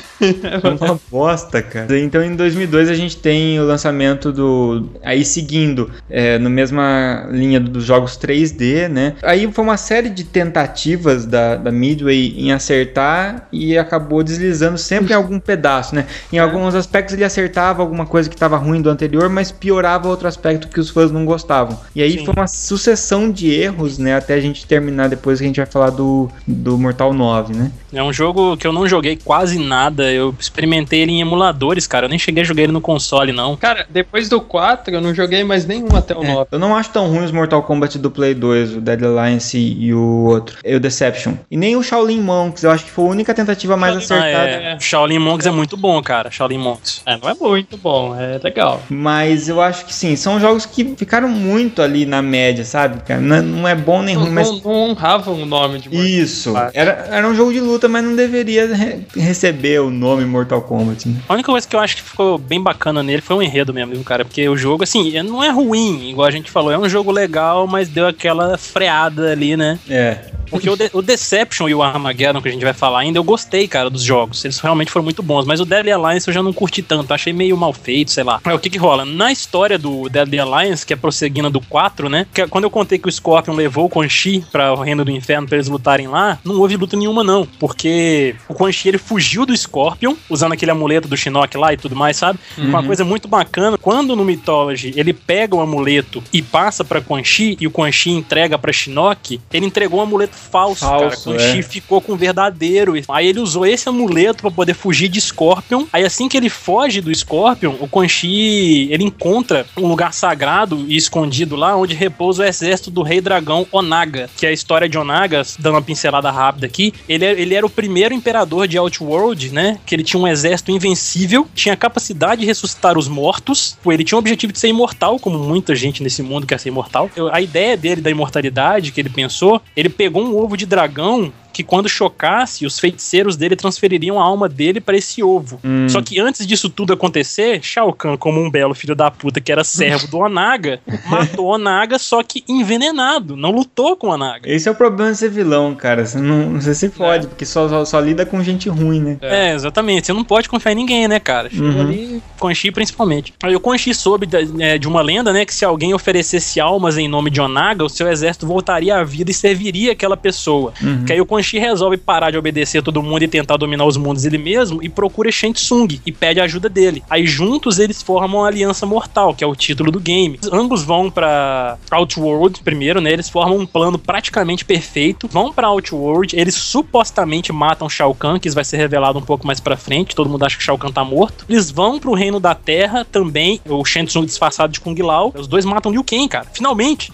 É uma bosta, cara. Então, em 2002, a gente tem o lançamento do... Aí, seguindo na mesma linha dos jogos 3D, né? Aí foi uma série de tentativas da Midway em acertar e acabou deslizando sempre em algum pedaço, né? Em alguns aspectos ele acertava alguma coisa que estava ruim do anterior, mas piorava outro aspecto que os fãs não gostavam. E aí foi uma sucessão de erros, né? Até a gente terminar depois que a gente vai falar do Mortal 9, né? É um jogo que eu não joguei quase nada. Eu experimentei ele em emuladores, cara. Eu nem cheguei a jogar ele no console, não. Cara, depois do 4 eu não joguei mais nenhum até o 9. Eu não acho tão ruim os Mortal Kombat do Play 2, o Dead Alliance e o outro, e o Deception. E nem o Shaolin Monks, eu acho que foi a única tentativa mais acertada. Shaolin Monks é muito bom, cara. Shaolin Monks. Não é muito bom, é legal. Mas eu acho que sim, são jogos que ficaram muito ali na média, sabe, cara? Não é bom nem ruim, mas... Não honravam o nome de Mortal Isso. Kombat. Era um jogo de luta, mas não deveria receber o nome Mortal Kombat, né? A única coisa que eu acho que ficou bem bacana nele foi o enredo mesmo, cara. Porque o jogo, assim, não é ruim, igual a gente falou. É um jogo legal, mas deu aquela freada ali, né? Porque o Deception e o Armageddon, que a gente vai falar ainda, eu gostei, cara, dos jogos. Eles realmente foram muito bons. Mas o Deadly Alliance eu já não curti tanto. Achei meio mal feito, sei lá. Mas o que rola? Na história do Deadly Alliance, que é prosseguindo do 4, né? Que quando eu contei que o Scorpion levou o Quan Chi pra o Reino do Inferno pra eles lutarem lá, não houve luta nenhuma, não. Porque o Quan Chi, ele fugiu do Scorpion, usando aquele amuleto do Shinnok lá e tudo mais, sabe? Uma coisa muito bacana. Quando no Mythology ele pega o amuleto e passa pra Quan Chi, e o Quan Chi entrega pra Shinnok, ele entregou um amuleto falso, cara. Quan Chi ficou com o verdadeiro. Aí ele usou esse amuleto pra poder fugir de Scorpion. Aí assim que ele foge do Scorpion, o Quan Chi, ele encontra um lugar sagrado e escondido lá, onde repousa o exército do rei dragão Onaga, que é a história de Onaga, dando uma pincelada rápida aqui. Ele era o primeiro imperador de Outworld, né? Que ele tinha um exército invencível, tinha a capacidade de ressuscitar os mortos. Ele tinha o objetivo de ser imortal, como muita gente nesse mundo quer ser imortal. A ideia dele da imortalidade, que ele pensou, ele pegou um ovo de dragão que quando chocasse, os feiticeiros dele transfeririam a alma dele para esse ovo. Só que antes disso tudo acontecer, Shao Kahn, como um belo filho da puta que era servo do Onaga, matou Onaga, só que envenenado, não lutou com Onaga. Esse é o problema de ser vilão, cara. Você se fode, porque só lida com gente ruim, né? Exatamente. Você não pode confiar em ninguém, né, cara? Chegou ali, Quan Chi principalmente. Aí o Quan Chi soube de uma lenda, né, que se alguém oferecesse almas em nome de Onaga, o seu exército voltaria à vida e serviria aquela pessoa. Que aí o Quan Chi resolve parar de obedecer a todo mundo e tentar dominar os mundos ele mesmo e procura Shang Tsung e pede a ajuda dele. Aí juntos eles formam a Aliança Mortal, que é o título do game. Ambos vão pra Outworld primeiro, né? Eles formam um plano praticamente perfeito, vão pra Outworld, eles supostamente matam Shao Kahn, que isso vai ser revelado um pouco mais pra frente, todo mundo acha que Shao Kahn tá morto. Eles vão pro Reino da Terra também, o Shang Tsung disfarçado de Kung Lao. Os dois matam Liu Kang, cara. Finalmente!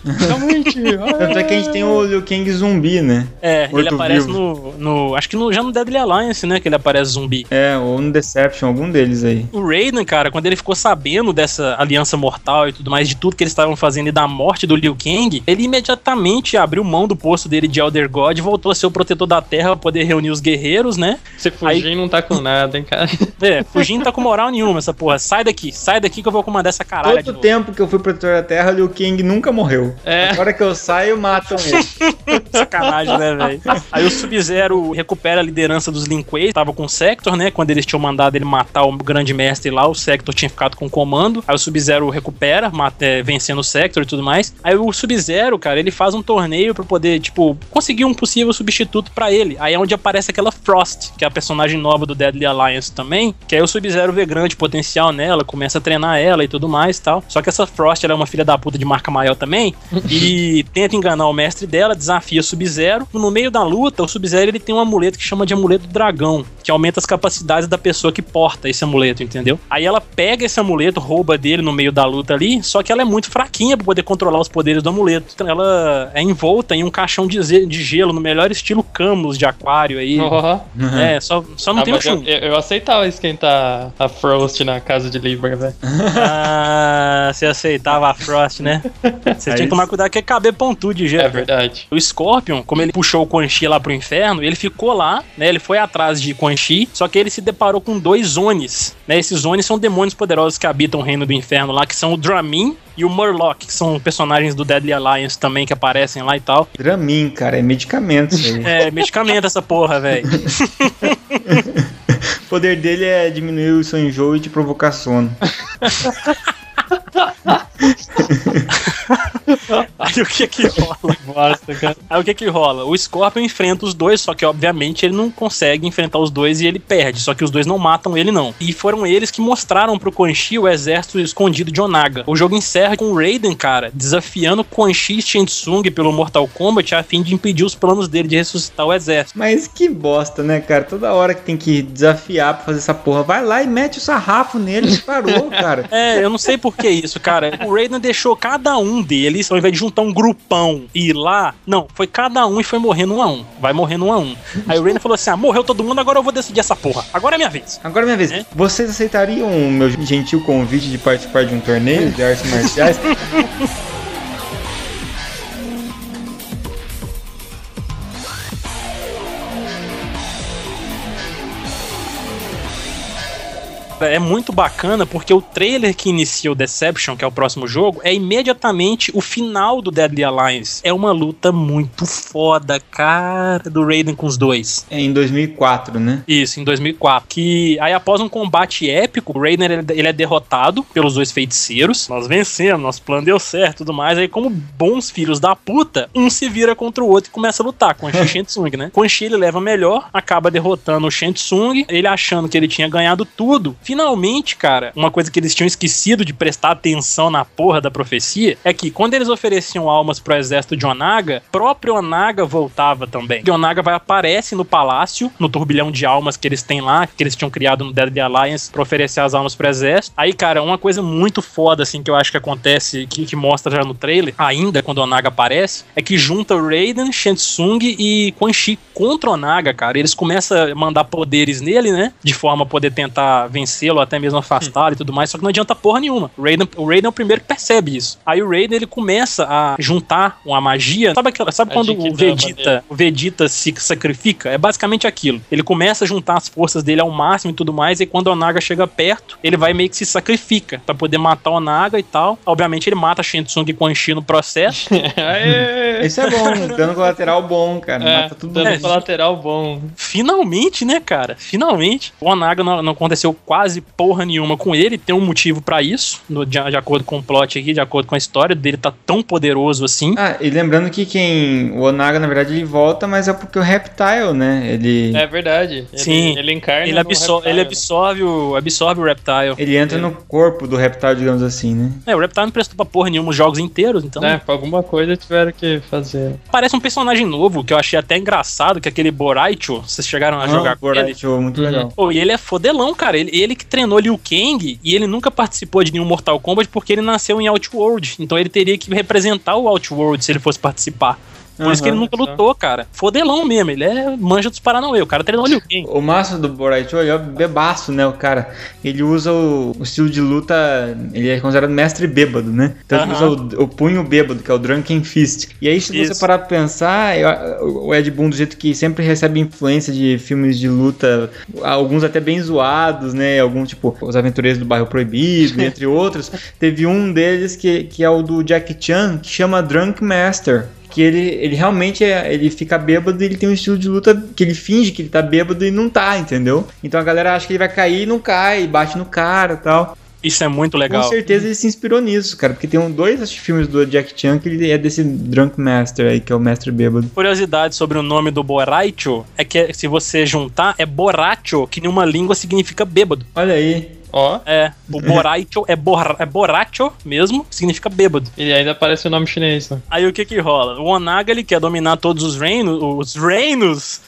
Tanto é que a gente tem o Liu Kang zumbi, né? Ele aparece acho que já no Deadly Alliance, né, que ele aparece zumbi. Ou no Deception, algum deles aí. O Raiden, cara, quando ele ficou sabendo dessa aliança mortal e tudo mais, de tudo que eles estavam fazendo e da morte do Liu Kang, ele imediatamente abriu mão do posto dele de Elder God e voltou a ser o protetor da Terra pra poder reunir os guerreiros, né? Você fugir não tá com nada, hein, cara? Fugir não tá com moral nenhuma, essa porra. Sai daqui que eu vou comandar essa caralho. Todo tempo que eu fui protetor da Terra, Liu Kang nunca morreu. Agora que eu saio, matam ele. Sacanagem, né, velho? Aí o Sub-Zero recupera a liderança dos Lin Kuei, tava com o Sector, né? Quando eles tinham mandado ele matar o grande mestre lá, o Sector tinha ficado com o comando. Aí o Sub-Zero recupera, vencendo o Sector e tudo mais. Aí o Sub-Zero, cara, ele faz um torneio pra poder, tipo, conseguir um possível substituto pra ele. Aí é onde aparece aquela Frost, que é a personagem nova do Deadly Alliance também, que aí o Sub-Zero vê grande potencial nela, começa a treinar ela e tudo mais e tal. Só que essa Frost, ela é uma filha da puta de marca maior também, e tenta enganar o mestre dela, desafia o Sub-Zero. No meio da luta, o Sub-Zero, ele tem um amuleto que chama de amuleto do dragão, que aumenta as capacidades da pessoa que porta esse amuleto, entendeu? Aí ela pega esse amuleto, rouba dele no meio da luta ali, só que ela é muito fraquinha pra poder controlar os poderes do amuleto. Então ela é envolta em um caixão de gelo, no melhor estilo Camus de aquário aí. Só não tem o chumbo. Eu aceitava esquentar a Frost na casa de Libra, velho. Você aceitava a Frost, né? Você tinha que tomar cuidado que ia caber pontudo de gelo. É verdade. O Scorpion, como ele puxou o Quan Chi lá pro inferno, ele ficou lá, né? Ele foi atrás de Quan Chi, só que ele se deparou com 2 Onis, né? Esses Onis são demônios poderosos que habitam o reino do inferno lá, que são o Dramin e o Murloc, que são personagens do Deadly Alliance também que aparecem lá e tal. Dramin, cara, é medicamento isso aí. É, medicamento essa porra, velho. O poder dele é diminuir o seu enjoo e te provocar sono. Aí o que rola? Bosta, cara. Aí o que rola? O Scorpion enfrenta os dois, só que obviamente ele não consegue enfrentar os dois e ele perde, só que os dois não matam ele não. E foram eles que mostraram pro Quan Chi o exército escondido de Onaga. O jogo encerra com o Raiden, cara, desafiando Quan Chi e Shang Tsung pelo Mortal Kombat a fim de impedir os planos dele de ressuscitar o exército. Mas que bosta, né, cara? Toda hora que tem que desafiar pra fazer essa porra, vai lá e mete o sarrafo nele e parou, cara. Eu não sei por que isso, cara. O Raiden deixou cada um deles, ao invés de juntar um grupão e ir lá, não, foi cada um e foi morrendo 1 a 1. Vai morrendo 1 a 1. Aí o Raiden falou assim, morreu todo mundo, agora eu vou decidir essa porra. Agora é minha vez. Agora é minha vez. Vocês aceitariam o meu gentil convite de participar de um torneio de artes marciais? É muito bacana porque o trailer que inicia o Deception, que é o próximo jogo, é imediatamente o final do Deadly Alliance. É uma luta muito foda, cara, do Raiden com os dois. É em 2004, né? Isso, em 2004. Que aí após um combate épico, o Raiden ele é derrotado pelos dois feiticeiros. Nós vencemos, nosso plano deu certo e tudo mais. Aí como bons filhos da puta, um se vira contra o outro e começa a lutar com o Quan Chi e Shang Tsung, né? Quan Chi ele leva melhor, acaba derrotando o Shang Tsung, ele achando que ele tinha ganhado tudo. Finalmente, cara, uma coisa que eles tinham esquecido de prestar atenção na porra da profecia é que quando eles ofereciam almas pro exército de Onaga, próprio Onaga voltava também. E Onaga aparece no palácio, no turbilhão de almas que eles têm lá, que eles tinham criado no Deadly Alliance pra oferecer as almas pro exército. Aí, cara, uma coisa muito foda, assim, que eu acho que acontece, que mostra já no trailer, ainda quando o Onaga aparece, é que junta o Raiden, Shang Tsung e Quan Chi contra o Onaga, cara. Eles começam a mandar poderes nele, né? De forma a poder tentar vencê-lo, até mesmo afastá-lo e tudo mais, só que não adianta porra nenhuma. O Raiden é o primeiro que percebe isso. Aí o Raiden, ele começa a juntar uma magia. Sabe quando o Vegeta se sacrifica? É basicamente aquilo. Ele começa a juntar as forças dele ao máximo e tudo mais, e quando o Onaga chega perto, ele vai meio que se sacrifica pra poder matar o Onaga e tal. Obviamente ele mata Shang Tsung e Quan Chi no processo. Isso é bom, dano colateral bom, cara. Mata tudo. Dano colateral bom. Finalmente, né, cara? Finalmente. O Onaga não aconteceu quase porra nenhuma com ele, tem um motivo pra isso, de acordo com o plot aqui, de acordo com a história dele, tá tão poderoso assim. E lembrando que o Onaga, na verdade, ele volta, mas é porque o Reptile, né? Ele... É verdade. Sim. Ele encarna ele absorve o Reptile. Ele entra no corpo do Reptile, digamos assim, né? O Reptile não prestou pra porra nenhuma os jogos inteiros, então... Pra alguma coisa tiveram que fazer. Parece um personagem novo, que eu achei até engraçado, que é aquele Boraicho, vocês chegaram a jogar com ele? Boraicho, muito legal. E ele é fodelão, cara. Ele que treinou Liu Kang, e ele nunca participou de nenhum Mortal Kombat porque ele nasceu em Outworld. Então ele teria que representar o Outworld se ele fosse participar. Por isso que ele nunca lutou, cara. Fodelão mesmo, ele é manja dos Paranauê. O cara treinou Liu Kang. O massa do Boraicho, ele é bebaço, né, o cara. Ele usa o estilo de luta, ele é considerado mestre bêbado, né? Então ele usa o punho bêbado, que é o Drunken Fist. E aí, se você parar pra pensar, o Ed Boon, do jeito que sempre recebe influência de filmes de luta, alguns até bem zoados, né? Alguns, tipo, Os Aventureiros do Bairro Proibido, entre outros. Teve um deles que é o do Jackie Chan, que chama Drunk Master. Que ele realmente ele fica bêbado e ele tem um estilo de luta que ele finge que ele tá bêbado e não tá, entendeu? Então a galera acha que ele vai cair e não cai, bate no cara e tal. Isso é muito legal. Com certeza ele se inspirou nisso, cara, porque tem dois filmes do Jack Chan que ele é desse Drunk Master aí, que é o mestre bêbado. Curiosidade sobre o nome do Boraicho é que se você juntar, é Boracho, que em uma língua significa bêbado. Olha aí. O Boraicho é Boracho mesmo, que significa bêbado. E ainda aparece o nome chinês, né? Aí o que rola? O Onaga, ele quer dominar todos os reinos. Os reinos?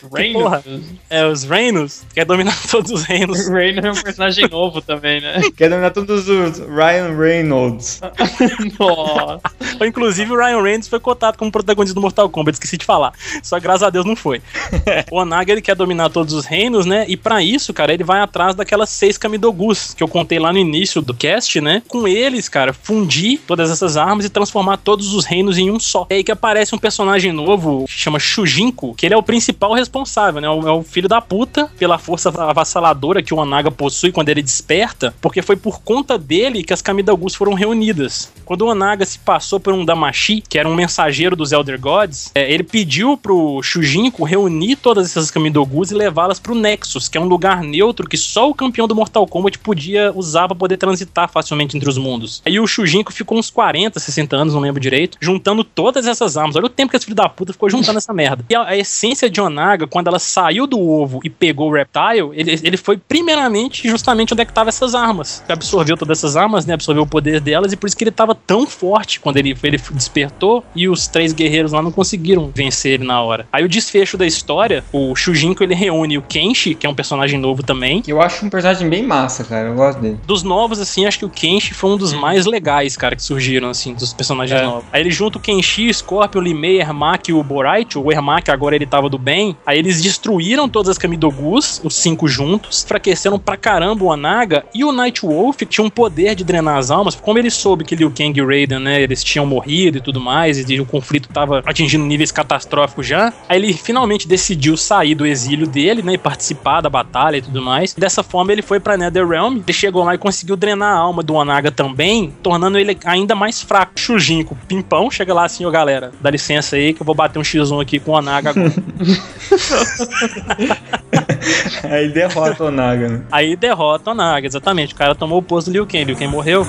Os reinos. Quer dominar todos os reinos. O Reino é um personagem novo também, né? Quer dominar todos os Ryan Reynolds. Nossa. Inclusive o Ryan Reynolds foi cotado como protagonista do Mortal Kombat, esqueci de falar. Só que graças a Deus não foi. O Onaga, ele quer dominar todos os reinos, né? E pra isso, cara, ele vai atrás daquelas 6 Kamidogus que eu contei lá no início do cast, né? Com eles, cara, fundir todas essas armas e transformar todos os reinos em um só. É aí que aparece um personagem novo, que chama Shujinko, que ele é o principal responsável, né? É o filho da puta pela força avassaladora que o Onaga possui quando ele desperta, porque foi por conta dele que as Kamidogus foram reunidas. Quando o Onaga se passou por um Damashi, que era um mensageiro dos Elder Gods, ele pediu pro Shujinko reunir todas essas Kamidogus e levá-las pro Nexus, que é um lugar neutro que só o campeão do Mortal Kombat podia usar pra poder transitar facilmente entre os mundos. Aí o Shujinko ficou uns 40, 60 anos, não lembro direito, juntando todas essas armas. Olha o tempo que esse filho da puta ficou juntando essa merda. E a essência de Onaga, quando ela saiu do ovo e pegou o Reptile, ele foi primeiramente justamente onde é que estavam essas armas. Ele absorveu todas essas armas, né? Absorveu o poder delas, e por isso que ele tava tão forte quando ele despertou, e os 3 guerreiros lá não conseguiram vencer ele na hora. Aí o desfecho da história, o Shujinko, ele reúne o Kenshi, que é um personagem novo também. Eu acho um personagem bem massa, cara. Eu gosto dele. Dos novos, assim, acho que o Kenshi foi um dos mais legais, cara, que surgiram, assim, dos personagens novos. Aí ele junta o Kenshi, Scorpion, Limei, Ermac e o Boraicho. O Ermac agora ele tava do bem. Aí eles destruíram todas as Kamidogus, os 5 juntos, enfraqueceram pra caramba o Onaga, e o Nightwolf, que tinha um poder de drenar as almas. Como ele soube que Liu Kang e Raiden, né, eles tinham morrido e tudo mais, e o conflito tava atingindo níveis catastróficos já, aí ele finalmente decidiu sair do exílio dele, né, e participar da batalha e tudo mais. Dessa forma ele foi pra Netherrealm, ele chegou lá e conseguiu drenar a alma do Onaga também, tornando ele ainda mais fraco. Shujinko, pimpão, chega lá assim, galera, dá licença aí que eu vou bater um X1 aqui com o Onaga agora. Aí derrota o Onaga, né? Aí derrota o Onaga, exatamente. O cara tomou o posto do Liu Kang. Liu Kang morreu.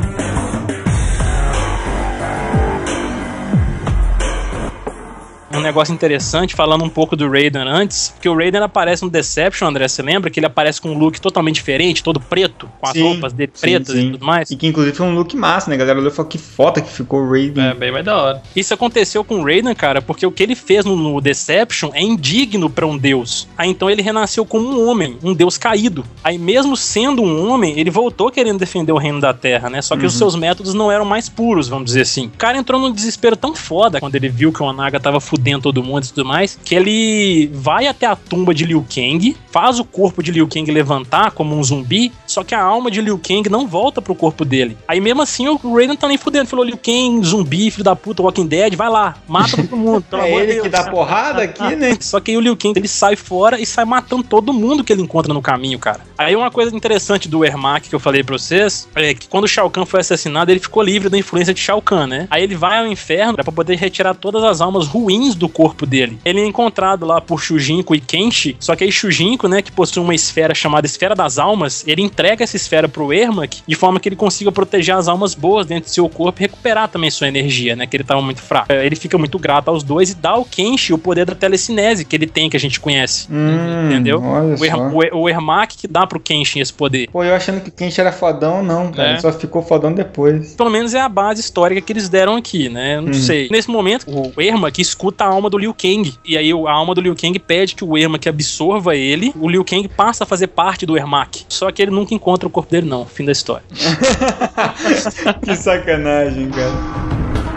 Um negócio interessante, falando um pouco do Raiden antes, que o Raiden aparece no Deception, André, você lembra? Que ele aparece com um look totalmente diferente, todo preto, com as roupas dele pretas e tudo mais. E que inclusive foi um look massa, né? A galera olhou e falou que foda que ficou o Raiden. É, bem mais da hora. Isso aconteceu com o Raiden, cara, porque o que ele fez no Deception é indigno pra um deus. Aí então ele renasceu como um homem, um deus caído. Aí mesmo sendo um homem, ele voltou querendo defender o reino da Terra, né? Só que os seus métodos não eram mais puros, vamos dizer assim. O cara entrou num desespero tão foda quando ele viu que o Onaga tava fudendo todo mundo e tudo mais, que ele vai até a tumba de Liu Kang, faz o corpo de Liu Kang levantar como um zumbi, só que a alma de Liu Kang não volta pro corpo dele. Aí mesmo assim o Raiden tá nem fudendo, falou: Liu Kang, zumbi, filho da puta, Walking Dead, vai lá, mata todo mundo. É ele que dá porrada aqui, né? Só que aí o Liu Kang, ele sai fora e sai matando todo mundo que ele encontra no caminho, cara. Aí uma coisa interessante do Ermac que eu falei pra vocês, é que quando o Shao Kahn foi assassinado, ele ficou livre da influência de Shao Kahn, né? Aí ele vai ao inferno pra poder retirar todas as almas ruins do corpo dele. Ele é encontrado lá por Shujinko e Kenshi, só que aí Shujinko, né, que possui uma esfera chamada Esfera das Almas, ele entrega essa esfera pro Ermac de forma que ele consiga proteger as almas boas dentro do seu corpo e recuperar também sua energia, né, que ele tava muito fraco. Ele fica muito grato aos dois e dá ao Kenshi o poder da telecinese que ele tem, que a gente conhece. Entendeu? O Ermac que dá pro Kenshi esse poder. Pô, eu achando que o Kenshi era fodão, não, cara. Ele só ficou fodão depois. Pelo menos é a base histórica que eles deram aqui, né? Eu não sei. Nesse momento, o Ermac escuta a alma do Liu Kang. E aí a alma do Liu Kang pede que o Ermac absorva ele. O Liu Kang passa a fazer parte do Ermac. Só que ele nunca encontra o corpo dele, não. Fim da história. Que sacanagem, cara.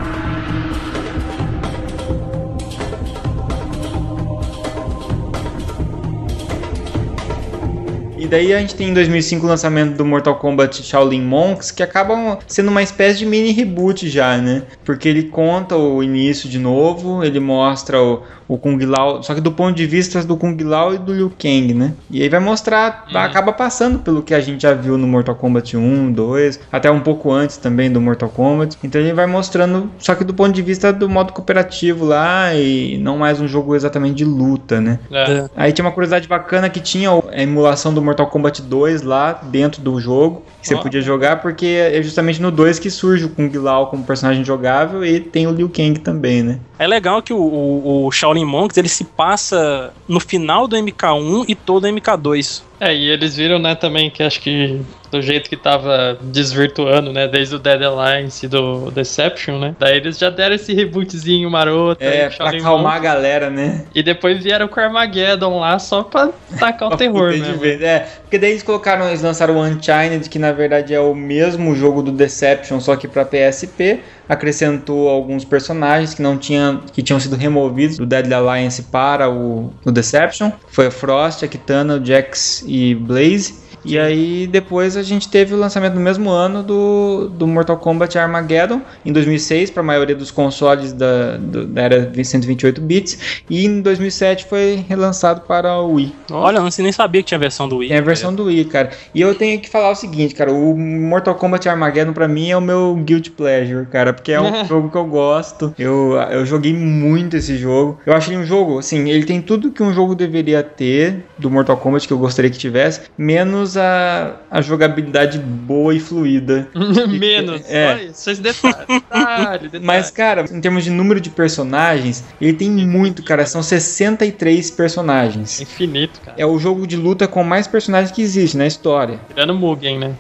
E daí a gente tem em 2005 o lançamento do Mortal Kombat Shaolin Monks, que acabam sendo uma espécie de mini reboot já, né? Porque ele conta o início de novo, ele mostra o Kung Lao, só que do ponto de vista do Kung Lao e do Liu Kang, né? E aí vai mostrar, acaba passando pelo que a gente já viu no Mortal Kombat 1, 2, até um pouco antes também do Mortal Kombat. Então ele vai mostrando, só que do ponto de vista do modo cooperativo lá e não mais um jogo exatamente de luta, né? Aí tinha uma curiosidade bacana que tinha a emulação do Mortal Kombat 2 lá dentro do jogo, que você podia jogar, porque é justamente no 2 que surge o Kung Lao como personagem jogável e tem o Liu Kang também, né? É legal que o Shaolin Monks, ele se passa no final do MK1 e todo o MK2. E eles viram, né, também que acho que do jeito que tava desvirtuando, né, desde o Dead Alliance e do Deception, né, daí eles já deram esse rebootzinho maroto. Pra acalmar a galera, né. E depois vieram com o Armageddon lá só pra tacar o terror, né. Porque daí eles lançaram o Unchained, que na verdade é o mesmo jogo do Deception, só que pra PSP, acrescentou alguns personagens que tinham sido removidos do Deadly Alliance para o Deception. Foi a Frost, a Kitana, o Jax e Blaze. E aí depois a gente teve o lançamento no mesmo ano do Mortal Kombat Armageddon, em 2006, para a maioria dos consoles da era 128 bits, e em 2007 foi relançado para o Wii. Olha, eu nem sabia que tinha versão do Wii. É a versão do Wii, cara. E eu tenho que falar o seguinte, cara, o Mortal Kombat Armageddon pra mim é o meu guilty pleasure, cara, porque é um jogo que eu gosto. Eu joguei muito esse jogo. Eu acho ele um jogo, assim, ele tem tudo que um jogo deveria ter do Mortal Kombat, que eu gostaria que tivesse, menos a jogabilidade boa e fluida. Menos. Olha, só esse detalhe. Mas, cara, em termos de número de personagens, ele tem muito, cara. São 63 personagens. Infinito, cara. É o jogo de luta com mais personagens que existe na história. Tirando Mugen, né?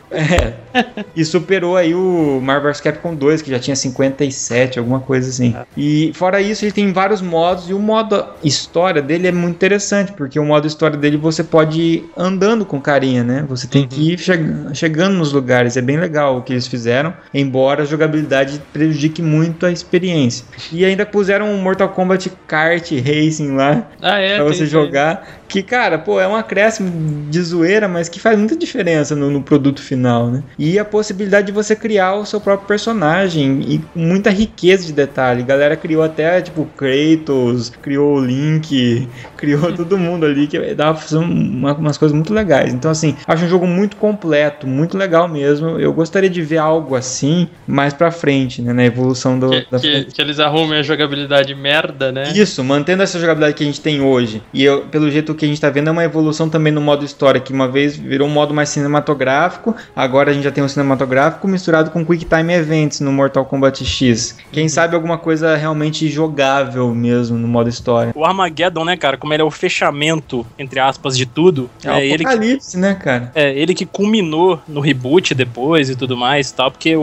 E superou aí o Marvel vs Capcom 2, que já tinha 57, alguma coisa assim. E fora isso, ele tem vários modos, e o modo história dele é muito interessante, porque o modo história dele você pode ir andando com carinha, né? Você tem que ir chegando nos lugares, é bem legal o que eles fizeram, embora a jogabilidade prejudique muito a experiência. E ainda puseram um Mortal Kombat Kart Racing lá, pra você jogar, Que, cara, pô, é um acréscimo de zoeira, mas que faz muita diferença no produto final, né? E a possibilidade de você criar o seu próprio personagem e com muita riqueza de detalhe. A galera criou até, tipo, Kratos, criou o Link, criou todo mundo ali, que dava pra fazer umas coisas muito legais. Então, assim, acho um jogo muito completo, muito legal mesmo. Eu gostaria de ver algo assim mais pra frente, né? Na evolução que eles arrumem a jogabilidade merda, né? Isso, mantendo essa jogabilidade que a gente tem hoje. E pelo jeito que a gente tá vendo, é uma evolução também no modo história, que uma vez virou um modo mais cinematográfico, agora a gente já tem um cinematográfico misturado com Quick Time Events no Mortal Kombat X. Quem sabe alguma coisa realmente jogável mesmo no modo história. O Armageddon, né, cara, como ele é o fechamento, entre aspas, de tudo. É o apocalipse, né, cara? É, ele que culminou no reboot depois e tudo mais e tal, porque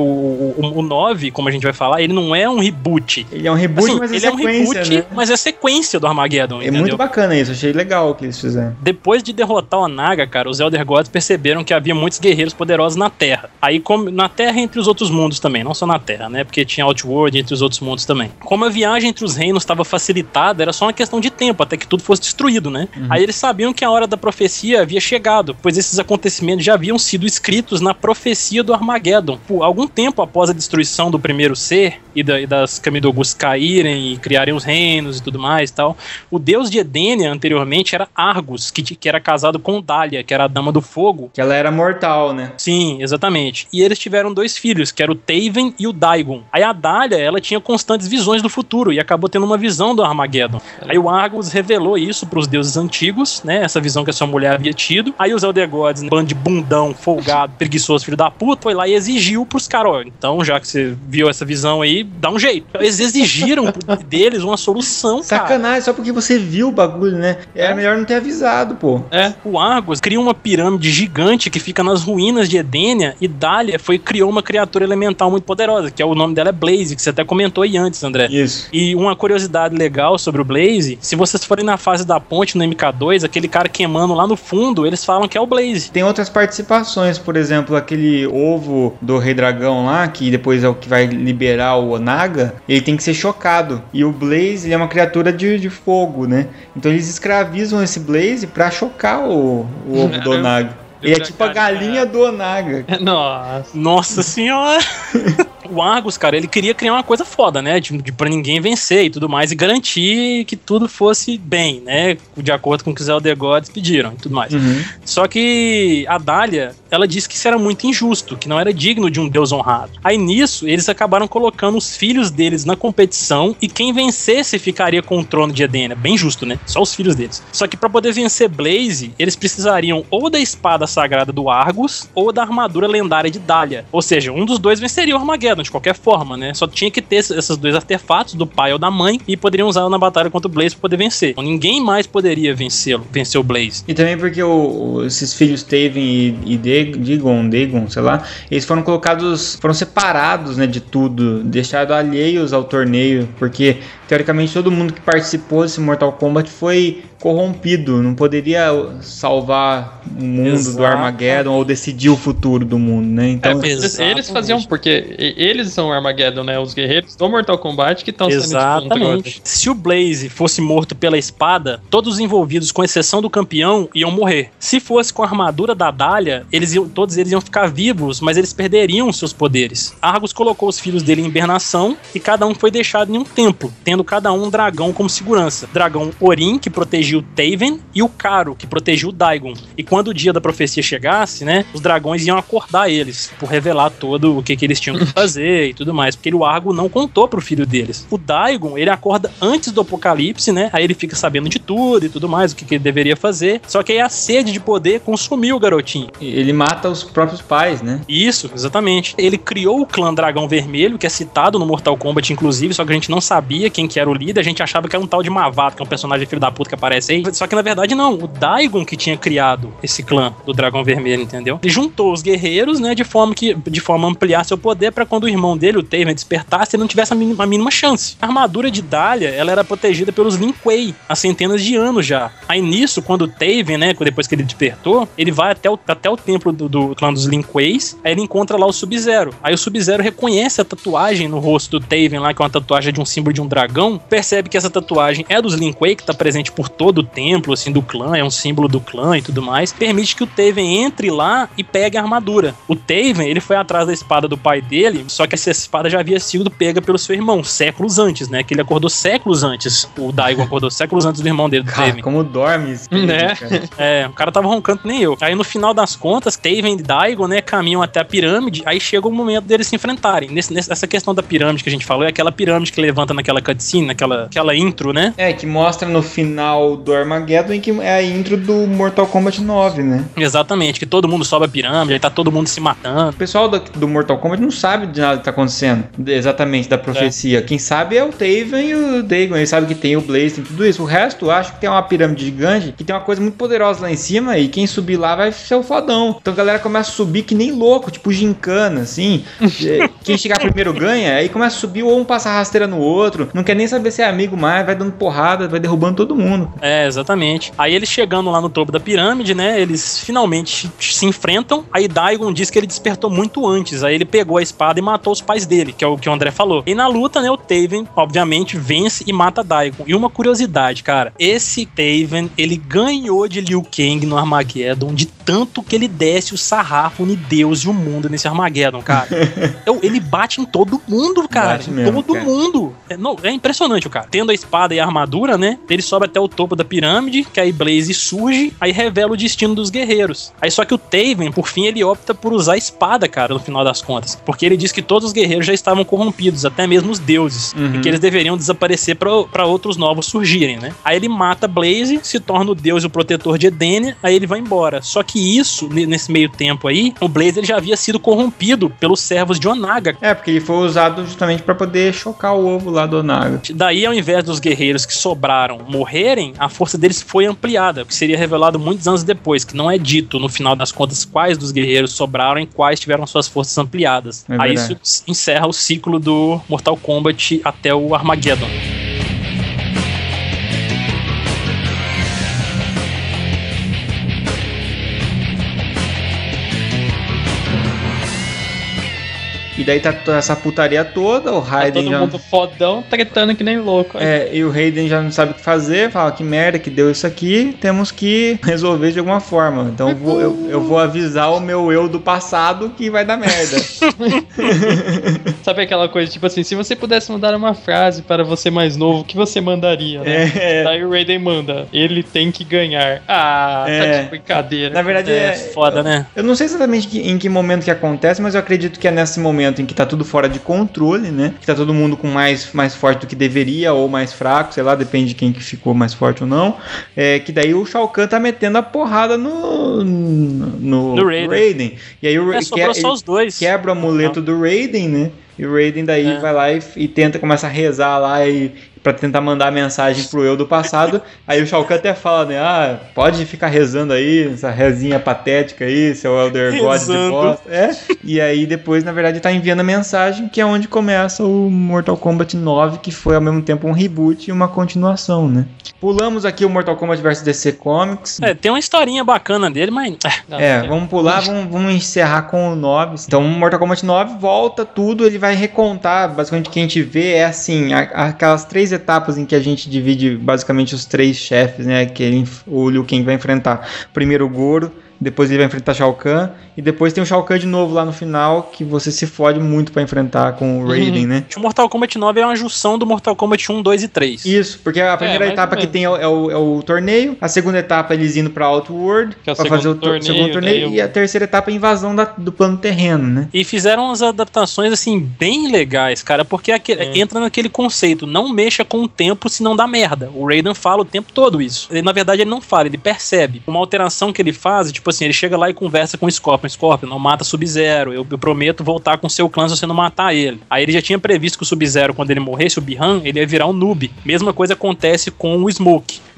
o 9, como a gente vai falar, ele não é um reboot. Ele é um reboot, assim, mas ele é sequência, um reboot, né? mas é sequência do Armageddon, É entendeu? muito bacana isso, achei legal o que eles fizeram. Depois de derrotar o Naga, cara, os Elder Gods perceberam que havia muitos guerreiros poderosos na Terra. Aí, como na Terra e entre os outros mundos também, não só na Terra, né? Porque tinha Outworld entre os outros mundos também. Como a viagem entre os reinos estava facilitada, era só uma questão de tempo, até que tudo fosse destruído, né? Aí eles sabiam que a hora da profecia havia chegado, pois esses acontecimentos já haviam sido escritos na profecia do Armageddon. Por algum tempo após a destruição do primeiro ser e das Kamidogus caírem e criarem os reinos e tudo mais e tal, o deus de Edenia anteriormente era Argus, que era casado com Dália, que era a Dama do Fogo. Que ela era mortal, né? Sim, exatamente. E eles tiveram 2 filhos, que era o Taven e o Daigon. Aí a Dália, ela tinha constantes visões do futuro e acabou tendo uma visão do Armageddon. Aí o Argus revelou isso pros deuses antigos, né? Essa visão que a sua mulher havia tido. Aí os Elder Gods, bando de bundão, folgado, preguiçoso, filho da puta, foi lá e exigiu pros caras, ó, então já que você viu essa visão aí, dá um jeito. Eles exigiram deles uma solução, cara. Sacanagem, só porque você viu o bagulho, né? Era melhor não ter avisado, pô. É, o Argus cria uma pirâmide gigante que fica nas ruínas de Edenia e Dália criou uma criatura elemental muito poderosa, que é o nome dela é Blaze, que você até comentou aí antes, André. Isso. E uma curiosidade legal sobre o Blaze, se vocês forem na fase da ponte no MK2, aquele cara queimando lá no fundo, eles falam que é o Blaze. Tem outras participações, por exemplo, aquele ovo do Rei Dragão lá, que depois é o que vai liberar o Naga, ele tem que ser chocado. E o Blaze, ele é uma criatura de fogo, né? Então eles escravizam esse Blaze pra chocar o ovo do Naga. Ele é tipo a galinha do Onaga. Nossa senhora! O Argus, cara, ele queria criar uma coisa foda, né? Pra ninguém vencer e tudo mais, e garantir que tudo fosse bem, né? De acordo com o que os Elder Gods pediram e tudo mais. Só que a Dália, ela disse que isso era muito injusto, que não era digno de um deus honrado. Aí nisso, eles acabaram colocando os filhos deles na competição e quem vencesse ficaria com o trono de Edenia. Bem justo, né? Só os filhos deles. Só que pra poder vencer Blaze, eles precisariam ou da espada sagrada do Argus ou da armadura lendária de Dália. Ou seja, um dos dois venceria o Armageddon de qualquer forma, né? Só tinha que ter esses 2 artefatos, do pai ou da mãe, e poderiam usá-lo na batalha contra o Blaze pra poder vencer. Então, ninguém mais poderia vencer o Blaze. E também porque esses filhos Taven e Dagon, sei lá, eles foram separados, né, de tudo, deixados alheios ao torneio, porque teoricamente todo mundo que participou desse Mortal Kombat foi corrompido, não poderia salvar o mundo do Armageddon ou decidir o futuro do mundo, né? Então eles faziam, porque eles são o Armageddon, né? Os guerreiros do Mortal Kombat que estão sendo exatamente. Se o Blaze fosse morto pela espada, todos os envolvidos, com exceção do campeão, iam morrer. Se fosse com a armadura da Dália, todos eles iam ficar vivos, mas eles perderiam seus poderes. Argus colocou os filhos dele em hibernação e cada um foi deixado em um templo, tendo cada um dragão como segurança. Dragão Orin, que protegia o Taven, e o Caro, que protegia o Daigon. E quando o dia da profecia chegasse, né, os dragões iam acordar eles, por revelar todo o que eles tinham que fazer e tudo mais, porque o Argo não contou pro filho deles. O Daigon, ele acorda antes do apocalipse, né, aí ele fica sabendo de tudo e tudo mais, o que ele deveria fazer, só que aí a sede de poder consumiu o garotinho. Ele mata os próprios pais, né? Isso, exatamente. Ele criou o clã Dragão Vermelho, que é citado no Mortal Kombat, inclusive, só que a gente não sabia quem que era o líder, a gente achava que era um tal de Mavato, que é um personagem filho da puta que aparece aí, só que na verdade não, o Daigon que tinha criado esse clã do Dragão Vermelho, entendeu? Ele juntou os guerreiros, né, de forma a ampliar seu poder pra quando o irmão dele, o Taven, despertasse, ele não tivesse a mínima chance. A armadura de Dália, ela era protegida pelos Lin Kuei há centenas de anos já. Aí nisso, quando o Taven, né, depois que ele despertou, ele vai até o templo do clã dos Lin Kueis, aí ele encontra lá o Sub-Zero. Aí o Sub-Zero reconhece a tatuagem no rosto do Taven lá, que é uma tatuagem de um símbolo de um dragão, dragão, percebe que essa tatuagem é dos Lin Kuei, que tá presente por todo o templo, assim, do clã, é um símbolo do clã e tudo mais, permite que o Taven entre lá e pegue a armadura. O Taven, ele foi atrás da espada do pai dele, só que essa espada já havia sido pega pelo seu irmão, séculos antes, né? Que ele acordou séculos antes. O Daigon acordou séculos antes do irmão dele, do Cara, Taven. como dorme esse Né? O cara tava roncando que nem eu. Aí no final das contas, Taven e Daigon, né, caminham até a pirâmide, aí chega o momento deles se enfrentarem. Essa questão da pirâmide que a gente falou, é aquela pirâmide que levanta naquela cutscene, naquela intro, né? Que mostra no final do Armageddon, em que é a intro do Mortal Kombat 9, né? Exatamente, que todo mundo sobe a pirâmide, aí tá todo mundo se matando. O pessoal do Mortal Kombat não sabe de nada que tá acontecendo, exatamente, da profecia. Quem sabe é o Taven e o Dagon, ele sabe que tem o Blaze, tem tudo isso. O resto, acho que tem uma pirâmide gigante, que tem uma coisa muito poderosa lá em cima, e quem subir lá vai ser o fodão. Então a galera começa a subir que nem louco, tipo gincana, assim. Quem chegar primeiro ganha, aí começa a subir, ou um passa rasteira no outro, não quer nem saber se é amigo mais, vai dando porrada, vai derrubando todo mundo. Exatamente. Aí eles chegando lá no topo da pirâmide, né, eles finalmente se enfrentam, aí Daigon diz que ele despertou muito antes, aí ele pegou a espada e matou os pais dele, que é o que o André falou. E na luta, né, o Taven, obviamente, vence e mata Daigon. E uma curiosidade, cara, esse Taven, ele ganhou de Liu Kang no Armageddon, de tanto que ele desce o sarrafo no Deus e o mundo nesse Armageddon, cara. Ele bate em todo mundo, cara. Bate mesmo, todo cara. mundo. É impressionante o cara. Tendo a espada e a armadura, né, ele sobe até o topo da pirâmide, que aí Blaze surge, aí revela o destino dos guerreiros. Aí só que o Taven, por fim, ele opta por usar a espada, cara, no final das contas. Porque ele diz que todos os guerreiros já estavam corrompidos, até mesmo os deuses. E que eles deveriam desaparecer pra outros novos surgirem, né? Aí ele mata Blaze, se torna o deus e o protetor de Edenia, aí ele vai embora. Só que isso, nesse meio tempo aí, o Blaze ele já havia sido corrompido pelos servos de Onaga. Porque ele foi usado justamente pra poder chocar o ovo lá do Onaga. Daí, ao invés dos guerreiros que sobraram morrerem, a força deles foi ampliada, o que seria revelado muitos anos depois, que não é dito, no final das contas, quais dos guerreiros sobraram e quais tiveram suas forças ampliadas. Aí isso encerra o ciclo do Mortal Kombat até o Armageddon. E daí tá essa putaria toda, o Raiden todo já... mundo fodão, tretando que nem louco. E o Raiden já não sabe o que fazer, fala que merda que deu isso aqui, temos que resolver de alguma forma. Então eu vou avisar o meu eu do passado que vai dar merda. Sabe aquela coisa, tipo assim, se você pudesse mandar uma frase para você mais novo, o que você mandaria, né? Daí o Raiden manda, ele tem que ganhar. Tá de brincadeira. Na verdade foda, né? Eu não sei exatamente em que momento que acontece, mas eu acredito que é nesse momento em que tá tudo fora de controle, né? Que tá todo mundo com mais forte do que deveria, ou mais fraco, sei lá, depende de quem que ficou mais forte ou não. Que daí o Shao Kahn tá metendo a porrada no Raiden. E aí sobrou só os dois. Quebra o amuleto do Raiden, né? E o Raiden daí vai lá e tenta, começa a rezar lá pra tentar mandar a mensagem pro eu do passado. Aí o Shao Kahn até fala, né? Pode ficar rezando aí, essa rezinha patética aí, seu Elder God de bosta. E aí depois, na verdade, tá enviando a mensagem, que é onde começa o Mortal Kombat 9, que foi ao mesmo tempo um reboot e uma continuação, né? Pulamos aqui o Mortal Kombat vs DC Comics. Tem uma historinha bacana dele, mas... vamos pular, vamos encerrar com o 9. Então, o Mortal Kombat 9 volta tudo, ele vai recontar, basicamente o que a gente vê é assim, aquelas 3 etapas em que a gente divide basicamente os 3 chefes, né, que o Liu Kang vai enfrentar. Primeiro o Goro, depois ele vai enfrentar Shao Kahn, e depois tem o Shao Kahn de novo lá no final, que você se fode muito pra enfrentar com o Raiden, né? O Mortal Kombat 9 é uma junção do Mortal Kombat 1, 2 e 3. Isso, porque a primeira etapa que tem é o torneio, a segunda etapa eles indo pra Outworld, pra fazer o segundo torneio, e a terceira etapa é a invasão do plano terreno, né? E fizeram umas adaptações, assim, bem legais, cara, porque entra naquele conceito, não mexa com o tempo se não dá merda. O Raiden fala o tempo todo isso. Na verdade, ele não fala, ele percebe. Uma alteração que ele faz, tipo assim, ele chega lá e conversa com o Scorpion. Scorpion, não mata Sub-Zero, eu prometo voltar com seu clã se você não matar ele. Aí ele já tinha previsto que o Sub-Zero, quando ele morresse, o Bihan, ele ia virar um noob. Mesma coisa acontece com o Smoke.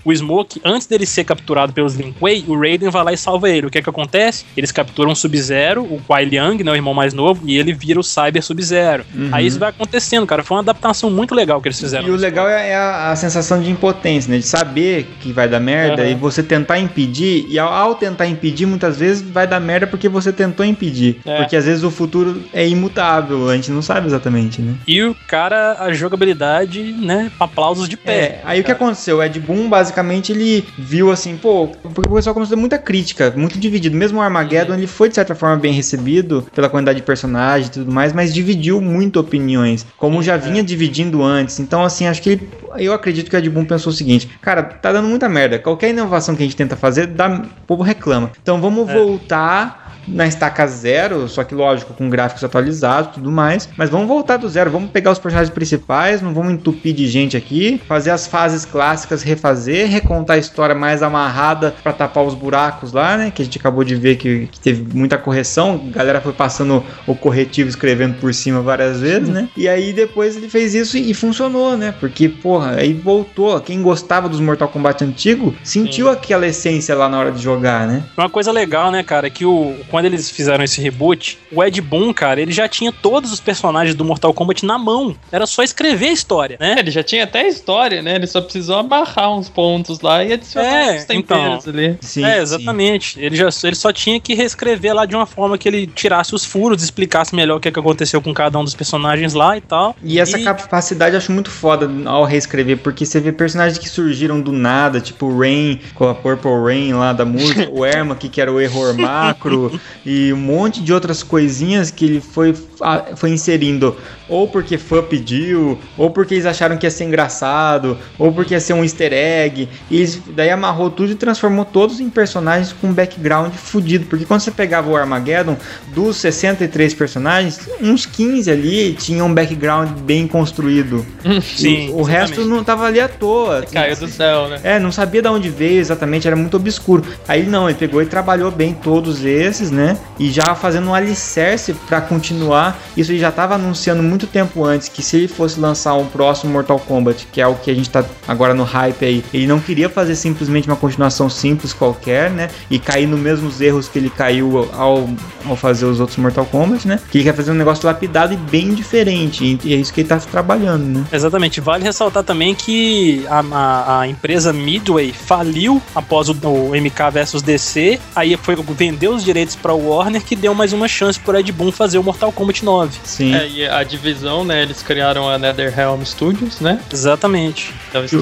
o Smoke, antes dele ser capturado pelos Lin Kuei, o Raiden vai lá e salva ele. O que acontece? Eles capturam o Sub-Zero, o Kuai Liang, né, o irmão mais novo, e ele vira o Cyber Sub-Zero. Aí isso vai acontecendo, cara. Foi uma adaptação muito legal que eles fizeram. E o legal é a sensação de impotência, né? De saber que vai dar merda e você tentar impedir, e ao tentar impedir, muitas vezes vai dar merda porque você tentou impedir. Porque às vezes o futuro é imutável, a gente não sabe exatamente, né? E o cara, a jogabilidade, né, aplausos de pé. Aí o que aconteceu? O Ed Boon, basicamente, ele viu assim, porque o pessoal começou a ter muita crítica, muito dividido. Mesmo o Armageddon, ele foi de certa forma bem recebido pela quantidade de personagens e tudo mais, mas dividiu muito opiniões, como já vinha dividindo antes. Então, assim, acho que eu acredito que o Ed Boon pensou o seguinte: cara, tá dando muita merda. Qualquer inovação que a gente tenta fazer, o povo reclama. Então vamos voltar na estaca zero, só que lógico, com gráficos atualizados e tudo mais, mas vamos voltar do zero, vamos pegar os personagens principais, não vamos entupir de gente aqui, fazer as fases clássicas, refazer, recontar a história mais amarrada pra tapar os buracos lá, né, que a gente acabou de ver que teve muita correção, a galera foi passando o corretivo, escrevendo por cima várias vezes, né, e aí depois ele fez isso e funcionou, né, porque, porra, aí voltou, quem gostava dos Mortal Kombat antigo, sentiu aquela essência lá na hora de jogar, né. Uma coisa legal, né, cara, é que quando eles fizeram esse reboot, o Ed Boon, cara, ele já tinha todos os personagens do Mortal Kombat na mão. Era só escrever a história, né? Ele já tinha até a história, né? Ele só precisou amarrar uns pontos lá e adicionar os temperos ali. Sim, exatamente. Ele só tinha que reescrever lá de uma forma que ele tirasse os furos, explicasse melhor o que aconteceu com cada um dos personagens lá e tal. E essa capacidade eu acho muito foda ao reescrever, porque você vê personagens que surgiram do nada, tipo o Rain, com a Purple Rain lá da música, o Erma, que era o Error Macro, e um monte de outras coisinhas que ele foi inserindo, ou porque fã pediu, ou porque eles acharam que ia ser engraçado, ou porque ia ser um easter egg, e daí amarrou tudo e transformou todos em personagens com background fudido, porque quando você pegava o Armageddon, dos 63 personagens, uns 15 ali tinham um background bem construído. Sim, o resto não tava ali à toa. Caiu do céu, né? Não sabia de onde veio exatamente, era muito obscuro. Aí não, ele pegou e trabalhou bem todos esses, né? E já fazendo um alicerce pra continuar. Isso ele já tava anunciando muito tempo antes, que se ele fosse lançar um próximo Mortal Kombat, que é o que a gente tá agora no hype aí, ele não queria fazer simplesmente uma continuação simples qualquer, né? E cair nos mesmos erros que ele caiu ao fazer os outros Mortal Kombat, né? Que ele quer fazer um negócio lapidado e bem diferente. E é isso que ele tá trabalhando, né? Exatamente. Vale ressaltar também que a empresa Midway faliu após o MK vs DC, aí vendeu os direitos pra Warner, que deu mais uma chance pro Ed Boon fazer o Mortal Kombat 9. Sim. E a divisão, né, eles criaram a NetherRealm Studios, né? Exatamente.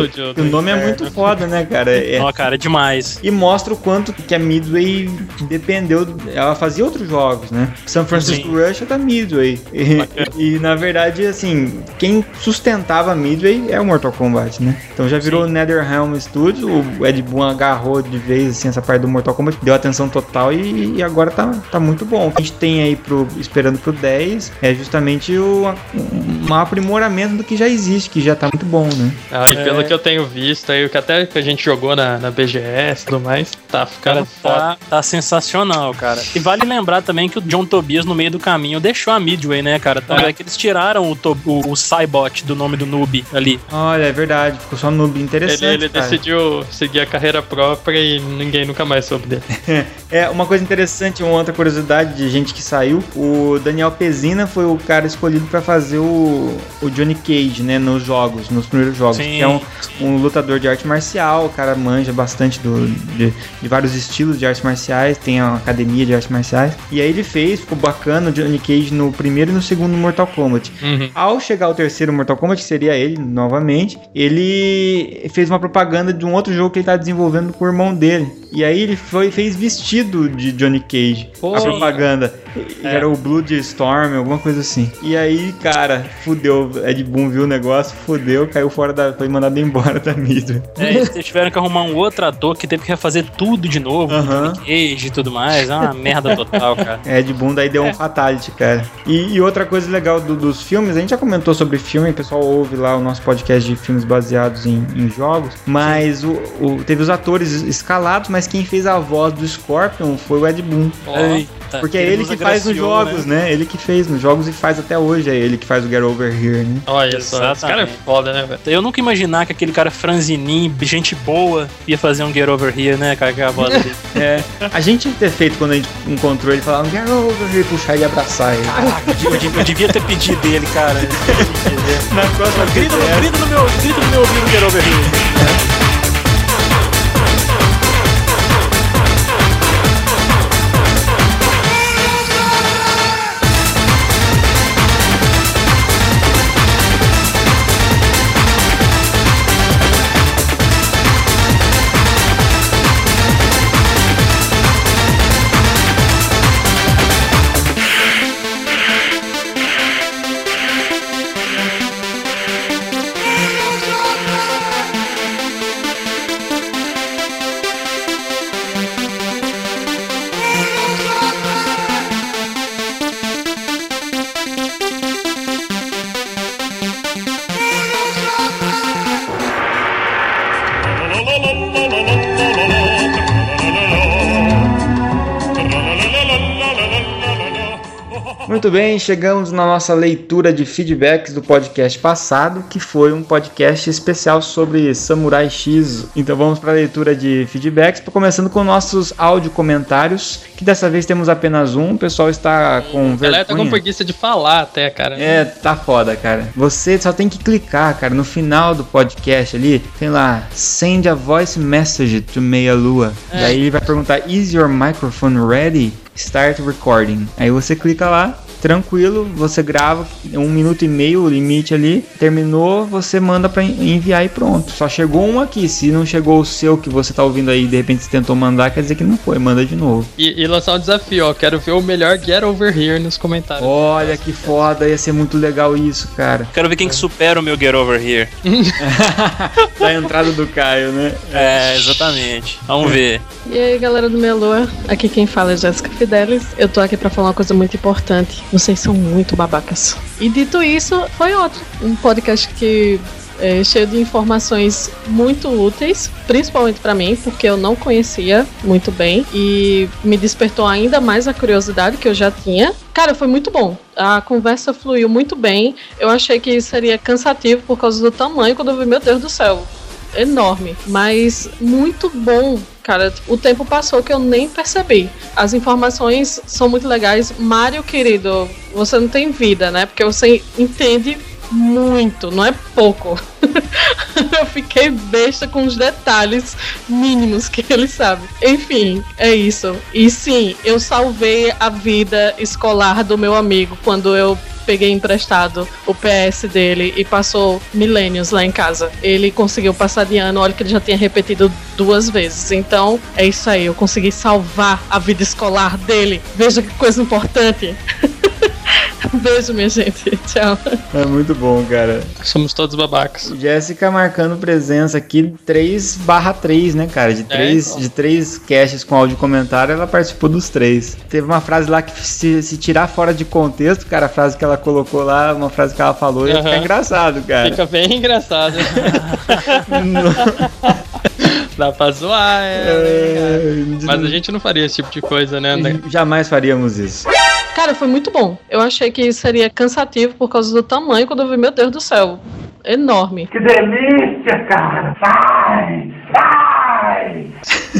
O nome é muito foda, né, cara? Cara, é demais. E mostra o quanto que a Midway dependeu, ela fazia outros jogos, né? San Francisco Rush é da Midway. E na verdade, assim, quem sustentava a Midway é o Mortal Kombat, né? Então já virou NetherRealm Studios, o Ed Boon agarrou de vez, assim, essa parte do Mortal Kombat, deu atenção total e agora tá muito bom. O que a gente tem aí esperando pro 10 é justamente um aprimoramento do que já existe, que já tá muito bom, né? E pelo que eu tenho visto aí, até que a gente jogou na BGS e tudo mais, tá ficando foda. Tá sensacional, cara. E vale lembrar também que o John Tobias, no meio do caminho, deixou a Midway, né, cara? Tanto é que eles tiraram o Cybot do nome do noob ali. Olha, é verdade, ficou só noob, interessante. Ele decidiu seguir a carreira própria e ninguém nunca mais soube dele. Uma coisa interessante, uma outra curiosidade de gente que saiu, o Daniel Pezina foi o cara escolhido pra fazer o Johnny Cage, né, nos primeiros jogos. Sim. Que é um lutador de arte marcial, o cara manja bastante de vários estilos de artes marciais, tem uma academia de artes marciais, e aí ele ficou bacana o Johnny Cage no primeiro e no segundo Mortal Kombat. Ao chegar ao terceiro Mortal Kombat, que seria ele, novamente, ele fez uma propaganda de um outro jogo que ele tá desenvolvendo com o irmão dele, e aí ele fez vestido de Johnny Cage, a propaganda. Era o Blood Storm, alguma coisa assim. E aí, cara, fudeu. Ed Boon viu o negócio, fudeu, caiu fora foi mandado embora da mídia. Eles tiveram que arrumar um outro ator que teve que refazer tudo de novo, Johnny Cage e tudo mais. É uma merda total, cara. Ed Boon daí deu um fatality, cara. E outra coisa legal dos filmes, a gente já comentou sobre filme, o pessoal ouve lá o nosso podcast de filmes baseados em jogos, mas teve os atores escalados, mas mas quem fez a voz do Scorpion foi o Ed Boon. Eita, Porque é ele que faz nos jogos, né? Ele que fez nos jogos e faz até hoje. É ele que faz o Get Over Here, né? Olha só, esse cara é foda, né, velho? Eu nunca ia imaginar que aquele cara franzininho, gente boa, ia fazer um Get Over Here, né, cara, que é a voz dele. É. A gente tinha que ter feito quando a gente encontrou ele, falar um Get Over Here, puxar e abraçar ele. Caraca, eu devia ter pedido dele, cara. Na próxima grita no meu ouvido, Get Over Here. Muito bem, chegamos na nossa leitura de feedbacks do podcast passado, que foi um podcast especial sobre Samurai X. Então vamos para a leitura de feedbacks, começando com nossos áudio comentários, que dessa vez temos apenas um. O pessoal está com vergonha. Ela tá com preguiça de falar até, cara. É, tá foda, cara. Você só tem que clicar, cara, no final do podcast ali, tem lá, send a voice message to Meia Lua. Daí ele vai perguntar, is your microphone ready? Start recording. Aí você clica lá, tranquilo, você grava 1 minuto e meio, o limite ali, terminou, você manda pra enviar e pronto. Só chegou um aqui, se não chegou o seu que você tá ouvindo aí, de repente você tentou mandar, quer dizer que não foi, manda de novo. E lançar um desafio, ó, quero ver o melhor Get Over Here nos comentários. Olha que foda, ia ser muito legal isso, cara. Quero ver quem que supera o meu Get Over Here. Da entrada do Caio, né? É, exatamente. Vamos ver. E aí, galera do Meia Lua, aqui quem fala é Jéssica Fidelis. Eu tô aqui pra falar uma coisa muito importante. Vocês são muito babacas. E dito isso, foi outro. Um podcast que é cheio de informações muito úteis, principalmente pra mim, porque eu não conhecia muito bem e me despertou ainda mais a curiosidade que eu já tinha. Cara, foi muito bom. A conversa fluiu muito bem. Eu achei que seria cansativo por causa do tamanho, quando eu vi, meu Deus do céu, enorme, mas muito bom. Cara, o tempo passou que eu nem percebi. As informações são muito legais. Mário, querido, você não tem vida, né? Porque você entende muito, não é pouco. Eu fiquei besta com os detalhes mínimos que ele sabe. Enfim, é isso. E sim, eu salvei a vida escolar do meu amigo quando eu peguei emprestado o PS dele e passou milênios lá em casa. Ele conseguiu passar de ano, olha que ele já tinha repetido 2 vezes. Então, é isso aí, eu consegui salvar a vida escolar dele. Veja que coisa importante. Beijo, minha gente. Tchau. É muito bom, cara. Somos todos babacas. Jéssica marcando presença aqui 3/3, né, cara? De três casts com áudio comentário, ela participou dos 3. Teve uma frase lá que se tirar fora de contexto, cara, a frase que ela colocou lá, uma frase que ela falou, ia ficar engraçado, cara. Fica bem engraçado. Dá pra zoar, mas a gente não faria esse tipo de coisa, né? Jamais faríamos isso. Cara, foi muito bom. Eu achei que seria cansativo por causa do tamanho, quando eu vi, meu Deus do céu, enorme. Que delícia, cara! Sai! Sai!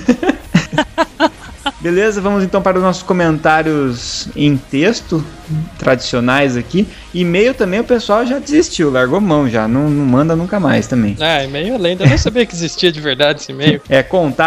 Beleza, vamos então para os nossos comentários em texto, tradicionais aqui. E-mail também o pessoal já desistiu, largou mão já, não manda nunca mais também. E-mail lenda, eu nem sabia que existia de verdade esse e-mail. É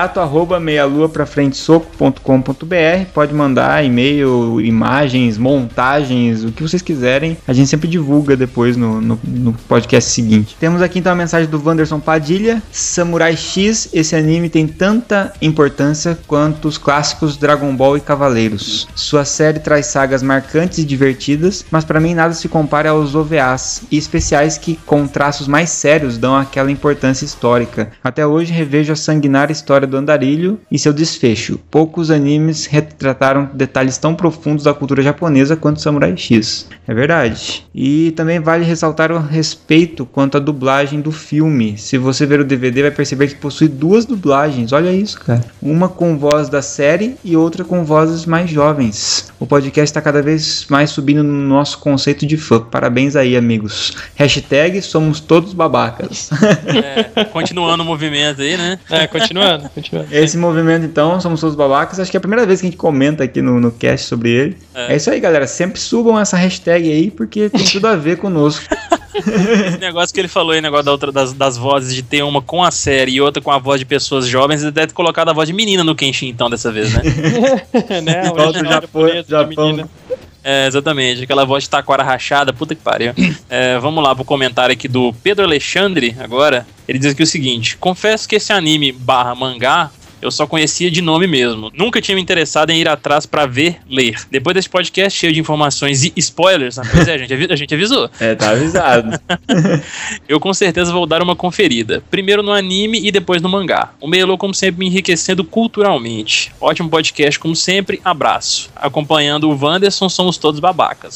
contato@meialuaprafrentesoco.com.br. Pode mandar e-mail, imagens, montagens, o que vocês quiserem. A gente sempre divulga depois no podcast seguinte. Temos aqui então a mensagem do Wanderson Padilha. Samurai X, esse anime tem tanta importância quanto os clássicos clássicos Dragon Ball e Cavaleiros. Sua série traz sagas marcantes e divertidas, mas pra mim nada se compara aos OVAs e especiais que, com traços mais sérios, dão aquela importância histórica. Até hoje revejo a sanguinária história do Andarilho e seu desfecho. Poucos animes retrataram detalhes tão profundos da cultura japonesa quanto Samurai X. É verdade. E também vale ressaltar o respeito quanto à dublagem do filme. Se você ver o DVD, vai perceber que possui 2 dublagens. Olha isso, cara. Uma com voz da série e outra com vozes mais jovens. O podcast está cada vez mais subindo no nosso conceito de fã. Parabéns aí, amigos. Hashtag somos todos babacas. Continuando o movimento aí, né? Continuando. Esse movimento, então, somos todos babacas. Acho que é a primeira vez que a gente comenta aqui no cast sobre ele. É isso aí, galera. Sempre subam essa hashtag aí, porque tem tudo a ver conosco. Esse negócio que ele falou aí, negócio da outra das vozes, de ter uma com a série e outra com a voz de pessoas jovens, ele deve ter colocado a voz de menina no Kenshin, então, dessa vez, né? Né? Japão. Exatamente, aquela voz de taquara rachada, puta que pariu. Vamos lá pro comentário aqui do Pedro Alexandre, agora. Ele diz aqui o seguinte: confesso que esse anime / mangá eu só conhecia de nome mesmo. Nunca tinha me interessado em ir atrás pra ler. Depois desse podcast cheio de informações e spoilers, pois é, a gente avisou. Tá avisado. Eu com certeza vou dar uma conferida. Primeiro no anime e depois no mangá. O Meia-Lua, como sempre, me enriquecendo culturalmente. Ótimo podcast, como sempre. Abraço. Acompanhando o Wanderson, somos todos babacas.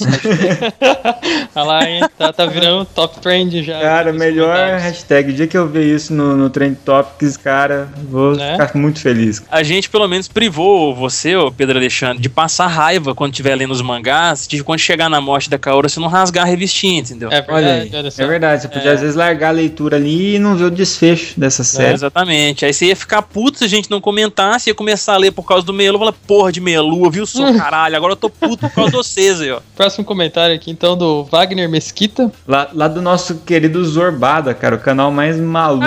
Olha lá, hein? Tá virando top trend já. Cara, melhor hashtag. O dia que eu ver isso no Trend Topics, cara, vou ficar muito feliz. A gente pelo menos privou você, ô Pedro Alexandre, de passar raiva quando estiver lendo os mangás, de quando chegar na morte da Kaoru, você não rasgar a revistinha, entendeu? Olha verdade, você podia às vezes largar a leitura ali e não ver o desfecho dessa série. Exatamente, aí você ia ficar puto se a gente não comentasse, ia começar a ler por causa do Meia-Lua, falar, porra de Meia-Lua, viu só, caralho, agora eu tô puto por causa de vocês aí, ó. Próximo comentário aqui, então, do Wagner Mesquita. Lá do nosso querido Zorbada, cara, o canal mais maluco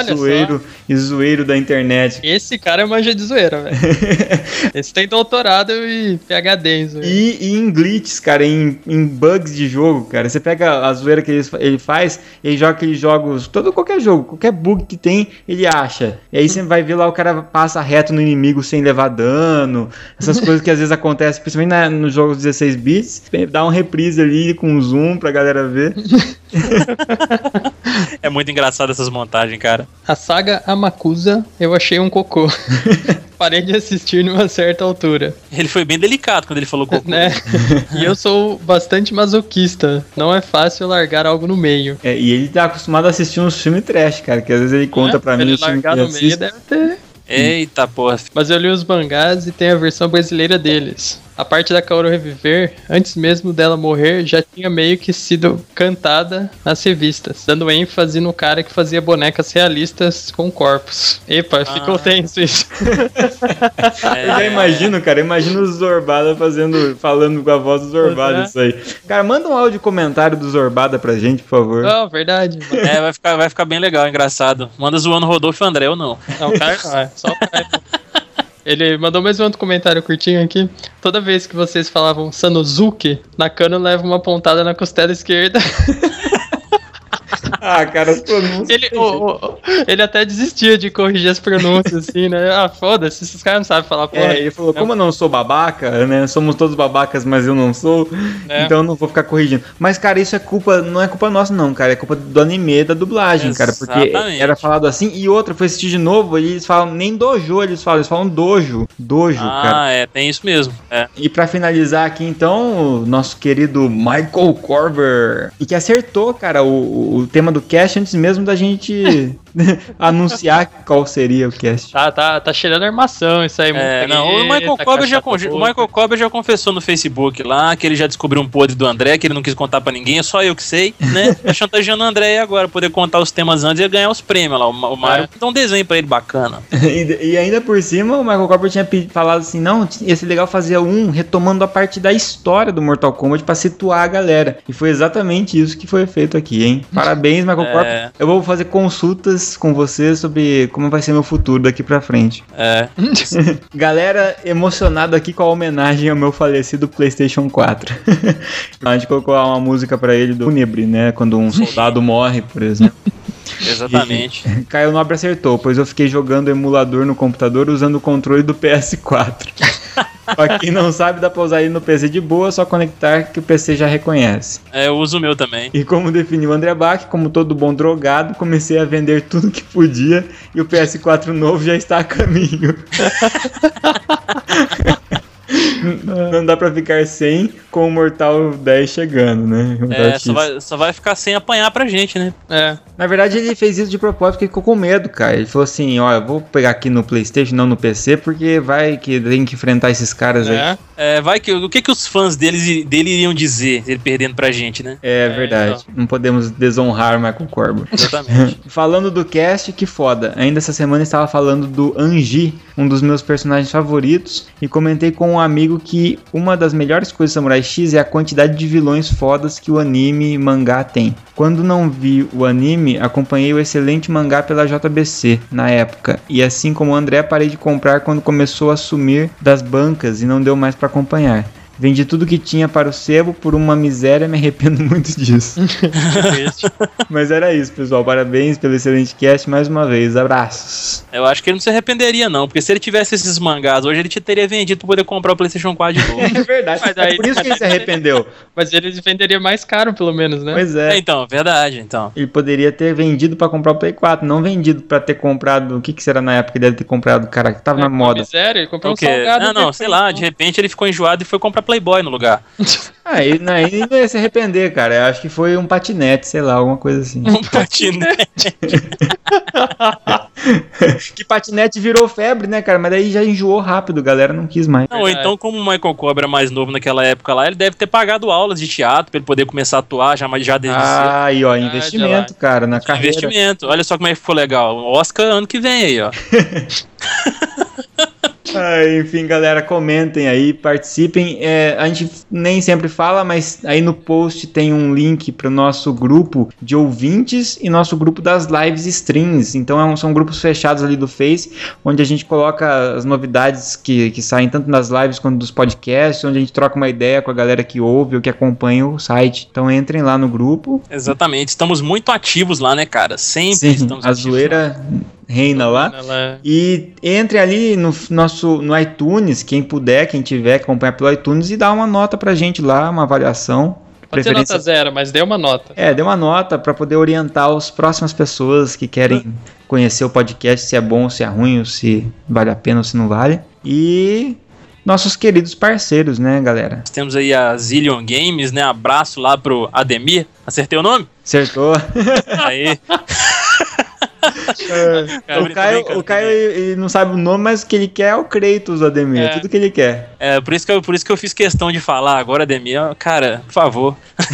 e zoeiro da internet. Esse cara manja de zoeira, velho. Esse tem doutorado e PhD em zoeira. E em glitches, cara, em bugs de jogo, cara. Você pega a zoeira que ele faz, ele joga aqueles jogos, qualquer jogo, qualquer bug que tem, ele acha. E aí você vai ver lá, o cara passa reto no inimigo sem levar dano. Essas coisas que às vezes acontecem, principalmente nos jogos 16 bits. Dá um reprise ali com zoom pra galera ver. É muito engraçado essas montagens, cara. A saga Amakusa eu achei um cocô. Parei de assistir numa certa altura. Ele foi bem delicado quando ele falou cocô. Né? E eu sou bastante masoquista. Não é fácil largar algo no meio. E ele tá acostumado a assistir uns filmes trash, cara. Que às vezes ele conta pra mim os filmes que ele assiste. Meio deve ter. Eita porra. Mas eu li os mangás e tem a versão brasileira deles. A parte da Kaoru reviver, antes mesmo dela morrer, já tinha meio que sido cantada nas revistas, dando ênfase no cara que fazia bonecas realistas com corpos. Epa, ficou tenso isso. Eu já imagino, cara, imagino o Zorbada falando com a voz do Zorbada isso aí. Cara, manda um áudio comentário do Zorbada pra gente, por favor. Não, verdade. Vai ficar bem legal, engraçado. Manda zoando Rodolfo e André ou não. Não, o cara não, é só o cara. Ele mandou mais um outro comentário curtinho aqui. Toda vez que vocês falavam Sanosuke, Nakano leva uma pontada na costela esquerda. Cara, as pronúncias. Ele até desistia de corrigir as pronúncias, assim, né? Foda-se, esses caras não sabem falar porra. Ele falou, como eu não sou babaca, né? Somos todos babacas, mas eu não sou. Então eu não vou ficar corrigindo. Mas, cara, isso não é culpa nossa, não, cara. É culpa do anime, da dublagem, cara. Porque era falado assim. E outra, foi assistir de novo, eles falam, nem dojo, eles falam dojo. Dojo, cara. Tem isso mesmo. E pra finalizar aqui, então, o nosso querido Michael Corber. E que acertou, cara, o tema do cast antes mesmo da gente anunciar qual seria o cast. Tá cheirando armação isso aí. O Michael Corber já confessou no Facebook lá que ele já descobriu um podre do André, que ele não quis contar pra ninguém, é só eu que sei, né? Tá chantageando o André agora, poder contar os temas antes e ganhar os prêmios lá. O Mário dá um desenho pra ele bacana. E ainda por cima, o Michael Corber tinha falado assim, não, ia ser legal fazer retomando a parte da história do Mortal Kombat pra situar a galera. E foi exatamente isso que foi feito aqui, hein? Parabéns, Michael Corber. Eu vou fazer consultas com você sobre como vai ser meu futuro daqui pra frente. Galera emocionado aqui com a homenagem ao meu falecido PlayStation 4. A gente colocou uma música pra ele do Fúnebre, né? Quando um soldado morre, por exemplo. Exatamente. Caio Nobre acertou, pois eu fiquei jogando emulador no computador usando o controle do PS4. Pra quem não sabe, dá pra usar ele no PC de boa, só conectar que o PC já reconhece. Eu uso o meu também. E como definiu o André Bach, como todo bom drogado, comecei a vender tudo que podia e o PS4 novo já está a caminho. Não dá pra ficar sem com o Mortal 10 chegando, né? Só vai ficar sem apanhar pra gente, né? Na verdade, ele fez isso de propósito porque ficou com medo, cara. Ele falou assim, ó, eu vou pegar aqui no PlayStation, não no PC, porque vai que tem que enfrentar esses caras aí. Vai que o que os fãs dele iriam dizer, ele perdendo pra gente, né? É verdade. Então. Não podemos desonrar Michael Corbo. Exatamente. Falando do cast, que foda. Ainda essa semana eu estava falando do Anji, um dos meus personagens favoritos, e comentei com um amigo que uma das melhores coisas do Samurai X é a quantidade de vilões fodas que o anime e mangá tem. Quando não vi o anime, acompanhei o excelente mangá pela JBC na época, e assim como o André, parei de comprar quando começou a sumir das bancas e não deu mais pra acompanhar. Vendi tudo que tinha para o sebo por uma miséria, me arrependo muito disso. Mas era isso, pessoal. Parabéns pelo excelente cast mais uma vez. Abraços. Eu acho que ele não se arrependeria, não. Porque se ele tivesse esses mangás hoje, ele te teria vendido para poder comprar o PlayStation 4 de novo. É verdade. Mas é por isso que ele se arrependeu. Mas ele venderia mais caro, pelo menos, né? Pois é. Então, verdade. Então. Ele poderia ter vendido para comprar o Play 4, não vendido para ter comprado... O que será na época que deve ter comprado? Cara, que tava na moda. Miséria, ele comprou um salgado. Não, sei lá. De repente ele ficou enjoado e foi comprar Playboy no lugar. Ele não ia se arrepender, cara. Eu acho que foi um patinete, sei lá, alguma coisa assim. Um patinete? Que patinete virou febre, né, cara? Mas daí já enjoou rápido, a galera não quis mais. Não, então, como o Michael Cobra era mais novo naquela época lá, ele deve ter pagado aulas de teatro pra ele poder começar a atuar já desde cedo. Aí, ó, investimento, cara, na carreira. Investimento. Olha só como é que ficou legal. Oscar ano que vem aí, ó. Enfim, galera, comentem aí, participem. A gente nem sempre fala, mas aí no post tem um link pro nosso grupo de ouvintes e nosso grupo das lives e streams. Então são grupos fechados ali do Face, onde a gente coloca as novidades que saem tanto nas lives quanto dos podcasts, onde a gente troca uma ideia com a galera que ouve ou que acompanha o site. Então entrem lá no grupo. Exatamente, estamos muito ativos lá, né, cara? Sempre Sim, estamos a ativos zoeira lá. Reina lá. E entre ali no iTunes, quem puder, quem tiver, acompanhar pelo iTunes e dá uma nota pra gente lá, uma avaliação. Pode ser nota 0, mas dê uma nota. Dê uma nota pra poder orientar as próximas pessoas que querem conhecer o podcast, se é bom, se é ruim, ou se vale a pena ou se não vale. E nossos queridos parceiros, né, galera? Nós temos aí a Zillion Games, né? Abraço lá pro Ademir. Acertei o nome? Acertou. Aí. O Caio ele não sabe o nome, mas o que ele quer é o Kratos, Ademir. Tudo que ele quer. Por isso que eu fiz questão de falar agora, Ademir. Cara, por favor.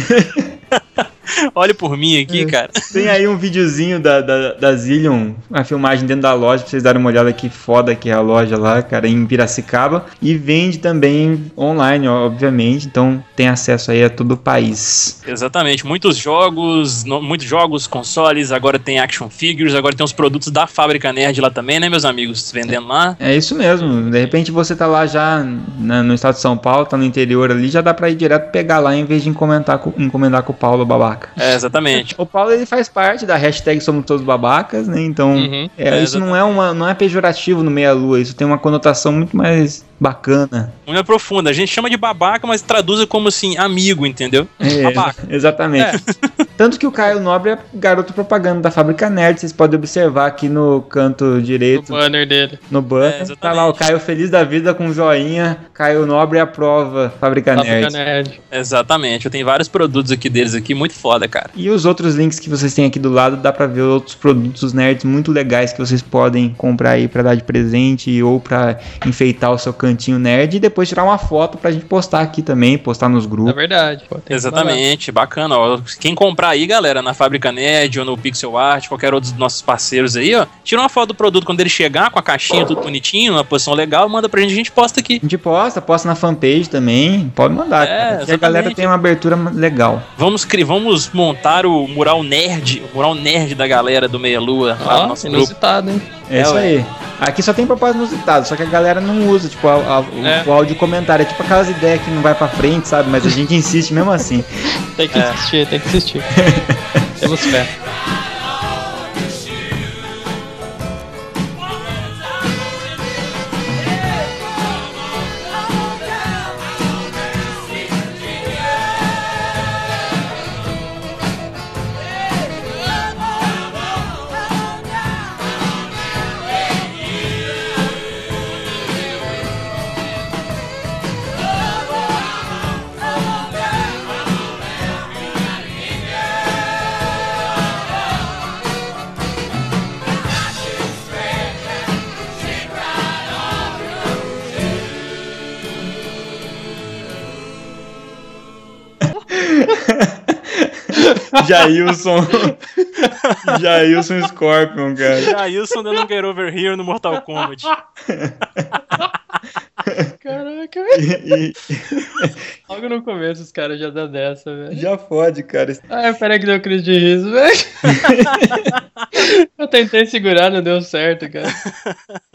Olhe por mim aqui, cara. Tem aí um videozinho da Zillion, a filmagem dentro da loja, pra vocês darem uma olhada que foda que é a loja lá, cara, em Piracicaba. E vende também online, obviamente, então tem acesso aí a todo o país. Exatamente, muitos jogos, consoles, agora tem action figures, agora tem os produtos da Fábrica Nerd lá também, né, meus amigos, vendendo lá. É isso mesmo, de repente você tá lá já no estado de São Paulo, tá no interior ali, já dá pra ir direto pegar lá em vez de encomendar com o Paulo Babaca. Exatamente. O Paulo, ele faz parte da hashtag Somos Todos Babacas, né? Então, isso não é pejorativo no Meia-Lua, isso tem uma conotação muito mais bacana. Muito profunda. A gente chama de babaca, mas traduz como assim, amigo, entendeu? Babaca. Exatamente. Tanto que o Caio Nobre é garoto propaganda da Fábrica Nerd, vocês podem observar aqui no canto direito. No banner dele. No banner. Tá lá o Caio feliz da vida com um joinha. Caio Nobre aprova Fábrica Nerd. Exatamente. Eu tenho vários produtos aqui deles aqui, muito foda, cara. E os outros links que vocês têm aqui do lado, dá pra ver outros produtos nerds muito legais que vocês podem comprar aí pra dar de presente ou pra enfeitar o seu cantinho nerd e depois tirar uma foto pra gente postar aqui também, postar nos grupos. É verdade. Exatamente, bacana. Ó. Quem comprar aí, galera, na Fábrica Nerd ou no Pixel Art, qualquer outro dos nossos parceiros aí, ó, tira uma foto do produto quando ele chegar com a caixinha tudo bonitinho, uma posição legal, manda pra gente, a gente posta aqui. A gente posta na fanpage também, pode mandar. E a galera tem uma abertura legal. Vamos montar o mural nerd da galera do Meia-Lua lá no nosso inusitado, grupo. Hein? É isso aí. Aqui só tem propósito inusitado, só que a galera não usa, tipo, o áudio comentário. É tipo aquelas ideias que não vai pra frente, sabe? Mas a gente insiste mesmo assim. Tem que insistir. Temos fé. Jailson Scorpion, cara. Jailson dando Get Over Here no Mortal Kombat. Caraca. Logo no começo os caras já dão dessa, velho. Já fode, cara. Ah, peraí que deu crise de riso, velho. Eu tentei segurar, não deu certo, cara.